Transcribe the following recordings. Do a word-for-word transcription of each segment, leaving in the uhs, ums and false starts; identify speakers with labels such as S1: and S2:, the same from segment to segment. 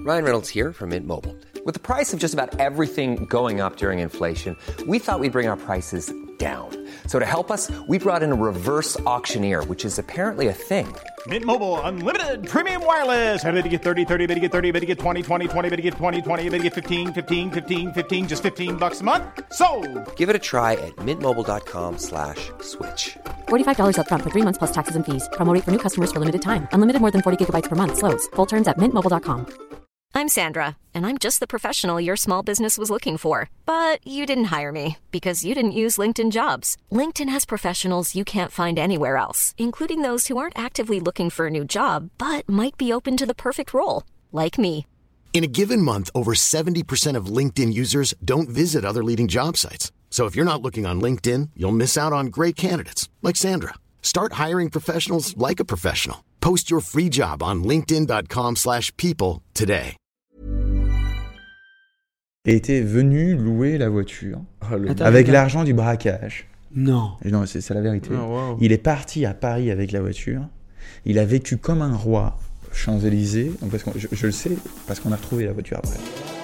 S1: Ryan Reynolds here from Mint Mobile. With the price of just about everything going up during inflation, we thought we'd bring our prices down. So to help us, we brought in a reverse auctioneer, which is apparently a thing.
S2: Mint Mobile Unlimited Premium Wireless. How to get thirty, thirty, how to get thirty, how to get twenty, twenty, twenty, how to get twenty, twenty, how to get fifteen, fifteen, fifteen, fifteen, just fifteen bucks a month? Sold!
S1: Give it a try at mintmobile.com slash switch.
S3: forty-five dollars up front for three months plus taxes and fees. Promo rate for new customers for limited time. Unlimited more than forty gigabytes per month. Slows full terms at mint mobile dot com.
S4: I'm Sandra, and I'm just the professional your small business was looking for. But you didn't hire me because you didn't use LinkedIn Jobs. LinkedIn has professionals you can't find anywhere else, including those who aren't actively looking for a new job, but might be open to the perfect role, like me.
S5: In a given month, over seventy percent of LinkedIn users don't visit other leading job sites. So if you're not looking on LinkedIn, you'll miss out on great candidates like Sandra. Start hiring professionals like a professional. Post your free job on linkedin.com slash people today.
S6: Et était venu louer la voiture
S7: oh, le...
S6: avec l'argent du braquage.
S7: Non.
S6: Et non, c'est, c'est la vérité.
S7: Oh, wow.
S6: Il est parti à Paris avec la voiture. Il a vécu comme un roi Champs-Élysées. Donc parce que je, je le sais parce qu'on a retrouvé la voiture après.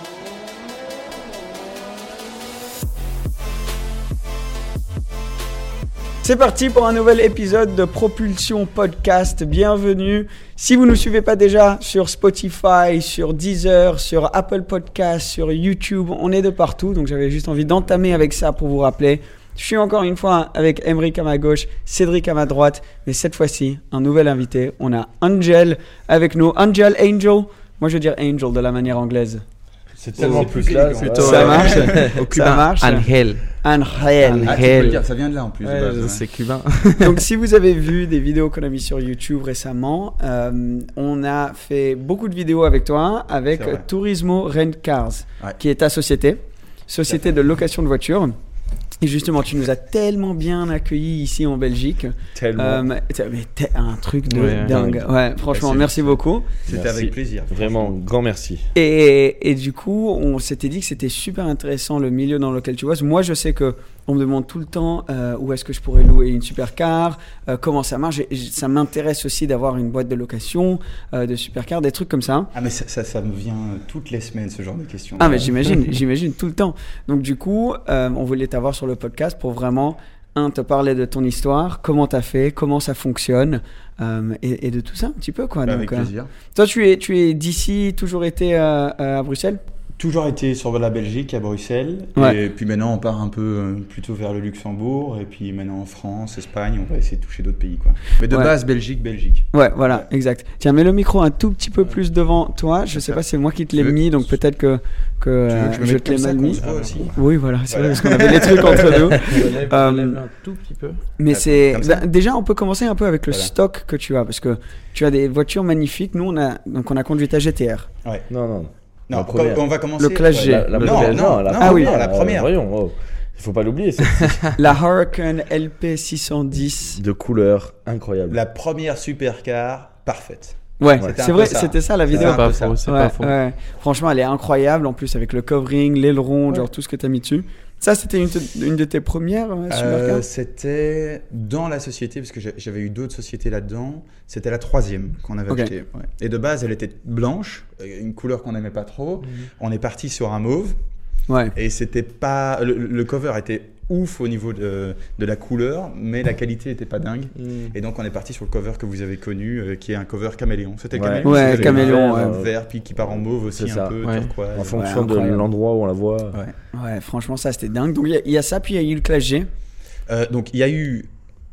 S7: C'est parti pour un nouvel épisode de Propulsion Podcast. Bienvenue. Si vous ne nous suivez pas déjà sur Spotify, sur Deezer, sur Apple Podcasts, sur YouTube, on est de partout. Donc j'avais juste envie d'entamer avec ça pour vous rappeler. Je suis encore une fois avec Emric à ma gauche, Cédric à ma droite. Mais cette fois-ci, un nouvel invité. On a Angel avec nous. Angel, Angel. Moi je veux dire Angel de la manière anglaise.
S6: C'est tellement plus classe.
S7: Plutôt, ça marche. Ça marche.
S8: Angel.
S7: Angel.
S6: Ah, tu peux le dire, ça vient de là en plus.
S8: Ouais,
S6: de base, ouais.
S8: C'est cubain.
S7: Donc si vous avez vu des vidéos qu'on a mis sur YouTube récemment, euh, on a fait beaucoup de vidéos avec toi, avec Turismo Rent Cars, ouais. qui est ta société, société de location de voitures. Et justement, tu nous as tellement bien accueillis ici en Belgique.
S6: Tellement.
S7: Euh, mais t'es un truc de
S8: ouais,
S7: dingue. Ouais, ouais franchement, merci, merci beaucoup.
S6: C'était
S8: merci.
S6: avec plaisir.
S8: Vraiment, grand merci.
S7: Et, et du coup, on s'était dit que c'était super intéressant le milieu dans lequel tu vois. Moi, je sais que on me demande tout le temps euh, où est-ce que je pourrais louer une supercar, euh, comment ça marche. Et ça m'intéresse aussi d'avoir une boîte de location, euh, de supercar, des trucs comme ça.
S6: Ah mais ça, ça, ça me vient toutes les semaines ce genre de questions.
S7: Ah mais j'imagine, j'imagine tout le temps. Donc du coup, euh, on voulait t'avoir sur le podcast pour vraiment un te parler de ton histoire, comment t'as fait, comment ça fonctionne euh, et, et de tout ça un petit peu quoi.
S6: Bah,
S7: Donc,
S6: avec plaisir.
S7: Euh, toi, tu es, tu es d'ici, toujours été euh, à Bruxelles.
S6: Toujours été sur la Belgique, à Bruxelles,
S7: ouais.
S6: et puis maintenant on part un peu euh, plutôt vers le Luxembourg, et puis maintenant en France, Espagne, on va essayer de toucher d'autres pays, quoi. Mais de ouais. base, Belgique, Belgique.
S7: Ouais, voilà, ouais. exact. Tiens, mets le micro un tout petit peu ouais. plus devant toi, je sais pas, c'est moi qui te l'ai mis, donc peut-être que, que,
S6: tu veux que je,
S7: je te l'ai mal mis.
S6: Ah, aussi.
S7: Oui, voilà, c'est voilà. vrai, parce qu'on avait les trucs entre nous.
S8: euh, un tout petit peu.
S7: Mais
S6: Attends,
S7: c'est... Bah, déjà, on peut commencer un peu avec le voilà. stock que tu as, parce que tu as des voitures magnifiques, nous on a, donc on a conduit ta G T R.
S6: Ouais.
S8: Non, non, non.
S6: Non, on va commencer.
S7: Le classe G.
S8: La, la
S6: non,
S8: première,
S6: non,
S8: non, la,
S6: non,
S8: ah,
S6: oui,
S8: non,
S6: la première.
S8: Euh, voyons, oh. Il faut pas l'oublier. C'est...
S7: la Huracan L P six cent dix.
S8: De couleur incroyable.
S6: La première supercar parfaite.
S7: Ouais, ouais. c'est vrai, ça. C'était ça la vidéo.
S8: C'est pas faux, c'est
S7: ouais,
S8: pas faux.
S7: Ouais. Franchement, elle est incroyable. En plus, avec le covering, l'aileron, ouais. genre tout ce que tu as mis dessus. Ça, c'était une, te- une de tes premières euh, supercars
S6: euh, C'était dans la société, parce que j'avais eu d'autres sociétés là-dedans. C'était la troisième qu'on avait okay. achetée. Ouais. Et de base, elle était blanche, une couleur qu'on n'aimait pas trop. Mmh. On est parti sur un mauve.
S7: Ouais.
S6: Et c'était pas. Le, le cover était ouf au niveau de, de la couleur, mais la qualité n'était pas dingue. Mmh. Et donc, on est parti sur le cover que vous avez connu, euh, qui est un cover caméléon. C'était
S7: ouais.
S6: caméléon
S7: Ouais, caméléon.
S6: Vert,
S7: ouais.
S6: vert, puis qui part en mauve aussi, un peu
S8: ouais.
S6: turquoise.
S8: En fonction
S7: ouais,
S8: de l'endroit où on la voit.
S7: Ouais, ouais franchement, ça, c'était dingue. Donc, il y, y a ça, puis il y a eu le Classe G.
S6: Euh, donc, il y a eu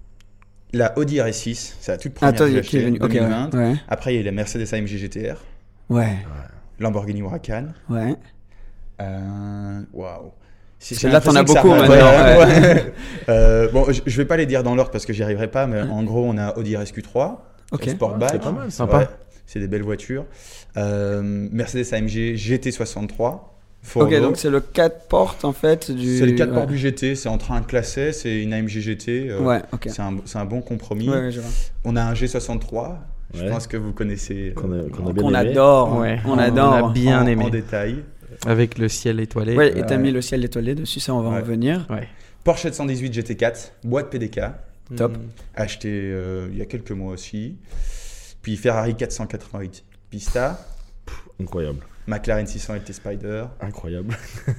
S6: la Audi R S six, c'est la toute première
S7: ah, toi,
S6: que j'ai achetée,
S7: venu.
S6: deux mille vingt.
S7: Okay, ouais.
S6: Après, il y a eu la Mercedes A M G G T R.
S7: Ouais.
S6: Lamborghini Huracan.
S7: Ouais.
S6: Euh, waouh.
S7: Là, t'en as beaucoup maintenant.
S6: Ouais. Ouais. euh, bon, je, je vais pas les dire dans l'ordre parce que j'y arriverai pas, mais en gros, on a Audi R S Q trois,
S7: okay.
S6: Sportback.
S8: C'est pas mal, sympa.
S6: Ouais, c'est des belles voitures. Euh, Mercedes A M G G T soixante-trois. Fordo.
S7: Ok, donc c'est le quatre portes en fait du.
S6: C'est le quatre
S7: ouais.
S6: portes du G T, c'est entre un classe S et une A M G G T. Euh,
S7: ouais, ok.
S6: C'est un, c'est un bon compromis.
S7: Ouais, ouais, je vois.
S6: On a un G soixante-trois.
S8: Ouais.
S6: Je pense que vous connaissez.
S8: Qu'on, a, qu'on, a
S7: qu'on adore. Ouais. On adore.
S8: On a bien
S6: en,
S8: aimé.
S6: En détail.
S8: Avec le ciel étoilé.
S7: Ouais, et t'as mis le ciel étoilé dessus, ça on va
S6: ouais.
S7: en revenir.
S8: Ouais.
S6: Porsche sept cent dix-huit G T quatre, boîte P D K.
S7: Top.
S6: Mmh. Acheté euh, il y a quelques mois aussi. Puis Ferrari quatre cent quatre-vingt-huit Pista.
S8: Pff, incroyable.
S6: McLaren six cents L T Spider.
S8: Incroyable.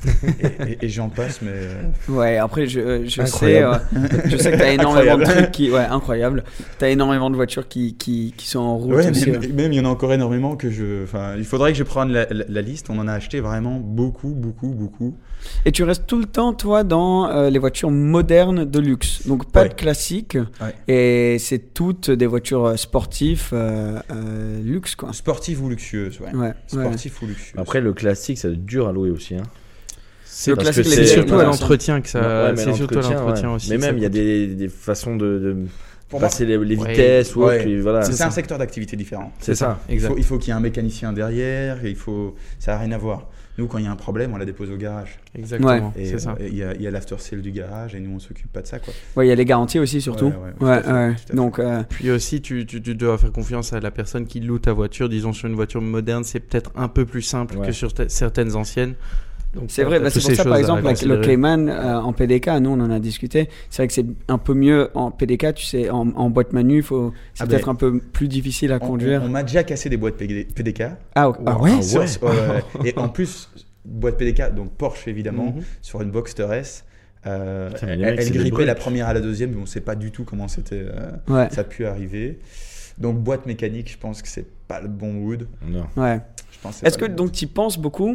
S6: Et, et, et j'en passe, mais. Euh...
S7: Ouais, après, je, je sais, euh, je sais que tu as énormément de trucs qui. Ouais, incroyable. Tu as énormément de voitures qui, qui, qui sont en route.
S6: Ouais,
S7: aussi,
S6: même,
S7: ouais.
S6: même il y en a encore énormément que je. Enfin, il faudrait que je prenne la, la, la liste. On en a acheté vraiment beaucoup, beaucoup, beaucoup.
S7: Et tu restes tout le temps, toi, dans euh, les voitures modernes de luxe. Donc, pas
S6: ouais.
S7: de classiques.
S6: Ouais.
S7: Et c'est toutes des voitures sportives euh, euh, luxe, quoi.
S6: Sportives ou luxueuses, ouais.
S7: ouais
S6: Sportives
S7: ouais.
S6: ou luxueuses.
S8: Après, le classique, c'est dur à louer aussi. Hein.
S7: C'est,
S8: le
S7: classique,
S8: que
S7: c'est
S8: surtout
S7: à
S8: l'entretien
S7: que
S8: ça.
S7: Ouais,
S8: c'est surtout à l'entretien
S7: ouais.
S8: aussi. Mais même, il y a des, des façons de. de...
S6: Pour
S8: passer
S6: moi,
S8: les, les
S6: ouais,
S8: vitesses ou
S6: ouais.
S8: autre, puis voilà.
S6: C'est,
S8: c'est,
S6: c'est un secteur d'activité différent.
S8: C'est, c'est ça,
S6: ça. Il faut, il faut qu'il y ait un mécanicien derrière, il faut, ça n'a rien à voir. Nous, quand il y a un problème, on la dépose au garage.
S8: Exactement,
S6: et,
S8: c'est ça.
S6: Il y a, il y a l'after-sale du garage et nous, on ne s'occupe pas de ça, quoi.
S7: Ouais, il y a les garanties aussi, surtout.
S6: Ouais, ouais,
S7: ouais, ouais. Donc, euh...
S9: Puis aussi, tu, tu, tu dois faire confiance à la personne qui loue ta voiture. Disons, sur une voiture moderne, c'est peut-être un peu plus simple ouais. que sur t- certaines anciennes.
S7: Donc, c'est vrai, bah c'est pour ça par exemple avec le Cayman euh, en P D K, nous on en a discuté, c'est vrai que c'est un peu mieux en P D K, tu sais, en, en boîte manu, faut, c'est ah peut-être ben, un peu plus difficile à
S6: on,
S7: conduire.
S6: On, on m'a déjà cassé des boîtes P D K.
S7: Ah, wow. ah ouais,
S6: ah ouais. Sur, euh, Et en plus, boîte P D K, donc Porsche évidemment, mm-hmm. sur une Boxster S. Euh, Putain, elle, elle grippait la première à la deuxième, mais on ne sait pas du tout comment c'était, euh, ouais. ça a pu arriver. Donc boîte mécanique, je pense que c'est pas le bon mood.
S8: Non.
S7: Ouais.
S6: Je pense que
S7: Est-ce que donc tu penses beaucoup?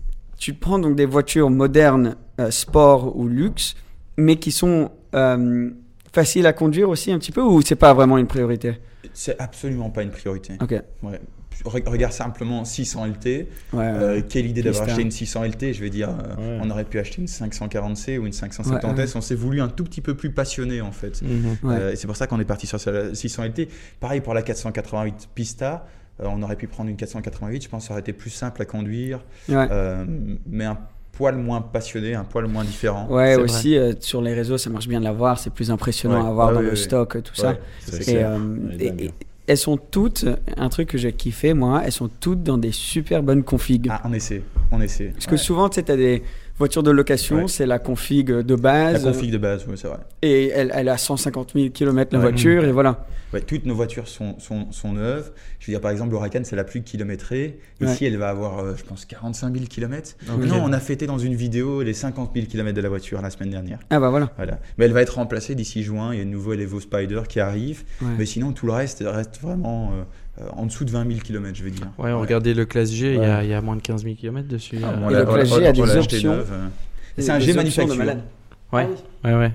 S7: Tu prends donc des voitures modernes, euh, sport ou luxe, mais qui sont euh, faciles à conduire aussi un petit peu, ou c'est pas vraiment une priorité?
S6: C'est absolument pas une priorité.
S7: Ok.
S6: Ouais. Regarde simplement six cents L T.
S7: Ouais,
S6: euh,
S7: ouais.
S6: Quelle idée d'avoir acheté une six cents L T. Je vais dire, euh, ouais. on aurait pu acheter une cinq cent quarante C ou une cinq cent soixante S. Ouais, ouais. On s'est voulu un tout petit peu plus passionné en fait.
S7: Mm-hmm. Ouais.
S6: Euh, et c'est pour ça qu'on est parti sur la six cents L T. Pareil pour la quatre cent quatre-vingt-huit Pista. Euh, on aurait pu prendre une quatre cent quatre-vingt-huit, je pense que ça aurait été plus simple à conduire,
S7: ouais.
S6: euh, mais un poil moins passionné, un poil moins différent.
S7: Ouais, c'est aussi euh, sur les réseaux, ça marche bien de la voir, c'est plus impressionnant
S6: ouais.
S7: à voir
S6: ah,
S7: dans
S6: oui,
S7: le
S6: oui.
S7: stock, tout
S6: ouais,
S7: ça.
S6: C'est
S7: et, euh, et, et elles sont toutes, un truc que j'ai kiffé moi, elles sont toutes dans des super bonnes configs.
S6: Ah, on essaie, on essaie.
S7: Parce
S6: ouais.
S7: que souvent, tu sais, tu as des voitures de location, ouais. c'est la config de base.
S6: La config de base, oui, c'est vrai.
S7: Et elle, elle a cent cinquante mille kilomètres la ouais. voiture, mmh. et voilà.
S6: Ouais, toutes nos voitures sont, sont, sont neuves. Je veux dire, par exemple, l'Huracan, c'est la plus kilométrée. Ici,
S7: ouais.
S6: elle va avoir, euh, je pense, quarante-cinq mille kilomètres.
S7: Okay.
S6: Non, on a fêté dans une vidéo les cinquante mille kilomètres de la voiture la semaine dernière.
S7: Ah bah voilà.
S6: voilà. Mais elle va être remplacée d'ici juin. Il y a une nouvelle Evo Spider qui arrive. Ouais. Mais sinon, tout le reste reste vraiment euh, en dessous de vingt mille kilomètres, je veux dire.
S9: Ouais, on
S6: ouais.
S9: regardait le classe G, il ouais. y, y a moins de quinze mille kilomètres dessus.
S7: Ah, bon, et le classe G a des options.
S6: Neuve, euh. C'est un G manufacture.
S9: Ouais. Ah oui. ouais, ouais.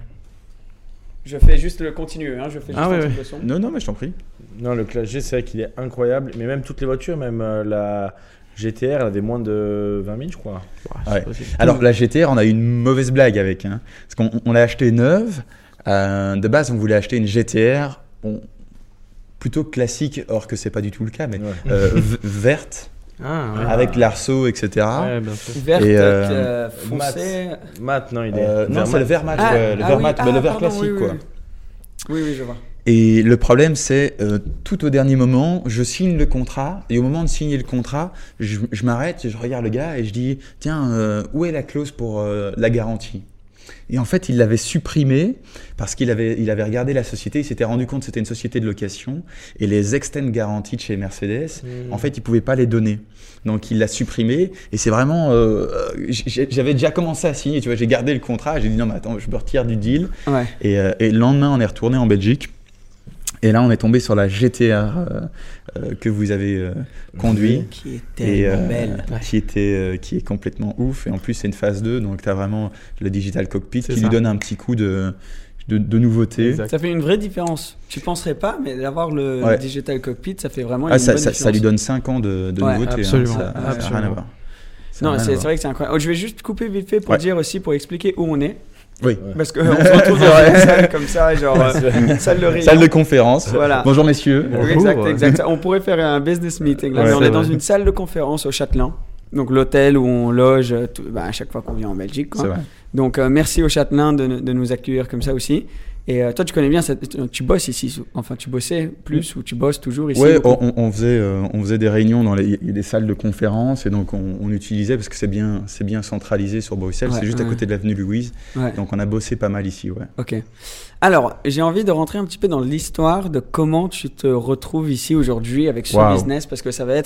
S7: Je fais juste le continuer, hein. Je fais juste
S9: ah,
S7: un
S9: ouais,
S7: truc
S9: ouais.
S7: de son.
S6: Non, non, mais je t'en prie.
S8: Non, le Classe G, c'est vrai qu'il est incroyable. Mais même toutes les voitures, même euh, la G T R, elle avait moins de vingt mille, je crois.
S6: Ouais. Alors, la G T R, on a eu une mauvaise blague avec. Hein, parce qu'on on l'a acheté neuve. Euh, de base, on voulait acheter une G T R bon, plutôt classique, or que c'est pas du tout le cas, mais ouais. euh, v- verte.
S9: Ah, ouais.
S6: Avec l'arceau, et cetera.
S9: Ouais, bien sûr.
S7: Verte,
S6: et,
S7: euh, foncé.
S8: Mat, mat, non, il est.
S6: Euh, non, c'est le vert mat,
S7: ah,
S6: ouais, le
S7: ah,
S6: vert
S7: oui,
S6: mat,
S7: ah,
S6: bah, le vert
S7: pardon,
S6: classique,
S7: oui,
S6: quoi.
S7: Oui. oui, oui, je vois.
S6: Et le problème, c'est euh, tout au dernier moment, je signe le contrat, et au moment de signer le contrat, je, je m'arrête, je regarde le gars et je dis, tiens, euh, où est la clause pour euh, la garantie ? Et en fait, il l'avait supprimé parce qu'il avait, il avait regardé la société, il s'était rendu compte que c'était une société de location et les extend guarantees de chez Mercedes, mmh. en fait, il ne pouvait pas les donner. Donc, il l'a supprimé et c'est vraiment... Euh, j'avais déjà commencé à signer, tu vois, j'ai gardé le contrat, j'ai dit non mais attends, je me retire du deal.
S7: Ouais.
S6: Et, euh, et le lendemain, on est retourné en Belgique. Et là, on est tombé sur la G T R euh, euh, que vous avez euh, conduit.
S7: Qui est tellement euh, belle.
S6: Qui, était, euh, qui est complètement ouf. Et en plus, c'est une phase deux. Donc, tu as vraiment le Digital Cockpit
S9: c'est
S6: qui
S9: ça.
S6: lui donne un petit coup de, de, de nouveauté.
S7: Exact. Ça fait une vraie différence. Tu ne penserais pas, mais d'avoir le,
S6: ouais.
S7: le Digital Cockpit, ça fait vraiment une
S6: ah, ça,
S7: bonne
S6: ça,
S7: différence.
S6: Ça lui donne cinq ans de, de
S7: ouais,
S6: nouveauté.
S9: Absolument.
S6: Hein. Ça n'a
S9: absolument.
S6: rien à voir. Ça
S7: non,
S6: rien
S7: c'est,
S6: à voir.
S7: c'est vrai que c'est incroyable. Oh, je vais juste couper vite fait pour
S6: ouais.
S7: dire aussi, pour expliquer où on est.
S6: Oui.
S7: Parce qu'on se retrouve dans une salle comme ça, genre euh, salle de réunion.
S6: Salle de conférence.
S7: Voilà.
S6: Bonjour messieurs.
S7: Oui, exact, exact. On pourrait faire un business meeting là,
S9: ouais,
S7: mais on est
S9: vrai.
S7: dans une salle de conférence au Châtelain. Donc l'hôtel où on loge tout, bah, à chaque fois qu'on vient en Belgique. Quoi.
S6: C'est vrai.
S7: Donc euh, merci au Châtelain de, de nous accueillir comme ça aussi. Et euh, toi, tu connais bien, cette, tu bosses ici, enfin tu bossais plus ou tu bosses toujours ici?
S6: Oui, on, on, faisait, euh, on faisait des réunions dans les, les salles de conférence et donc on, on utilisait, parce que c'est bien, c'est bien centralisé sur Bruxelles,
S7: ouais,
S6: c'est juste
S7: ouais.
S6: à côté de l'avenue Louise,
S7: ouais.
S6: donc on a bossé pas mal ici. Ouais.
S7: Ok. Alors, j'ai envie de rentrer un petit peu dans l'histoire de comment tu te retrouves ici aujourd'hui avec ce
S6: wow.
S7: business, parce que ça va être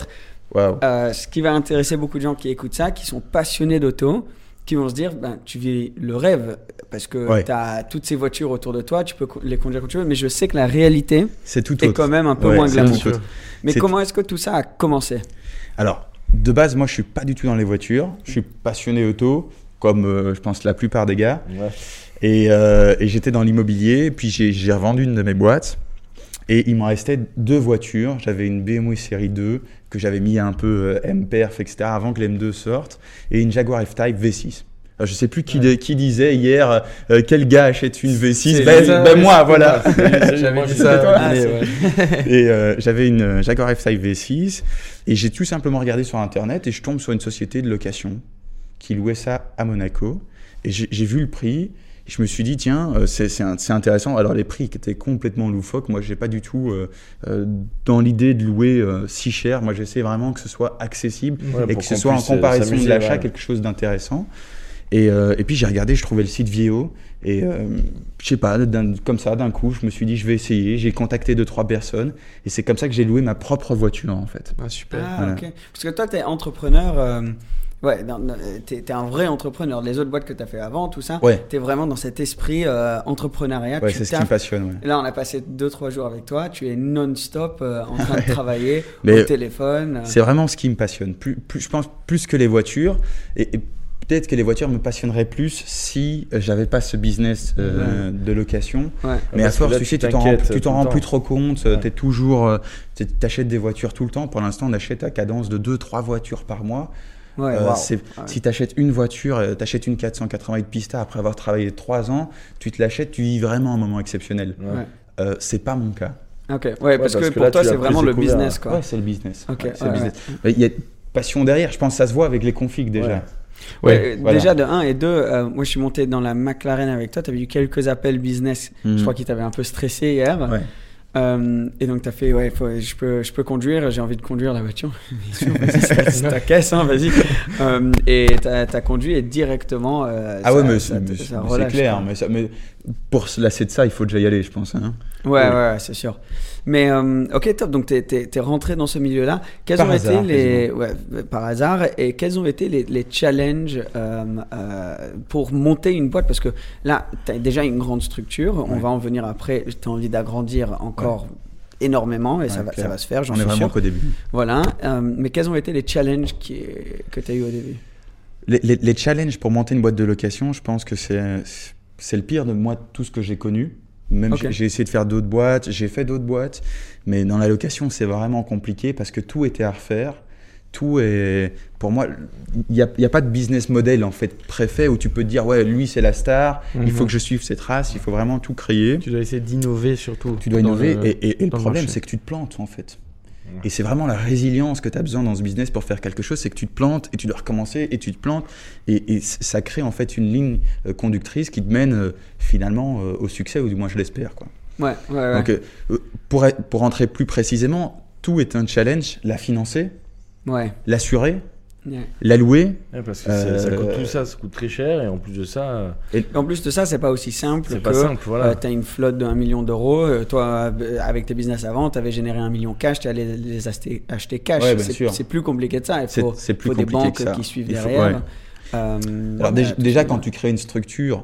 S6: Wow.
S7: Euh, ce qui va intéresser beaucoup de gens qui écoutent ça, qui sont passionnés d'auto, qui vont se dire, ben, tu vis le rêve parce que
S6: ouais.
S7: tu as toutes ces voitures autour de toi, tu peux les conduire quand tu veux, mais je sais que la réalité
S6: c'est tout
S7: est
S6: autre.
S7: quand même un peu
S6: ouais,
S7: moins glamour. Mais
S6: c'est
S7: comment est-ce que tout ça a commencé ?
S6: Alors, de base, moi, je suis pas du tout dans les voitures. Je suis passionné auto, comme euh, je pense la plupart des gars.
S8: Ouais.
S6: Et, euh, et j'étais dans l'immobilier, puis j'ai, j'ai revendu une de mes boîtes. Et il m'en restait deux voitures. J'avais une B M W série deux que j'avais mis un peu euh, M-Perf, et cetera avant que l'M deux sorte, et une Jaguar F-Type V six. Alors, je sais plus qui,
S8: ouais.
S6: de, qui disait hier euh, quel gars achète une V six.
S8: C'est
S6: Ben,
S8: ça,
S6: ben
S8: ouais,
S6: moi, voilà.
S8: J'avais dit ça.
S6: Toi
S8: Ah, ouais.
S6: Et euh, j'avais une Jaguar F-Type V six et j'ai tout simplement regardé sur internet et je tombe sur une société de location qui louait ça à Monaco. Et j'ai, j'ai vu le prix. Je me suis dit, tiens, euh, c'est, c'est, un, c'est intéressant. Alors, les prix qui étaient complètement loufoques. Moi, je n'ai pas du tout euh, euh, dans l'idée de louer euh, si cher. Moi, j'essaie vraiment que ce soit accessible
S8: ouais,
S6: et que ce soit en comparaison de l'achat, ouais. quelque chose d'intéressant. Et, euh, et puis, j'ai regardé, je trouvais le site Vio. Et euh, je sais pas, d'un, comme ça, d'un coup, je me suis dit, je vais essayer. J'ai contacté deux, trois personnes. Et c'est comme ça que j'ai loué ma propre voiture, en fait.
S9: Ah, super.
S7: Ah,
S6: voilà.
S7: ok. Parce que toi, tu es entrepreneur. Euh... Ouais, t'es, t'es un vrai entrepreneur. Les autres boîtes que t'as fait avant, tout ça,
S6: ouais.
S7: t'es vraiment dans cet esprit euh, entrepreneuriat.
S6: Ouais,
S7: tu
S6: c'est ce qui me passionne. Ouais.
S7: Là, on a passé deux trois jours avec toi. Tu es non-stop euh, en train de travailler
S6: Mais
S7: au téléphone.
S6: C'est vraiment ce qui me passionne. Plus, plus, je pense plus que les voitures. Et, et peut-être que les voitures me passionneraient plus si j'avais pas ce business euh, ouais. de location.
S7: Ouais.
S6: Mais
S8: Parce
S6: à force,
S8: là,
S6: tu sais, tu t'en rends, tu t'en rends plus trop compte. Ouais. T'es toujours, tu achètes des voitures tout le temps. Pour l'instant, on achète à cadence de deux trois voitures par mois.
S7: Ouais,
S6: euh,
S7: wow.
S6: c'est, ouais. Si tu achètes une voiture, tu achètes une quatre cent quatre-vingts Pista après avoir travaillé trois ans, tu te l'achètes, tu vis vraiment un moment exceptionnel.
S7: Ouais.
S6: Euh, c'est pas mon cas.
S7: Ok, ouais, ouais parce, parce que, que pour
S8: là,
S7: toi, c'est vraiment le business. Quoi.
S6: Ouais, c'est le business.
S7: Ok,
S6: ouais, c'est
S7: ouais,
S6: le business.
S7: Ouais.
S6: Il y a passion derrière, je pense que ça se voit avec les configs déjà.
S7: Ouais. Ouais, voilà. Déjà de un et deux, euh, moi je suis monté dans la McLaren avec toi, tu avais eu quelques appels business, mmh. je crois qu'ils t'avaient un peu stressé hier.
S6: Ouais.
S7: Euh, et donc tu as fait, ouais, faut, je, peux, je peux conduire, j'ai envie de conduire la voiture. Bien sûr, vas-y, c'est, c'est ta caisse, hein, vas-y. Euh, et tu as conduit et directement. Euh,
S6: ah
S7: ça,
S6: ouais, mais,
S7: ça,
S6: mais,
S7: ça,
S6: mais
S7: ça relâche,
S6: c'est clair, mais, ça, mais pour se lasser de ça, il faut déjà y aller, je pense. Hein.
S7: Ouais, oui. ouais, c'est sûr. Mais euh, ok, top. Donc, tu es rentré dans ce milieu-là. Quels
S6: par
S7: ont
S6: hasard,
S7: été les. Ouais, par hasard. Et quels ont été les, les challenges euh, euh, pour monter une boîte ? Parce que là, tu as déjà une grande structure. Ouais. On va en venir après. Tu as envie d'agrandir encore ouais. énormément et ouais, ça, va, ça va se faire, j'en
S6: On
S7: suis
S6: est vraiment
S7: sûr.
S6: qu'au début.
S7: Voilà. Euh, mais quels ont été les challenges qui, que tu as eu au début ?
S6: les, les, les challenges pour monter une boîte de location, je pense que c'est, c'est le pire de moi, tout ce que j'ai connu. Même okay. j'ai, j'ai essayé de faire d'autres boîtes, j'ai fait d'autres boîtes, mais dans la location, c'est vraiment compliqué parce que tout était à refaire. Tout est, pour moi, il n'y a, y a pas de business model en fait préfet où tu peux te dire ouais, lui c'est la star, mm-hmm. il faut que je suive ses traces, il faut vraiment tout créer.
S9: Tu dois essayer d'innover surtout.
S6: Tu dois innover
S9: le,
S6: et, et, et le problème c'est que tu te plantes en fait. Et c'est vraiment la résilience que tu as besoin dans ce business pour faire quelque chose, c'est que tu te plantes et tu dois recommencer et tu te plantes et, et ça crée en fait une ligne conductrice qui te mène euh, finalement euh, au succès, ou du moins je l'espère, quoi.
S7: Ouais, ouais, ouais.
S6: Donc euh, pour, pour rentrer plus précisément, tout est un challenge, la financer,
S7: ouais.
S6: l'assurer,
S7: yeah.
S6: la louer.
S8: Ouais, parce que euh, ça coûte tout ça, ça coûte très cher et en plus de ça.
S7: Et en plus de ça, c'est pas aussi simple
S8: c'est
S7: que
S8: pas simple, voilà.
S7: euh, tu as une flotte de un million d'euros. Euh, toi, avec tes business avant, tu avais généré un million cash, tu allais les, les acheter, acheter cash.
S6: Ouais, bien
S7: c'est,
S6: sûr.
S7: c'est plus compliqué que ça. Il faut,
S6: c'est, c'est plus
S7: faut des banques
S6: que ça.
S7: qui suivent
S6: Il faut,
S7: derrière.
S6: ouais.
S7: Euh,
S6: Alors déjà, déjà quand tu crées une structure,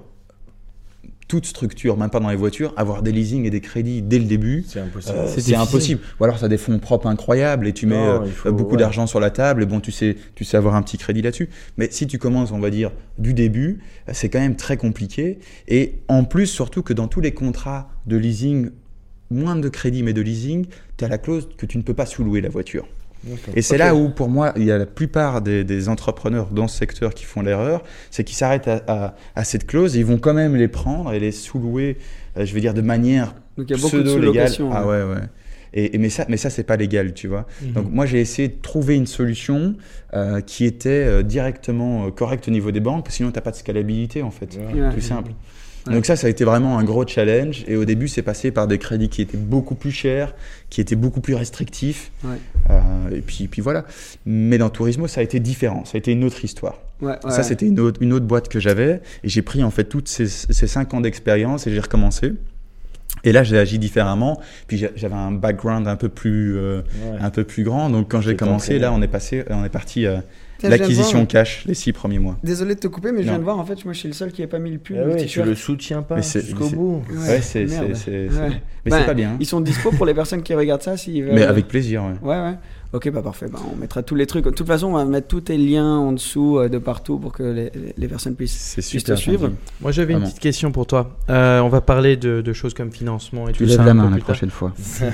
S6: toute structure, même pas dans les voitures, avoir des leasing et des crédits dès le début,
S8: c'est impossible.
S6: Euh, c'est, c'est impossible. Ou alors ça a des fonds propres incroyables et tu mets non, euh, faut, beaucoup ouais. d'argent sur la table et bon, tu sais, tu sais avoir un petit crédit là-dessus. Mais si tu commences, on va dire, du début, c'est quand même très compliqué. Et en plus, surtout que dans tous les contrats de leasing, moins de crédit mais de leasing, tu as la clause que tu ne peux pas sous-louer la voiture. Okay. Et c'est okay. là où, pour moi, il y a la plupart des, des entrepreneurs dans ce secteur qui font l'erreur, c'est qu'ils s'arrêtent à, à, à cette clause et ils vont quand même les prendre et les sous-louer, euh, je veux dire, de manière pseudo-légale. Ah ouais, ouais. Et, et, mais ça, mais ça, c'est pas légal, tu vois. Mm-hmm. Donc moi, j'ai essayé de trouver une solution euh, qui était euh, directement euh, correcte au niveau des banques, parce que sinon, tu n'as pas de scalabilité, en fait. Ouais. Ouais. Tout simple. Ouais. Donc ça, ça a été vraiment un gros challenge. Et au début, c'est passé par des crédits qui étaient beaucoup plus chers, qui étaient beaucoup plus restrictifs.
S7: Ouais.
S6: Euh, et puis, puis voilà. Mais dans Tourismo, ça a été différent. Ça a été une autre histoire.
S7: Ouais, ouais.
S6: Ça, c'était une autre, une autre boîte que j'avais. Et j'ai pris en fait toutes ces, ces cinq ans d'expérience et j'ai recommencé. Et là, j'ai agi différemment. Puis j'a- j'avais un background un peu plus, euh,
S8: Ouais.
S6: un peu plus grand. Donc quand j'ai
S8: T'es
S6: commencé,
S8: entraîné.
S6: là, on est passé, on est parti euh,
S7: Tiens, je viens de
S6: l'acquisition
S7: voir.
S6: cash les six premiers mois.
S7: Désolé de te couper, mais je viens
S6: Non.
S7: de voir, en fait, moi je suis le seul qui n'ai pas mis le pull.
S8: Eh
S7: le
S8: ouais, tu
S7: t-shirt.
S8: le soutiens pas
S6: Mais c'est-
S8: jusqu'au
S6: mais c'est-
S8: bout.
S6: Ouais, c'est, c'est,
S7: merde.
S6: c'est,
S7: Ouais.
S6: c'est- mais
S7: Ben,
S6: c'est pas bien.
S7: Ils sont dispo pour les personnes qui regardent ça s'ils veulent.
S6: Mais avec plaisir, ouais.
S7: Ouais, ouais. Ok, bah parfait. Bah, on mettra tous les trucs. De toute façon, on va mettre tous tes liens en dessous euh, de partout pour que les, les personnes puissent,
S6: C'est
S7: puissent
S6: super
S7: te suivre.
S6: gentil.
S9: Moi, j'avais une
S6: Vraiment.
S9: petite question pour toi. Euh, on va parler de, de choses comme financement et
S6: Tu
S9: tout
S6: lèves
S9: ça.
S6: la
S9: un
S6: main
S9: peu
S6: la
S9: plus tard.
S6: prochaine fois.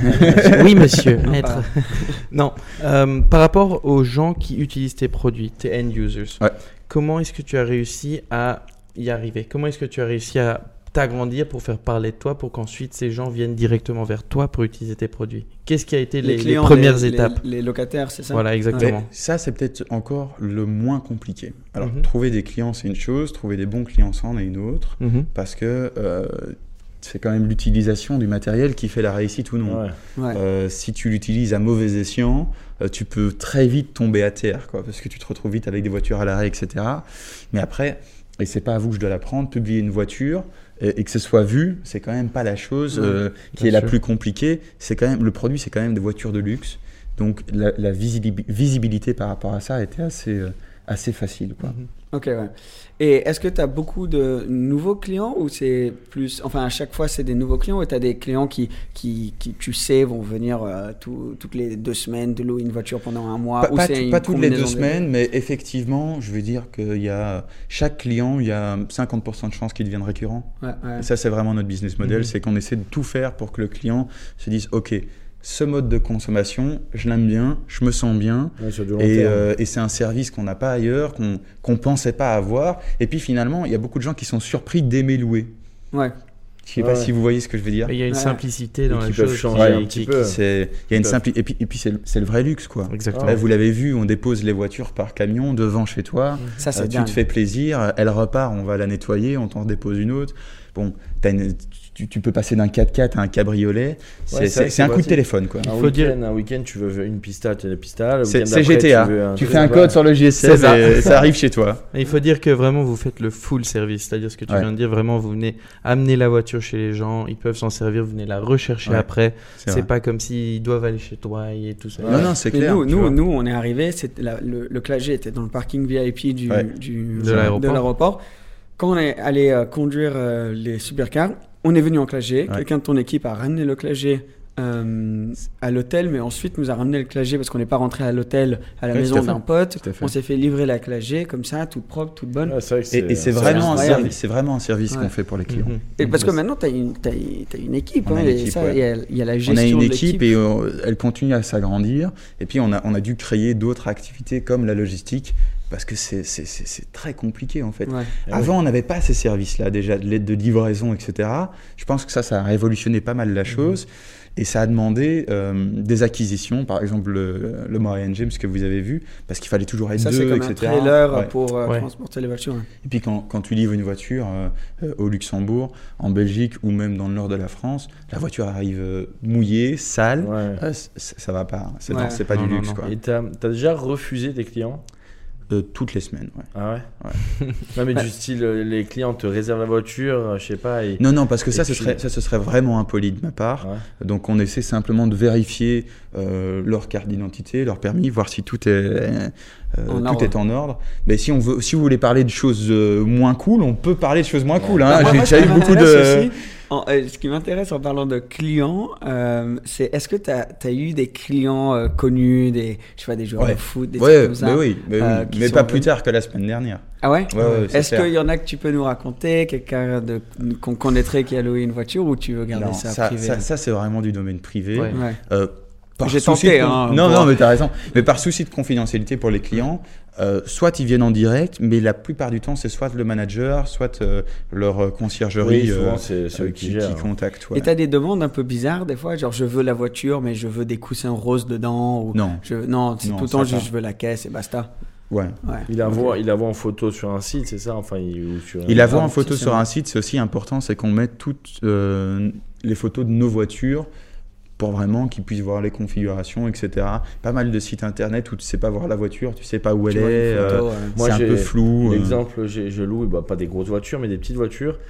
S9: Oui, monsieur,
S7: Non,
S9: maître.
S7: pas-
S9: Non, euh, par rapport aux gens qui utilisent tes produits, tes end users,
S6: Ouais.
S9: comment est-ce que tu as réussi à y arriver? Comment est-ce que tu as réussi à t'agrandir pour faire parler de toi, pour qu'ensuite ces gens viennent directement vers toi pour utiliser tes produits? Qu'est-ce qui a été les, les
S7: clients,
S9: premières
S7: les-
S9: étapes?
S7: Les, les locataires, c'est ça?
S9: Voilà, exactement.
S6: Mais ça, c'est peut-être encore le moins compliqué. Alors,
S9: Mhm.
S6: trouver des clients, c'est une chose. Trouver des bons clients, c'en est une autre.
S9: Mhm.
S6: Parce que euh, c'est quand même l'utilisation du matériel qui fait la réussite ou non.
S8: Ouais.
S7: Ouais.
S6: Euh, si tu l'utilises à mauvais escient, euh, tu peux très vite tomber à terre, quoi, parce que tu te retrouves vite avec des voitures à l'arrêt, et cetera. Mais après, et c'est pas à vous que je dois l'apprendre, publier une voiture et, et que ce soit vu, c'est quand même pas la chose
S7: Ouais,
S6: euh, qui
S9: bien
S6: est la
S9: sûr.
S6: plus compliquée. C'est quand même le produit, c'est quand même des voitures de luxe. Donc la, la visili- visibilité par rapport à ça était assez, euh, assez facile, quoi.
S7: Ok, ouais. Et est-ce que tu as beaucoup de nouveaux clients ou c'est plus. Enfin, à chaque fois, c'est des nouveaux clients ou tu as des clients qui, qui, qui, tu sais, vont venir euh, tout- toutes les deux semaines de louer une voiture pendant un mois
S6: Pas,
S7: ou
S6: pas
S7: c'est
S6: tout-
S7: une
S6: pas toutes les deux
S7: combinaison des
S6: semaines, mais effectivement, je veux dire qu'il y a chaque client, il y a cinquante pour cent de chances qu'il devienne récurrent.
S7: Ouais, ouais.
S6: Et ça, c'est vraiment notre business model,
S9: Mhm.
S6: c'est qu'on essaie de tout faire pour que le client se dise, OK, ce mode de consommation, je l'aime bien, je me sens bien,
S8: Ouais, sur du long
S6: et,
S8: terme.
S6: euh, et c'est un service qu'on n'a pas ailleurs, qu'on qu'on pensait pas avoir. Et puis finalement, il y a beaucoup de gens qui sont surpris d'aimer louer.
S7: Ouais.
S6: Je sais
S8: Ouais.
S6: pas si vous voyez ce que je veux dire.
S9: Il y a une
S7: Ouais.
S9: simplicité dans
S8: Et
S9: la
S8: qui peuvent
S9: chose.
S8: changer
S6: Ouais,
S8: un
S6: qui-
S8: petit
S6: qui-
S8: peu.
S6: c'est- Il y a une
S8: peuvent.
S6: simpli- Et puis, et puis c'est le, c'est le vrai luxe, quoi.
S9: Exactement.
S6: Là, vous l'avez vu, on dépose les voitures par camion devant chez toi.
S7: Ça, c'est
S6: Euh, tu
S7: dingue.
S6: te fais plaisir, elle repart, on va la nettoyer, on t'en dépose une autre. Bon, t'as une- tu, tu peux passer d'un quatre-quatre à un cabriolet. C'est
S8: Ouais, c'est
S6: c'est-
S8: vrai que
S6: c'est
S8: c'est
S6: un coup de
S8: pratique.
S6: téléphone, quoi.
S8: Un
S9: faut dire-
S8: week-end, un week-end, tu veux une pista, tu as la pista. Le
S6: C'est
S8: week-end
S6: c'est
S8: d'après,
S6: G T A.
S8: Tu, veux
S6: Tu
S8: truc
S6: fais un
S8: là-bas.
S6: code sur le G S M
S9: C'est ça.
S6: et ça arrive chez toi.
S9: Et il faut dire que vraiment vous faites le full service, c'est-à-dire ce que tu
S6: Ouais.
S9: viens de dire, vraiment vous venez amener la voiture chez les gens, ils peuvent s'en servir, vous venez la rechercher
S6: Ouais,
S9: après.
S6: c'est
S9: C'est
S6: vrai.
S9: pas comme s'ils doivent aller chez toi et tout ça.
S6: Non, non, c'est
S7: Mais
S6: clair.
S7: nous,
S6: tu
S7: nous,
S6: vois.
S7: nous, on est arrivé, le, le Clagé était dans le parking V I P du,
S6: Ouais.
S7: du-
S9: De l'aéroport.
S7: l'aéroport. Quand on est allé euh, conduire euh, les supercars, on est venu en Clagé.
S6: Ouais.
S7: Quelqu'un de ton équipe a ramené le Clagé euh, à l'hôtel, mais ensuite nous a ramené le Clagé parce qu'on n'est pas rentré à l'hôtel à la
S6: Ouais, tout
S7: maison
S6: à fait.
S7: d'un pote.
S6: Tout à fait.
S7: On s'est fait livrer la Clagé comme ça, toute propre, toute bonne.
S8: Ouais, c'est vrai que
S6: Et, et c'est
S8: c'est
S6: vraiment, un
S7: incroyable.
S6: service, c'est vraiment un service
S7: Ouais.
S6: qu'on fait pour les clients.
S9: Mhm.
S7: Et parce que
S6: Ouais.
S7: maintenant, tu as une, t'as- t'as une équipe.
S6: On a
S7: hein,
S6: une
S7: et
S6: équipe,
S7: ça,
S6: ouais.
S7: il y a- il y, a la
S6: On
S7: gestion
S6: a une
S7: de
S6: équipe
S7: l'équipe.
S6: et euh, elle continue à s'agrandir. Et puis on a, on a dû créer d'autres activités comme la logistique parce que c'est c'est- c'est- c'est très compliqué en fait.
S7: Ouais.
S6: Avant, on n'avait pas ces services-là déjà, de l'aide de livraison, et cetera. Je pense que ça, ça a révolutionné pas mal la chose. Et ça a demandé euh, des acquisitions, par exemple le, le Morian James que vous avez vu, parce qu'il fallait toujours être
S7: Ça, c'est
S6: deux,
S7: comme
S6: et
S7: un
S6: cetera.
S7: trailer
S6: Ouais.
S7: pour euh,
S9: Ouais.
S7: transporter les voitures.
S6: Et puis quand, quand tu livres une voiture euh, euh, au Luxembourg, en Belgique ou même dans le nord de la France, la voiture arrive euh, mouillée, sale,
S8: Ouais.
S6: euh, c- c- ça va pas, c'est
S7: Ouais.
S6: non, c'est pas
S9: Non,
S6: du
S9: non,
S6: luxe
S9: non.
S6: quoi.
S8: Et t'as as déjà refusé des clients?
S6: Euh, toutes les semaines, ouais.
S8: Ah ouais, Non, mais du style, euh, les clients te réservent la voiture, euh, je sais pas. Et...
S6: Non, non, parce que
S8: Et
S6: ça, ce
S8: puis-
S6: serait, ça, ce serait vraiment impoli de ma part.
S8: Ouais.
S6: Donc, on essaie simplement de vérifier euh, leur carte d'identité, leur permis, voir si tout est, euh,
S7: En
S6: tout
S7: ordre.
S6: est en ordre. Mais si, on veut, si vous voulez parler de choses euh, moins cool, on peut parler de choses moins cool.
S7: Bah,
S6: Hein.
S7: moi,
S6: J'ai
S7: moi,
S6: déjà
S7: ce
S6: eu
S7: qui
S6: beaucoup
S7: m'intéresse
S6: de...
S7: aussi, en- euh, ce qui m'intéresse en parlant de clients, euh, c'est est-ce que tu as eu des clients euh, connus, des, je sais pas, des joueurs
S6: Ouais.
S7: de foot, des
S6: Ouais,
S7: trucs comme ça
S6: mais oui, mais, oui.
S7: euh, qui
S6: mais
S7: sont
S6: pas plus
S7: venus-
S6: tard que la semaine dernière.
S7: Ah ouais,
S6: Ouais, ouais, c'est
S7: Est-ce
S6: clair.
S7: qu'il y en a que tu peux nous raconter, quelqu'un de- qu'on connaîtrait qui a loué une voiture ou tu veux garder
S6: Non,
S7: ça,
S6: ça,
S7: privé
S6: ça, ça, c'est vraiment du domaine privé.
S9: Ouais.
S7: Ouais.
S6: Euh, par
S7: J'ai
S6: souci
S7: tenté,
S6: de con-
S7: hein,
S6: non,
S7: pour-
S6: non, mais t'as raison. Mais par souci de confidentialité pour les clients, euh, soit ils viennent en direct, mais la plupart du temps, c'est soit le manager, soit euh, leur euh, conciergerie
S8: Oui, souvent,
S6: euh,
S8: c'est c'est
S6: euh,
S8: eux
S6: qui,
S8: qui gèrent.
S6: qui contactent. ouais.
S7: Et tu as des demandes un peu bizarres des fois, genre je veux la voiture mais je veux des coussins roses dedans ou
S6: Non.
S7: je, non, c'est
S6: Non,
S7: tout le
S6: ça
S7: temps
S6: pas.
S7: juste je veux la caisse et basta.
S6: Ouais.
S7: Ouais.
S8: Il la voit, il la voit en photo sur un site, c'est ça? Enfin, il, ou sur
S6: Il la voit
S7: Ah,
S6: en photo
S7: c'est
S6: sur
S7: ça.
S6: un site, c'est aussi important, c'est qu'on met toutes euh, les photos de nos voitures pour vraiment qu'ils puissent voir les configurations, et cetera. Pas mal de sites internet où tu sais pas voir la voiture, tu sais pas où elle
S7: Tu vois une
S6: est,
S7: photo,
S6: euh,
S7: ouais.
S8: Moi,
S6: c'est un
S8: j'ai
S6: peu flou. euh.
S8: L'exemple, j'ai- je loue bah, pas des grosses voitures, mais des petites voitures.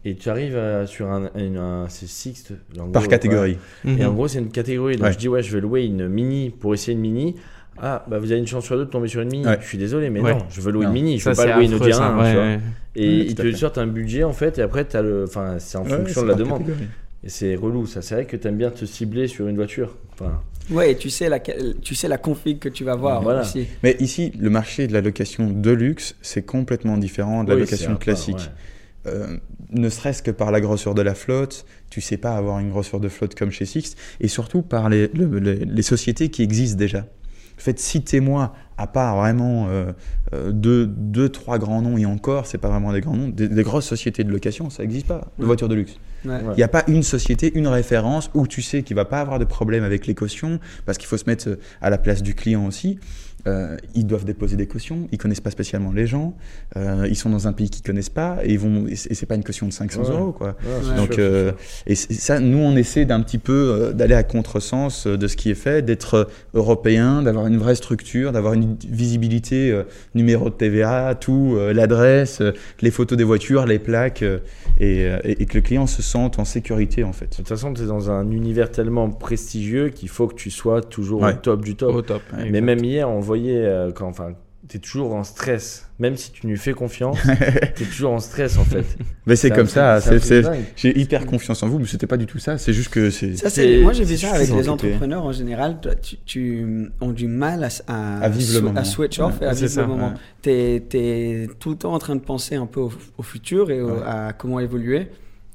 S8: Et tu arrives à- sur un, un, un- c'est Sixt en
S6: Par
S8: gros,
S6: catégorie.
S8: ouais. Et
S9: Mhm.
S8: en gros, c'est une catégorie. Donc
S6: Ouais.
S8: je dis, ouais, je vais louer une mini pour essayer une mini. Ah, bah vous avez une chance sur deux de tomber sur une mini.
S6: Ouais.
S8: Je suis désolé, mais
S9: Ouais.
S8: non, je veux louer
S6: Non.
S8: une mini. Je
S9: Ça,
S8: veux
S9: c'est
S8: pas louer une
S9: affreux,
S8: Audi
S9: ça,
S8: A un.
S9: ouais,
S8: tu vois.
S9: ouais.
S8: Et
S6: Ouais,
S8: ils
S6: tout
S8: te
S6: à fait.
S8: sortent un budget en fait, et après, t'as le... enfin, c'est en
S6: Ouais,
S8: fonction
S6: c'est
S8: de la
S6: par
S8: demande.
S6: catégorie.
S8: Et c'est relou, ça. C'est vrai que t'aimes bien te cibler sur une voiture. Enfin,
S7: Ouais, et tu sais la, tu sais la config que tu vas voir
S8: Voilà.
S7: aussi.
S6: Mais ici, le marché de la location de luxe, c'est complètement différent de la
S8: oui,
S6: location
S8: c'est à part,
S6: classique.
S8: ouais.
S6: Euh, ne serait-ce que par la grosseur de la flotte, tu sais pas avoir une grosseur de flotte comme chez Sixt, et surtout par les, le- les, les sociétés qui existent déjà. Le fait, citez-moi, à part vraiment euh, euh, deux, deux, trois grands noms, et encore, c'est pas vraiment des grands noms, des, des grosses sociétés de location, ça n'existe pas, de voitures de luxe.
S7: Ouais.
S6: Il n'y a pas une société, une référence où tu sais qu'il ne va pas avoir de problème avec les cautions, parce qu'il faut se mettre à la place du client aussi. Euh, ils doivent déposer des cautions, ils ne connaissent pas spécialement les gens, euh, ils sont dans un pays qu'ils ne connaissent pas, et, ils vont, et ce n'est pas une caution de cinq cents
S8: Ouais.
S6: euros. Quoi.
S8: Ouais, c'est
S7: Ouais.
S6: Donc,
S8: sûr,
S6: euh,
S8: c'est
S6: et c'est- ça, nous, on essaie d'un petit peu euh, d'aller à contresens euh, de ce qui est fait, d'être euh, européen, d'avoir une vraie structure, d'avoir une visibilité, euh, numéro de T V A, tout, euh, l'adresse, euh, les photos des voitures, les plaques, euh, et, euh, et, et que le client se sente en sécurité en fait.
S8: De toute façon, tu es dans un univers tellement prestigieux qu'il faut que tu sois toujours
S6: Ouais.
S8: au top du top.
S9: Au top.
S8: Mais
S9: exact.
S8: même hier, on voyait euh, quand, enfin, tu es toujours en stress. Même si tu lui fais confiance, tu es toujours en stress en fait.
S6: Mais c'est
S8: un
S6: comme
S8: truc-
S6: ça,
S8: c'est un
S6: c'est,
S8: truc
S6: c'est-
S8: dingue.
S6: j'ai hyper confiance en vous, mais c'était pas du tout ça, c'est juste que c'est...
S7: Ça,
S8: C'est-
S7: c'est, moi, j'ai vu
S8: c'est
S7: ça avec
S6: toujours
S7: les
S6: occupé.
S7: entrepreneurs en général. Toi, Tu, tu ont du mal à, s- à,
S6: À vivre le
S7: sw-
S6: moment.
S7: à switch off
S6: Ouais,
S7: et à
S9: c'est
S7: vivre
S9: ça,
S7: le moment.
S6: ouais.
S7: T'es, t'es tout le temps en train de penser un peu au, au futur et au-
S6: Ouais.
S7: à comment évoluer.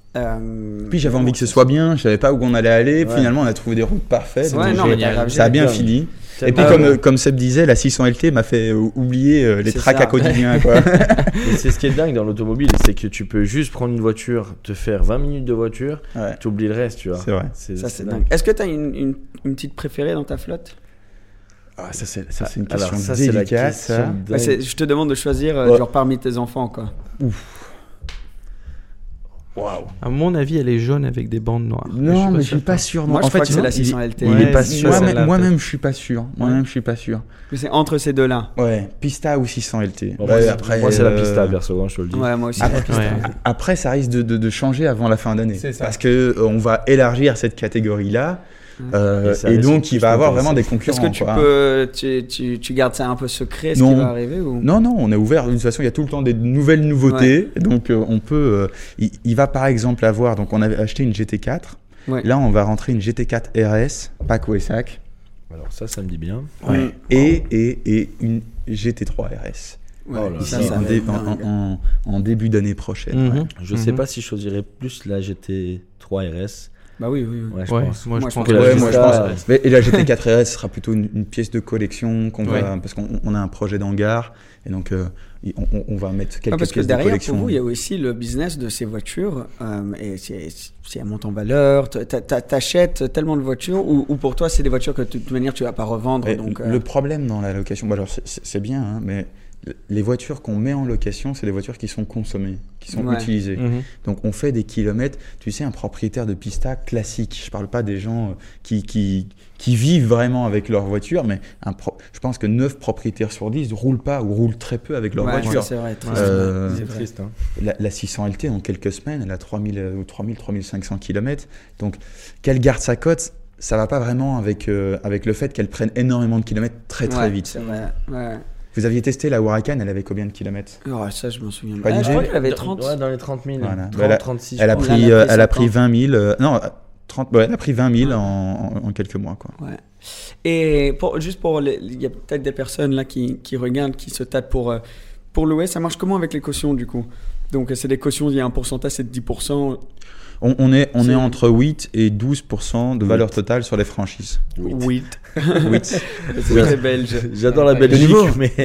S7: Euh,
S6: Puis j'avais
S7: bon,
S6: envie que ce
S7: ça,
S6: soit bien, je savais pas où on allait aller,
S8: Ouais.
S6: finalement on a trouvé des routes parfaites,
S7: c'est- Ouais,
S6: donc
S7: non,
S6: j'ai-
S7: mais t'as grave
S6: ça a bien
S8: bien.
S6: fini.
S8: Tellement-
S6: Et puis
S7: Ah,
S6: comme,
S7: ouais.
S6: euh, comme Seb disait, la six cents L T m'a fait euh, oublier euh, les
S7: C'est
S6: tracas
S7: ça.
S6: quotidiens. Quoi.
S8: Et c'est ce qui est dingue dans l'automobile, c'est que tu peux juste prendre une voiture, te faire vingt minutes de voiture,
S6: Ouais,
S8: tu oublies le reste, tu vois.
S6: c'est vrai.
S7: Ça, c'est dingue. Est-ce que tu as une, une, une petite préférée dans ta flotte?
S6: Ah, ça, c'est, ça, c'est une
S8: Alors,
S6: question
S8: ça, c'est la
S6: délicate.
S8: question
S6: ça.
S8: dingue.
S7: Bah, c'est- je te demande de choisir euh,
S6: Ouais.
S7: genre parmi tes enfants, quoi.
S6: Waouh.
S9: À mon avis, elle est jaune avec des bandes noires.
S6: Non, mais je suis
S9: certain.
S6: pas sûr. non.
S7: Moi, je
S6: en
S7: crois
S6: fait,
S7: que c'est
S6: non,
S7: la
S6: il-
S7: six cents L T.
S8: il
S9: Ouais,
S8: est pas
S9: c'est
S8: sûr.
S9: celle-là,
S6: Moi-même, moi-même,
S9: peut-être.
S6: je suis pas sûr. Moi-même, je suis pas sûr.
S7: Mais c'est entre ces deux-là.
S6: Ouais, Pista ou six cents L T.
S8: Bon,
S6: Ouais,
S8: moi, c'est-
S6: après,
S8: moi, c'est la
S6: euh,
S8: pista, perso, hein, je te le dis.
S7: Ouais, moi aussi.
S6: Après,
S7: la piste.
S9: ouais.
S6: Après, ça risque de, de- de changer avant la fin d'année.
S9: C'est ça.
S6: Parce que euh, on va élargir cette catégorie-là. euh,
S8: Et ça
S6: et
S8: risque
S6: donc,
S8: de
S6: il va
S8: plus
S6: avoir
S8: m'intéresser.
S6: vraiment des concurrents.
S7: Est-ce que tu
S6: quoi.
S7: peux, tu, tu, tu gardes ça un peu secret, ce
S6: Non.
S7: qui va arriver ou...
S6: Non, non, on est ouvert. De toute façon, il y a tout le temps des nouvelles nouveautés. Donc, euh, on peut. euh, il, il va par exemple avoir. Donc, on avait acheté une G T quatre.
S7: Ouais.
S6: Là, on va rentrer une G T quatre R S, pas Kawasaki.
S8: Alors ça, ça me dit bien.
S6: Ouais.
S7: Mm.
S6: Et, et, et une G T trois R S.
S7: Ouais,
S8: Oh là
S7: ça,
S8: là.
S7: ça
S6: en,
S7: va
S6: dé-
S7: être
S6: en-
S7: dingue.
S6: en- en début d'année prochaine.
S9: Mhm.
S6: ouais.
S8: Je sais
S9: Mhm.
S8: pas si je choisirais plus la G T trois R S.
S7: Bah oui, oui, oui.
S8: Ouais, je
S9: Ouais,
S8: pense.
S9: moi,
S7: Moi,
S9: je
S7: je
S9: pense
S7: pense
S9: que
S7: que
S9: la
S6: Ouais, moi, je
S9: Vista,
S6: pense. Mais- et la G T quatre R S sera plutôt une, une pièce de collection qu'on
S7: Ouais.
S6: va, parce qu'on on a un projet d'hangar et donc euh, il- on, on va mettre quelques
S7: Ah, parce que
S6: pièces de
S7: derrière,
S6: collection.
S7: pour vous, il y a aussi le business de ces voitures. euh, et c'est, c'est, elles montent en valeur. T'a- t'a- T'achètes tellement de voitures ou, ou pour toi, c'est des voitures que de toute manière, tu vas pas revendre.
S6: Et
S7: Donc,
S6: le
S7: euh,
S6: problème dans la location, bon, alors c'est- c'est c'est bien, hein, mais les voitures qu'on met en location, c'est des voitures qui sont consommées, qui sont
S7: Ouais.
S6: utilisées.
S9: Mhm.
S6: Donc on fait des kilomètres. Tu sais, un propriétaire de pista classique, je parle pas des gens euh, qui, qui, qui vivent vraiment avec leur voiture, mais un pro- je pense que neuf propriétaires sur dix ne roulent pas ou roulent très peu avec leur
S7: ouais,
S6: voiture.
S7: ça, c'est vrai. triste.
S6: Euh,
S7: C'est
S8: C'est
S7: vrai.
S8: triste. Hein.
S6: La, la six cents L T, en quelques semaines, elle a trois mille ou trois mille, trois mille cinq cents kilomètres. Donc, qu'elle garde sa cote, ça va pas vraiment avec, euh, avec le fait qu'elle prenne énormément de kilomètres très très
S7: Ouais,
S6: vite.
S7: C'est vrai. Ouais.
S6: Vous aviez testé la Huracan, elle avait combien de kilomètres?
S7: Oh, ça, je m'en souviens
S6: Pas
S7: pas. Ah, je
S6: d'idée.
S7: crois qu'elle avait
S8: Dans-
S7: trente.
S8: Ouais, dans les trente mille.
S6: Voilà.
S8: trente,
S6: Bah, elle a-
S8: trente-six.
S6: Elle a
S8: je crois.
S7: pris-
S6: pris,
S7: Elle a
S6: euh,
S7: pris
S6: elle a
S7: sept
S6: pris
S7: ans.
S6: vingt mille. euh, non, trente, ouais, elle a pris vingt mille en, en- en quelques mois. Quoi.
S7: Ouais. Et pour, juste pour, les- il y a peut-être des personnes là qui, qui regardent, qui se tâtent pour, euh, pour louer. Ça marche comment avec les cautions du coup? Donc c'est des cautions, il y a un pourcentage, c'est de dix pour cent.
S6: On, on est, on
S7: C'est-
S6: est entre huit et douze pour cent de valeur totale sur les franchises.
S7: Oui.
S6: huit.
S7: C'est très belge.
S8: J'adore la
S7: Ouais.
S8: Belgique,
S6: niveau.
S8: mais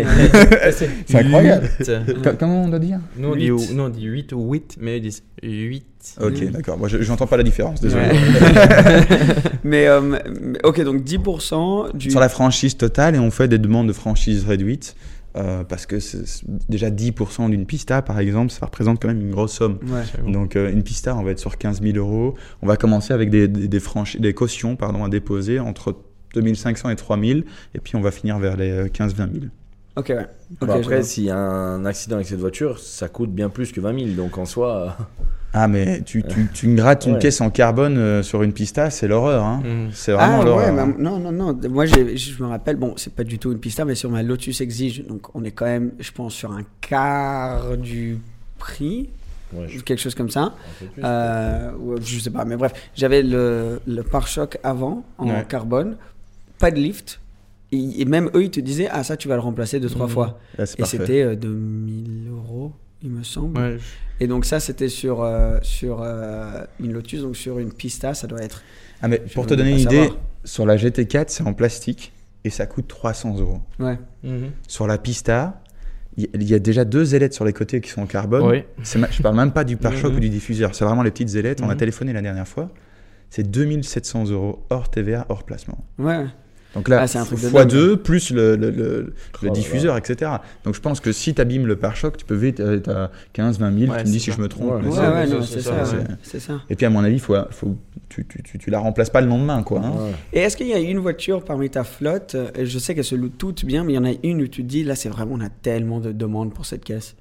S6: C'est incroyable.
S9: huit.
S6: Co- Comment on doit dire?
S9: Nous, on dit,
S7: Huit.
S9: nous, on dit huit ou huit, mais ils disent huit.
S6: Ok, d'accord. Moi, je j'entends pas la différence, désolé.
S7: Ouais. mais, euh, mais, ok, donc dix pour cent du.
S6: Sur la franchise totale, et on fait des demandes de franchise réduite. euh, parce que c'est- c'est déjà dix pour cent d'une pista, par exemple, ça représente quand même une grosse somme.
S7: Ouais.
S6: Donc euh, une pista, on va être sur quinze mille euros. On va commencer avec des, des, des, franchi- des cautions pardon, à déposer entre deux mille cinq cents et trois mille. Et puis on va finir vers les quinze vingt mille.
S7: Ok, ouais. Ok,
S8: Bon,
S7: je
S8: après,
S7: vois.
S8: s'il y a un accident avec cette voiture, ça coûte bien plus que vingt mille. Donc en soi,
S6: Ah, mais tu, tu, tu me grattes une
S8: Ouais.
S6: caisse en carbone euh, sur une pista, c'est l'horreur. Hein.
S9: Mm.
S6: C'est vraiment
S7: Ah
S6: l'horreur.
S7: ouais,
S6: hein.
S7: bah, non, non, non. Moi, j'ai- je me rappelle, bon, c'est pas du tout une pista, mais sur ma Lotus Exige, donc on est quand même, je pense, sur un quart du prix,
S8: Ouais, je-
S7: quelque chose comme ça.
S8: un peu plus.
S7: Euh, ou, je sais pas, mais bref, j'avais le, le pare-choc avant en
S6: Ouais.
S7: carbone, pas de lift, et, et même eux, ils te disaient, ah, ça, tu vas le remplacer deux, trois
S9: Mhm.
S7: fois.
S6: Là, c'est
S7: Et
S6: parfait.
S7: c'était euh, deux mille euros, il me semble.
S9: Ouais,
S7: Et donc, ça, c'était sur, euh, sur euh, une Lotus, donc sur une pista, ça doit être.
S6: Ah, mais
S7: Je
S6: pour
S7: veux
S6: te donner
S7: pas
S6: une idée,
S7: savoir.
S6: sur la G T quatre, c'est en plastique et ça coûte trois cents euros.
S7: Ouais.
S9: Mhm.
S6: Sur la pista, il y, il y a déjà deux ailettes sur les côtés qui sont en carbone.
S9: Oui.
S6: C'est ma- je parle même pas du pare-choc
S9: Mhm.
S6: ou du diffuseur, c'est vraiment les petites ailettes. On a
S9: Mhm.
S6: téléphoné la dernière fois. C'est deux mille sept cents euros hors T V A, hors placement.
S7: Ouais.
S6: Donc là,
S7: Ah, c'est un truc de
S6: fois
S7: dingue.
S6: deux, plus le, le, le, le
S8: là
S6: diffuseur, et cetera. Donc je pense que si tu abîmes le pare-choc, tu peux vite être à quinze vingt mille.
S9: Ouais,
S6: tu me dis
S9: c'est
S6: si
S9: ça.
S6: je me trompe.
S8: Ouais,
S6: mais
S7: Ouais,
S6: c'est-
S7: ouais,
S9: c'est-
S7: non,
S9: c'est
S7: c'est
S9: ça,
S7: ça.
S6: ouais.
S7: C'est ça.
S6: Et puis à mon avis, faut, faut, tu, tu, tu, tu la remplaces pas le lendemain. Quoi, hein.
S8: Ouais.
S7: Et est-ce qu'il y a une voiture parmi ta flotte, euh, et je sais qu'elles se louent toutes bien, mais il y en a une où tu te dis, là, c'est vraiment, on a tellement de demandes pour cette caisse.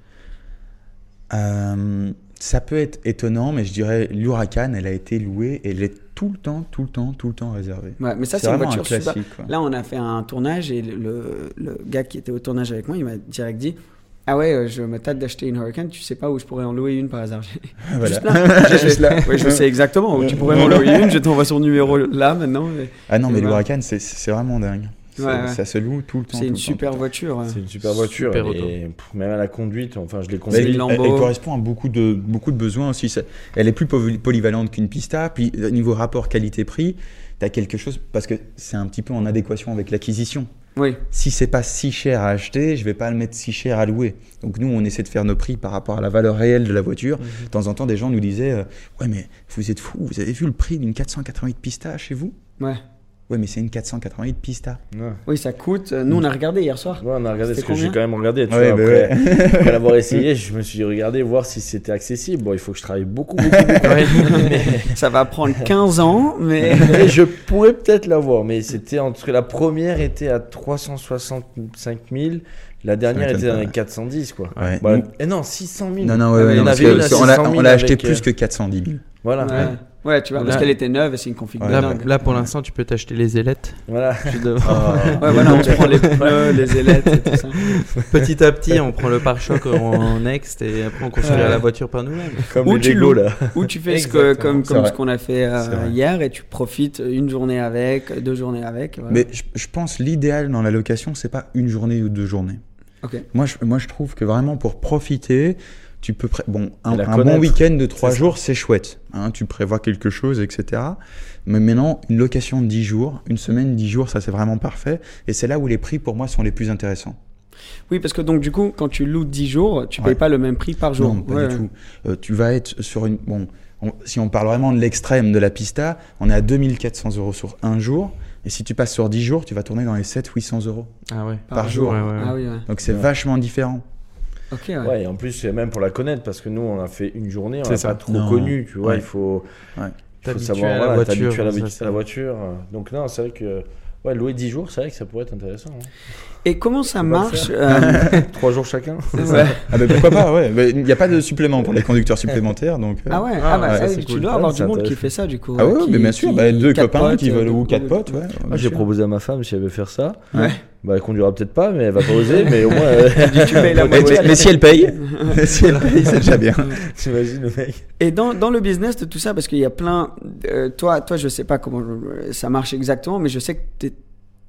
S6: Euh, ça peut être étonnant, mais je dirais l'Huracan, elle a été louée et elle est tout le temps, tout le temps, tout le temps réservée.
S7: Ouais, mais ça,
S6: C'est
S7: c'est une
S6: vraiment un
S7: voiture super.
S6: classique, quoi.
S7: Là, on a fait un tournage et le, le- le gars qui était au tournage avec moi, il m'a direct dit, ah ouais, euh, je me tâte d'acheter une Huracan, tu sais pas où je pourrais en louer une par hasard. J'ai-
S6: Voilà.
S7: Juste là. J'ai- Juste là. Ouais, je sais exactement où tu pourrais m'en louer une, je t'envoie son numéro là maintenant. mais-
S6: Ah non, mais
S7: Et voilà.
S6: l'Huracan, c'est c'est vraiment dingue. C'est-
S7: Ouais, ouais.
S6: Ça se loue tout le temps.
S7: C'est une
S6: tout le temps,
S7: super
S6: tout le temps.
S7: voiture. hein.
S8: C'est une super voiture.
S9: Super
S8: et pff, même à la conduite, enfin, je l'ai
S6: Mais
S7: C'est
S8: conduite.
S7: une
S6: elle,
S7: Lambo.
S6: elle correspond à beaucoup de, beaucoup de besoins aussi. Ça- Elle est plus poly- polyvalente qu'une Pista. Puis, au niveau rapport qualité-prix, tu as quelque chose, parce que c'est un petit peu en adéquation avec l'acquisition.
S7: Oui.
S6: Si c'est pas si cher à acheter, je vais pas le mettre si cher à louer. Donc nous, on essaie de faire nos prix par rapport à la valeur réelle de la voiture. De temps en temps, des gens nous disaient euh, ouais, mais vous êtes fous, vous avez vu le prix d'une quatre cent quatre-vingt-huit Pista chez vous?
S7: Ouais.
S6: Ouais, mais c'est une quatre cent quatre-vingt-huit Pista.
S8: Ouais.
S7: Oui, ça coûte. euh, Nous, on a regardé hier soir.
S8: Ouais, on a regardé,
S7: C'était
S8: parce que j'ai
S7: combien
S8: quand même regardé. Tu
S6: Ouais,
S8: vois,
S6: bah
S8: après, après l'avoir essayé, je me suis dit, regardez, voir si c'était accessible. Bon, il faut que je travaille beaucoup, beaucoup, beaucoup. mais,
S7: Ça va prendre quinze ans, mais.
S8: mais je pourrais peut-être l'avoir. Mais c'était entre la première était à trois cent soixante-cinq mille, la dernière
S6: m'étonne
S8: était dans
S6: pas,
S8: les
S6: ouais.
S8: quatre cent dix, quoi.
S6: Ouais.
S8: Voilà.
S6: Nous-
S8: Et non, six cent mille.
S6: Non, non, ouais,
S8: Ah,
S6: ouais,
S8: il y en
S6: non, parce
S8: avait
S6: que
S8: une à
S6: c'est- on l'a-
S8: six cent mille
S6: on l'a acheté
S8: avec,
S6: plus
S8: euh,
S6: que quatre cent dix mille.
S8: Voilà.
S7: Ouais. Ouais, tu vois, parce
S9: Là-
S7: qu'elle était neuve et c'est une config
S6: Ouais,
S7: de
S6: bah,
S7: dingue.
S9: Là, pour l'instant, tu peux t'acheter les ailettes.
S8: Voilà.
S9: Tu devrais-
S7: Ouais, voilà, on se prend les pneus, les ailettes et tout ça.
S9: Petit à petit, on prend le pare-choc en next et après on construira la voiture par nous-mêmes.
S8: Comme
S7: Ou
S8: les
S7: tu
S8: Lego,
S7: loues.
S8: là.
S7: Ou tu fais ce que,
S8: Exactement.
S7: comme,
S6: C'est
S7: comme
S6: vrai.
S7: ce qu'on a fait euh,
S6: C'est vrai.
S7: hier et tu profites une journée avec, deux journées avec. Voilà.
S6: Mais je, je pense l'idéal dans la location, c'est pas une journée ou deux journées.
S7: Ok.
S6: Moi je, moi, je trouve que vraiment pour profiter, tu peux. pré- Bon, un,
S8: Et la
S6: un bon
S8: connaître.
S6: week-end de trois
S8: C'est ça.
S6: jours, c'est chouette. Hein, tu prévois quelque chose, et cetera. Mais maintenant, une location de dix jours, une semaine, dix jours, ça c'est vraiment parfait. Et c'est là où les prix pour moi sont les plus intéressants.
S7: Oui, parce que donc du coup, quand tu loues dix jours, tu
S6: Ouais.
S7: payes pas le même prix par jour.
S6: Non, pas
S7: Ouais,
S6: du
S7: ouais.
S6: tout. Euh, tu vas être sur une. Bon, on- si on parle vraiment de l'extrême de la Pista, on est à deux mille quatre cents euros sur un jour. Et si tu passes sur dix jours, tu vas tourner dans les sept cents huit cents euros.
S9: Ah ouais.
S6: Par jour.
S9: Ouais, ouais, ouais.
S7: Ah oui, ouais.
S6: Donc c'est
S8: Ouais.
S6: vachement différent.
S7: Ok, ouais.
S8: Ouais, et en plus, c'est même pour la connaître, parce que nous, on a fait une journée, on
S9: C'est
S8: n'a
S9: ça.
S8: pas trop
S6: Non.
S8: connu, tu vois,
S6: Ouais.
S8: il faut,
S6: Ouais.
S8: il faut
S9: T'habituer
S8: savoir,
S9: à la
S8: voilà,
S9: voiture,
S8: t'habituer à la,
S9: ça,
S8: voiture-
S9: c'est-
S8: à la voiture. Donc non, c'est vrai que, ouais, louer dix jours, c'est vrai que ça pourrait être intéressant. hein.
S7: Et comment ça
S8: On va le
S7: marche
S8: faire.
S7: euh,
S8: Trois jours chacun.
S7: ouais.
S6: Ah ben pourquoi pas, ouais. Mais il n'y a pas de supplément pour les conducteurs supplémentaires, donc. euh,
S7: Ah ouais,
S9: Ah
S7: ah bah,
S9: ouais,
S7: ça,
S9: ça, c'est
S7: tu
S9: cool.
S7: dois
S8: Ah,
S7: avoir
S8: c'est
S7: du monde qui
S8: intéressant.
S7: fait ça du coup.
S6: Ah ouais,
S7: qui-
S6: mais bien sûr,
S7: qui-
S6: bah, deux
S7: quatre
S6: copains
S7: potes,
S6: qui veulent
S7: euh,
S6: ou quatre
S7: de-
S6: potes, ouais.
S8: Moi,
S6: bien
S8: j'ai
S6: sûr.
S8: proposé à ma femme si elle veut faire ça.
S7: Ouais.
S8: Bah, elle conduira peut-être pas, mais elle va pas oser, mais au moins. euh,
S7: tu payes la
S6: Mais,
S7: moitié.
S6: mais- mais si elle paye, si elle paye, c'est déjà bien.
S8: T'imagines le mec.
S7: Et dans, dans le business de tout ça, parce qu'il y a plein. euh, toi, toi, je sais pas comment euh, ça marche exactement, mais je sais que tu es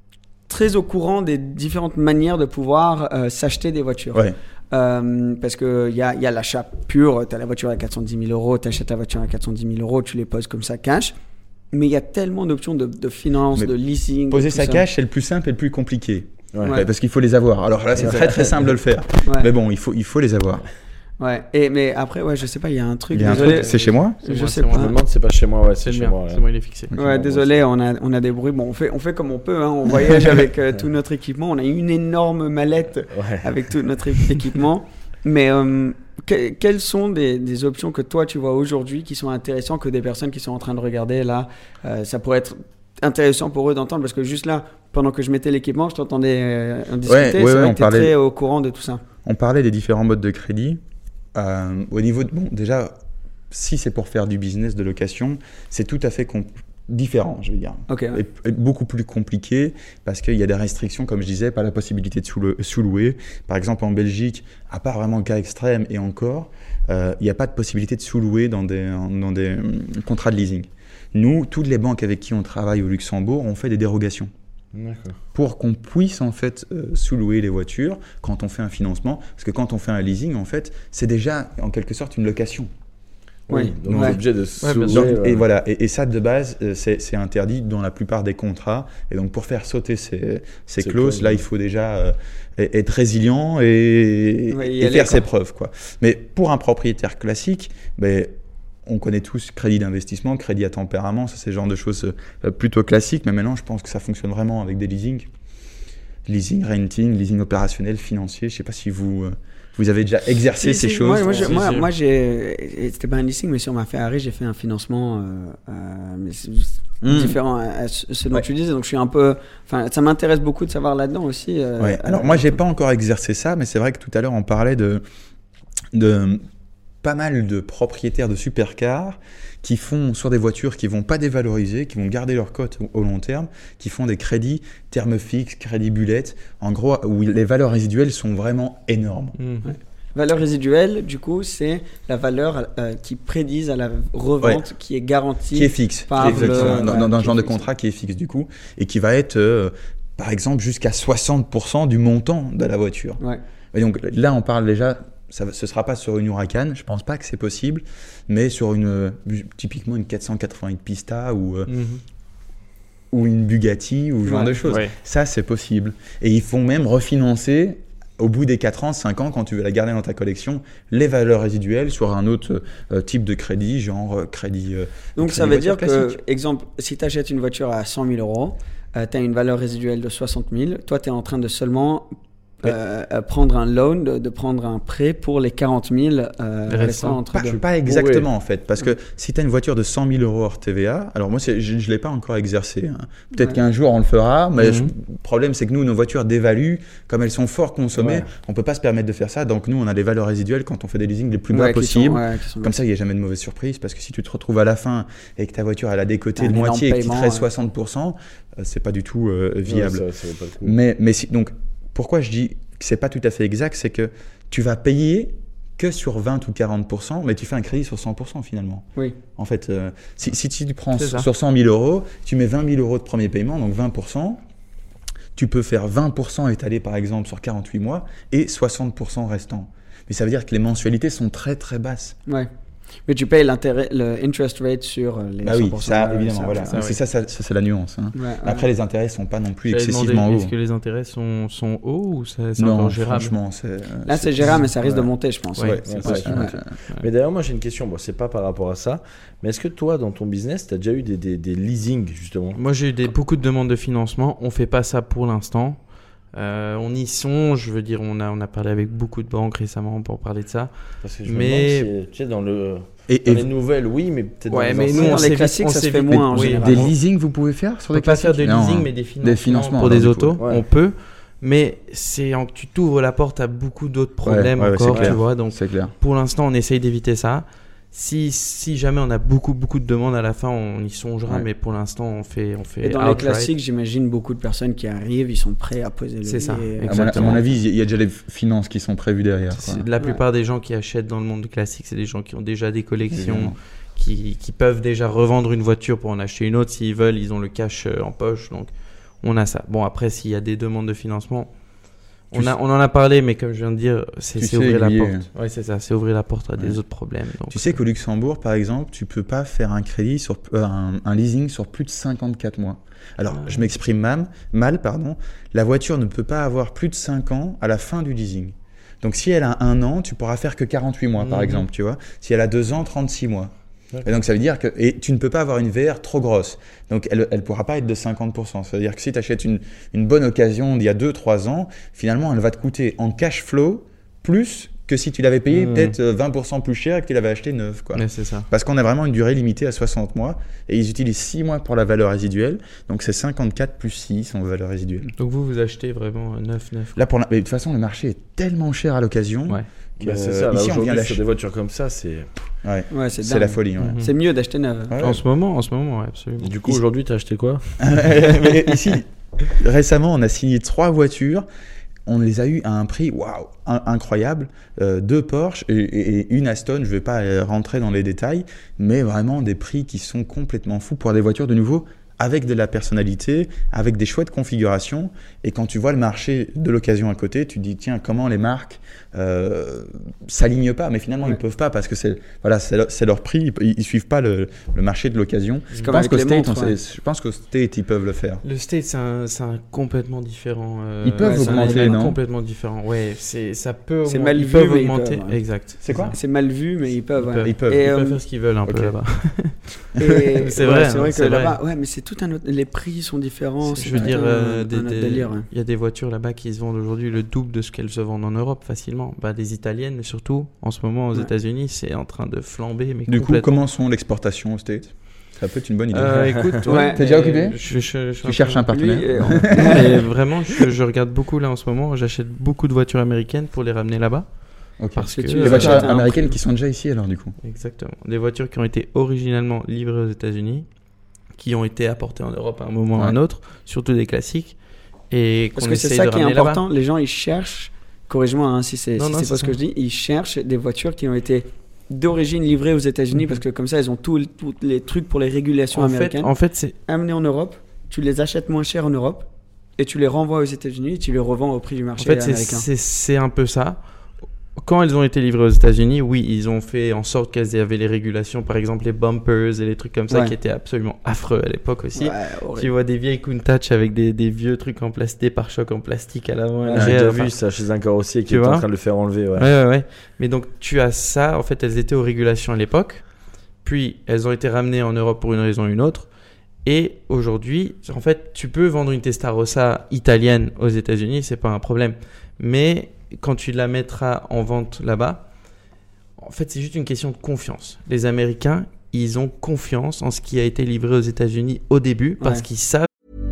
S7: très au courant des différentes manières de pouvoir euh, s'acheter des voitures.
S6: Ouais.
S7: Euh, parce qu'il y a, y a l'achat pur, tu as la voiture à quatre cent dix mille euros, tu achètes ta voiture à quatre cent dix mille euros, tu les poses comme ça cash. Mais il y a tellement d'options de, de finance,
S6: Mais
S7: de leasing.
S6: Poser
S7: de tout
S6: sa
S7: ça.
S6: cash, c'est le plus simple et le plus compliqué.
S8: Ouais.
S7: Ouais.
S6: Parce qu'il faut les avoir. Alors là, c'est très très simple de le faire.
S7: Ouais.
S6: Mais bon, il faut, il faut les avoir.
S7: Ouais. Et, mais après, ouais, je sais pas, il y a un truc.
S6: Il y a un
S7: désolé,
S6: truc, c'est chez moi
S9: C'est
S7: je
S9: moi,
S7: sais
S9: c'est moi.
S8: Je me
S7: pas.
S8: demande, c'est pas chez moi, ouais, c'est
S9: C'est
S8: chez
S9: bien.
S8: moi.
S9: C'est
S8: ouais.
S9: moi, il est fixé.
S7: Ouais, désolé, on a, on a des bruits. Bon, on fait, on fait comme on peut. Hein. On voyage avec euh, tout notre équipement. On a une énorme mallette
S8: Ouais.
S7: avec tout notre é- équipement. Mais euh, que- quelles sont des, des options que toi tu vois aujourd'hui qui sont intéressantes que des personnes qui sont en train de regarder là euh, ça pourrait être intéressant pour eux d'entendre parce que juste là, pendant que je mettais l'équipement, je t'entendais euh, en discuter.
S6: ouais,
S7: c'est
S6: ouais,
S7: vrai
S6: on
S7: que t'es
S6: parlait-
S7: très au courant de tout ça.
S6: On parlait des différents modes de crédit. Euh, au niveau de. Bon, déjà, si c'est pour faire du business de location, c'est tout à fait comp- différent, je veux dire.
S7: Okay, ouais.
S6: et, et beaucoup plus compliqué parce qu'il y a des restrictions, comme je disais, pas la possibilité de sous- sous-louer. Par exemple, en Belgique, à part vraiment le cas extrême et encore, euh, il n'y a pas de possibilité de sous-louer dans des, dans des euh, contrats de leasing. Nous, toutes les banques avec qui on travaille au Luxembourg, on fait des dérogations.
S8: D'accord.
S6: Pour qu'on puisse en fait euh, sous-louer les voitures quand on fait un financement. Parce que quand on fait un leasing, en fait, c'est déjà en quelque sorte une location.
S8: Oui, donc
S7: Ouais.
S8: on est obligé de
S9: Ouais,
S8: sous-louer,
S9: bien sûr.
S6: Donc,
S8: euh,
S6: et voilà, et, et ça de base, euh, c'est, c'est interdit dans la plupart des contrats. Et donc pour faire sauter ces, ces
S8: Ces
S6: clauses,
S8: clauses,
S6: là,
S8: ouais.
S6: il faut déjà euh, être résilient et,
S7: Ouais, y
S6: et
S7: aller,
S6: faire
S7: quoi.
S6: ses preuves, quoi. Mais pour un propriétaire classique, ben, on connaît tous crédit d'investissement, crédit à tempérament, ça c'est le genre de choses euh, plutôt classiques. Mais maintenant, je pense que ça fonctionne vraiment avec des leasings. Leasing, renting, leasing opérationnel, financier. Je ne sais pas si vous, euh, vous avez déjà exercé
S7: Si,
S6: ces
S7: si,
S6: choses.
S7: Moi, moi, je-
S9: Si,
S7: moi,
S9: si.
S7: moi, j'ai. C'était pas un leasing, mais sur ma Ferrari, j'ai fait un financement euh, euh, mais c'est
S6: Mm.
S7: différent à, à ce ce dont
S6: Ouais.
S7: tu disais. Donc, je suis un peu. Enfin, ça m'intéresse beaucoup de savoir là-dedans aussi. euh,
S6: Ouais. Alors
S7: euh,
S6: moi, j'ai pas encore exercé ça, mais c'est vrai que tout à l'heure, on parlait de, de pas mal de propriétaires de supercars qui font sur des voitures qui vont pas dévaloriser, qui vont garder leur cote au, au long terme, qui font des crédits termes fixes, crédits bullet, en gros où les valeurs résiduelles sont vraiment énormes.
S9: Mhm.
S7: Valeur résiduelle, du coup, c'est la valeur euh, qui prédise à la revente, qui est garantie.
S6: Qui est fixe,
S7: par
S6: exactement,
S7: le-
S6: dans,
S7: ouais,
S6: dans un
S7: qui est
S6: genre de
S7: fixe.
S6: contrat qui est fixe du coup, et qui va être euh, par exemple jusqu'à soixante pour cent du montant de la voiture.
S7: Ouais.
S6: Et donc là, on parle déjà, ça, ce ne sera pas sur une Huracan, je ne pense pas que c'est possible, mais sur une, euh, typiquement une quatre cent quatre-vingts Pista ou, euh,
S9: Mhm.
S6: ou une Bugatti ou ce genre
S7: Ouais.
S6: de choses.
S9: Ouais.
S6: Ça, c'est possible. Et ils font même refinancer, au bout des quatre ans, cinq ans, quand tu veux la garder dans ta collection, les valeurs résiduelles sur un autre euh, type de crédit, genre euh, crédit. euh,
S7: Donc,
S6: crédit
S7: ça veut dire
S6: voiture
S7: que,
S6: classique.
S7: exemple, si tu achètes une voiture à cent mille euros, euh, tu as une valeur résiduelle de soixante mille. Toi, tu es en train de seulement euh, euh, prendre un loan, de, de prendre un prêt pour les quarante mille euh,
S9: Les
S7: restants
S9: restants.
S7: entre
S6: Pas,
S7: deux.
S6: pas exactement en fait, parce que si tu as une voiture de cent mille euros hors T V A, alors moi c'est- je ne l'ai pas encore exercé, hein. Peut-être
S7: Ouais.
S6: qu'un jour on le fera, mais
S9: Mhm.
S6: je- le problème c'est que nous, nos voitures dévaluent, comme elles sont fort consommées,
S8: Ouais.
S6: on ne peut pas se permettre de faire ça, donc nous on a des valeurs résiduelles quand on fait des leasings les plus bas
S7: Ouais, qui sont-
S6: possibles.
S7: ouais, qui sont
S6: Comme ça, il n'y a jamais de mauvaise surprise, parce que si tu te retrouves à la fin et que ta voiture elle a décoté
S7: Un
S6: de
S7: énorme
S6: moitié et que tu te
S7: paiement,
S6: restes
S7: ouais.
S6: soixante pour cent, euh, c'est pas du tout euh, viable.
S8: ouais, ça, ça vaut pas le coup.
S6: Mais, mais si, donc, pourquoi je dis que c'est pas tout à fait exact, c'est que tu vas payer que sur vingt ou quarante pour cent, mais tu fais un crédit sur cent pour cent finalement.
S7: Oui.
S6: En fait, euh, si, si tu prends
S9: C'est ça.
S6: sur cent mille euros, tu mets vingt mille euros de premier paiement, donc vingt pour cent. Tu peux faire vingt pour cent étalé par exemple sur quarante-huit mois et soixante pour cent restant. Mais ça veut dire que les mensualités sont très très basses.
S7: Ouais. Mais tu payes l'intérêt, le interest rate sur euh, les
S6: Bah oui,
S7: cent pour cent.
S6: ça
S7: Ouais,
S6: évidemment,
S7: ça,
S6: voilà.
S7: ça,
S6: Donc, c'est ça, ça, ça, c'est la nuance, hein.
S7: ouais, ouais.
S6: Après, les intérêts sont pas non plus
S9: J'avais
S6: excessivement
S9: demandé,
S6: hauts.
S9: est-ce que les intérêts sont, sont hauts ou ça- c'est
S6: Non,
S9: encore gérable?
S6: franchement, c'est.
S7: Là, c'est gérable, mais ça risque
S8: ouais.
S7: de monter, je pense.
S9: Ouais,
S6: Ouais,
S8: c'est
S6: c'est
S8: possible.
S6: possible.
S7: Ouais.
S8: Mais d'ailleurs, moi j'ai une question. Bon, c'est pas par rapport à ça, mais est-ce que toi, dans ton business, tu as déjà eu des, des, des leasings justement?
S9: Moi, j'ai eu des, beaucoup de demandes de financement. On fait pas ça pour l'instant. Euh, on y songe. Je veux dire, on a, on a parlé avec beaucoup de banques récemment pour parler de ça.
S8: Parce que je
S9: Mais-
S8: me demande si, tu sais, dans le
S6: Et,
S8: dans
S6: et
S8: les nouvelles, oui, mais peut-être
S9: Ouais,
S8: dans
S9: mais
S8: les
S9: nous,
S8: anciens.
S9: on
S7: Dans
S9: s'est
S7: les
S9: vite-
S7: classiques,
S9: on
S7: ça
S9: s'est
S7: se fait
S9: vite-
S7: moins en
S9: oui,
S7: général.
S6: des leasings, vous pouvez faire sur
S9: On
S6: des
S9: peut pas faire
S6: classiques
S9: de
S6: Non.
S9: leasing, mais des financements,
S6: financements,
S9: pour
S6: non,
S9: des
S6: du
S9: autos,
S6: coup,
S8: ouais.
S9: on peut. Mais c'est en- tu t'ouvres la porte à beaucoup d'autres problèmes
S6: ouais, ouais, c'est
S9: encore,
S6: clair.
S9: tu vois. Donc,
S6: C'est clair.
S9: pour l'instant, on essaye d'éviter ça. Si, si jamais on a beaucoup, beaucoup de demandes à la fin, on y songera.
S6: Ouais.
S9: Mais pour l'instant, on fait, on fait
S7: Et dans les
S9: outright.
S7: classiques, j'imagine beaucoup de personnes qui arrivent, ils sont prêts à poser le
S9: C'est ça,
S7: billet.
S6: À mon, à
S9: exactement.
S6: mon avis, il y a déjà les finances qui sont prévues derrière. quoi.
S9: C'est- La plupart des gens qui achètent dans le monde classique, c'est des gens qui ont déjà des collections,
S6: Évidemment.
S9: qui, qui peuvent déjà revendre une voiture pour en acheter une autre s'ils veulent. Ils ont le cash euh, en poche, donc on a ça. Bon, après, s'il y a des demandes de financement,
S6: Tu
S9: on, a,
S6: sais-
S9: on en a parlé, mais comme je viens de dire, c'est
S6: Tu
S9: c'est
S6: sais
S9: ouvrir la
S6: aiguiller.
S9: porte. Oui, c'est ça, c'est ouvrir la porte à des
S6: Ouais.
S9: autres problèmes. Donc,
S6: Tu sais qu'au Luxembourg, par exemple, tu peux pas faire un crédit sur euh, un, un leasing sur plus de cinquante-quatre mois. Alors, je m'exprime mal, mal, pardon. La voiture ne peut pas avoir plus de cinq ans à la fin du leasing. Donc, si elle a un an, tu pourras faire que quarante-huit mois, par
S9: Mhm.
S6: exemple, tu vois. Si elle a deux ans, trente-six mois. Et donc, ça veut dire que et tu ne peux pas avoir une V R trop grosse. Donc, elle ne pourra pas être de cinquante pour cent. Ça veut dire que si tu achètes une, une bonne occasion d'il y a deux trois ans, finalement, elle va te coûter en cash flow plus que si tu l'avais payé
S9: Mhm.
S6: peut-être vingt pour cent plus cher et que tu l'avais acheté neuf, quoi.
S9: mais c'est ça.
S6: Parce qu'on a vraiment une durée limitée à soixante mois et ils utilisent six mois pour la valeur résiduelle. Donc c'est cinquante-quatre plus six en valeur résiduelle.
S9: Donc vous, vous achetez vraiment neuf neuf.
S6: Là, pour la... mais de toute façon, le marché est tellement cher à l'occasion
S9: Ouais.
S8: Bah, c'est
S6: Euh,
S8: ça, là,
S6: ici, on vient
S8: aujourd'hui,
S6: d'acheter.
S8: sur des voitures comme ça, c'est.
S6: Ouais,
S7: Ouais, c'est
S6: c'est
S7: dingue.
S6: la folie. Ouais.
S9: Mhm.
S7: C'est mieux d'acheter neuf.
S6: Ouais,
S9: En
S6: ouais.
S9: ce moment, en ce moment, ouais, absolument.
S8: Et du coup,
S6: Ici-
S8: aujourd'hui, t'as acheté quoi?
S6: Mais ici, récemment, on a signé trois voitures. On les a eues à un prix waouh, in- incroyable. Euh, deux Porsche et, et- et une Aston. Je ne vais pas euh, rentrer dans les détails, mais vraiment des prix qui sont complètement fous pour des voitures de nouveau avec de la personnalité, avec des chouettes configurations. Et quand tu vois le marché de l'occasion à côté, tu te dis tiens, comment les marques euh, s'alignent pas, mais finalement
S7: Ouais.
S6: ils peuvent pas parce que c'est voilà, c'est leur, c'est leur prix. Ils, ils suivent pas le, le marché de l'occasion.
S7: C'est
S6: Je
S7: comme
S6: pense
S7: avec
S6: qu'au
S7: les
S6: State,
S7: montres,
S6: on
S7: ouais.
S6: sait- je pense qu'au State ils peuvent le faire.
S9: Le State, c'est un, c'est un complètement différent. euh,
S6: Ils peuvent
S9: c'est un
S6: augmenter,
S9: élément
S6: non
S9: complètement différent. Ouais, c'est, ça peut
S7: C'est
S9: augmenter-
S7: mal
S9: ils
S7: vu,
S9: peuvent
S7: mais ils
S9: augmenter.
S7: peuvent, ouais.
S9: Exact.
S6: C'est quoi
S7: C'est mal vu, mais ils peuvent.
S9: Ils
S7: ouais.
S9: peuvent,
S6: Ils peuvent.
S7: Et,
S9: Ils
S7: euh,
S9: peuvent faire ce qu'ils veulent un peu
S6: ok.
S9: là-bas.
S7: et-
S9: C'est
S7: ouais,
S9: vrai,
S7: c'est
S9: hein,
S7: vrai que
S9: c'est vrai.
S7: là-bas, ouais, mais c'est tout un autre. Les prix sont différents. c'est
S9: Je veux
S7: tout
S9: dire,
S7: un-
S9: euh, des-
S7: un autre
S9: des-
S7: délire, ouais.
S9: il y a des voitures là-bas qui se vendent aujourd'hui le double de ce qu'elles se vendent en Europe facilement. Bah, des italiennes, surtout en ce moment aux
S7: Ouais.
S9: États-Unis, c'est en train de flamber. Mais
S6: Du coup,
S9: complètement.
S6: comment sont l'exportation au State? Ça peut être une bonne idée.
S9: Euh, écoute,
S7: Ouais.
S6: T'es déjà
S9: euh,
S6: occupé
S9: je, je- je suis
S6: Tu
S9: un
S6: cherches
S9: peu-
S6: un partenaire.
S7: Lui, et on-
S9: Et vraiment, je, je regarde beaucoup là en ce moment. J'achète beaucoup de voitures américaines pour les ramener là-bas.
S6: Ok.
S9: Parce que
S7: tu
S6: Les
S7: les
S6: voitures
S7: achètes à un
S6: américaines
S7: prix.
S6: qui sont déjà ici alors du coup.
S9: Exactement. Des voitures qui ont été originalement livrées aux États-Unis, qui ont été apportées en Europe à un moment ou à un
S6: Ouais.
S9: autre, surtout des classiques, et qu'on
S7: Parce que c'est
S9: essaye
S7: ça
S9: de
S7: qui est
S9: ramener là-bas.
S7: important. Les gens, ils cherchent. Corrige-moi hein, si c'est
S9: Non,
S7: si
S9: non,
S7: c'est
S9: c'est
S7: pas ce
S9: ça.
S7: que je dis. Ils cherchent des voitures qui ont été d'origine livrées aux États-Unis
S9: Mhm.
S7: parce que comme ça, ils ont tous tous les trucs pour les régulations
S9: En fait,
S7: américaines.
S9: en fait, c'est
S7: Amenés en Europe, tu les achètes moins cher en Europe et tu les renvoies aux États-Unis et tu les revends au prix du
S9: En
S7: marché
S9: fait, c'est,
S7: américain.
S9: c'est, c'est un peu ça. Quand elles ont été livrées aux États-Unis, oui, ils ont fait en sorte qu'elles avaient les régulations, par exemple les bumpers et les trucs comme ça,
S7: Ouais.
S9: qui étaient absolument affreux à l'époque aussi.
S7: Ouais,
S9: Tu
S7: horrible.
S9: vois des vieilles Countach avec des, des vieux trucs en plastique, des pare-chocs en plastique à l'avant. et
S8: J'ai
S9: l'arrière,
S8: déjà
S9: enfin,
S8: vu ça chez un carrossier qui
S9: Tu
S8: est en
S9: vois
S8: train de le faire enlever. Ouais.
S9: Ouais, ouais, ouais. Mais donc, tu as ça. En fait, elles étaient aux régulations à l'époque. Puis, elles ont été ramenées en Europe pour une raison ou une autre. Et aujourd'hui, en fait, tu peux vendre une Testarossa italienne aux États-Unis, c'est pas un problème. Mais quand tu la mettras en vente là-bas, en fait, c'est juste une question de confiance. Les Américains, ils ont confiance en ce qui a été livré aux États-Unis au début parce
S7: Ouais.
S9: qu'ils savent.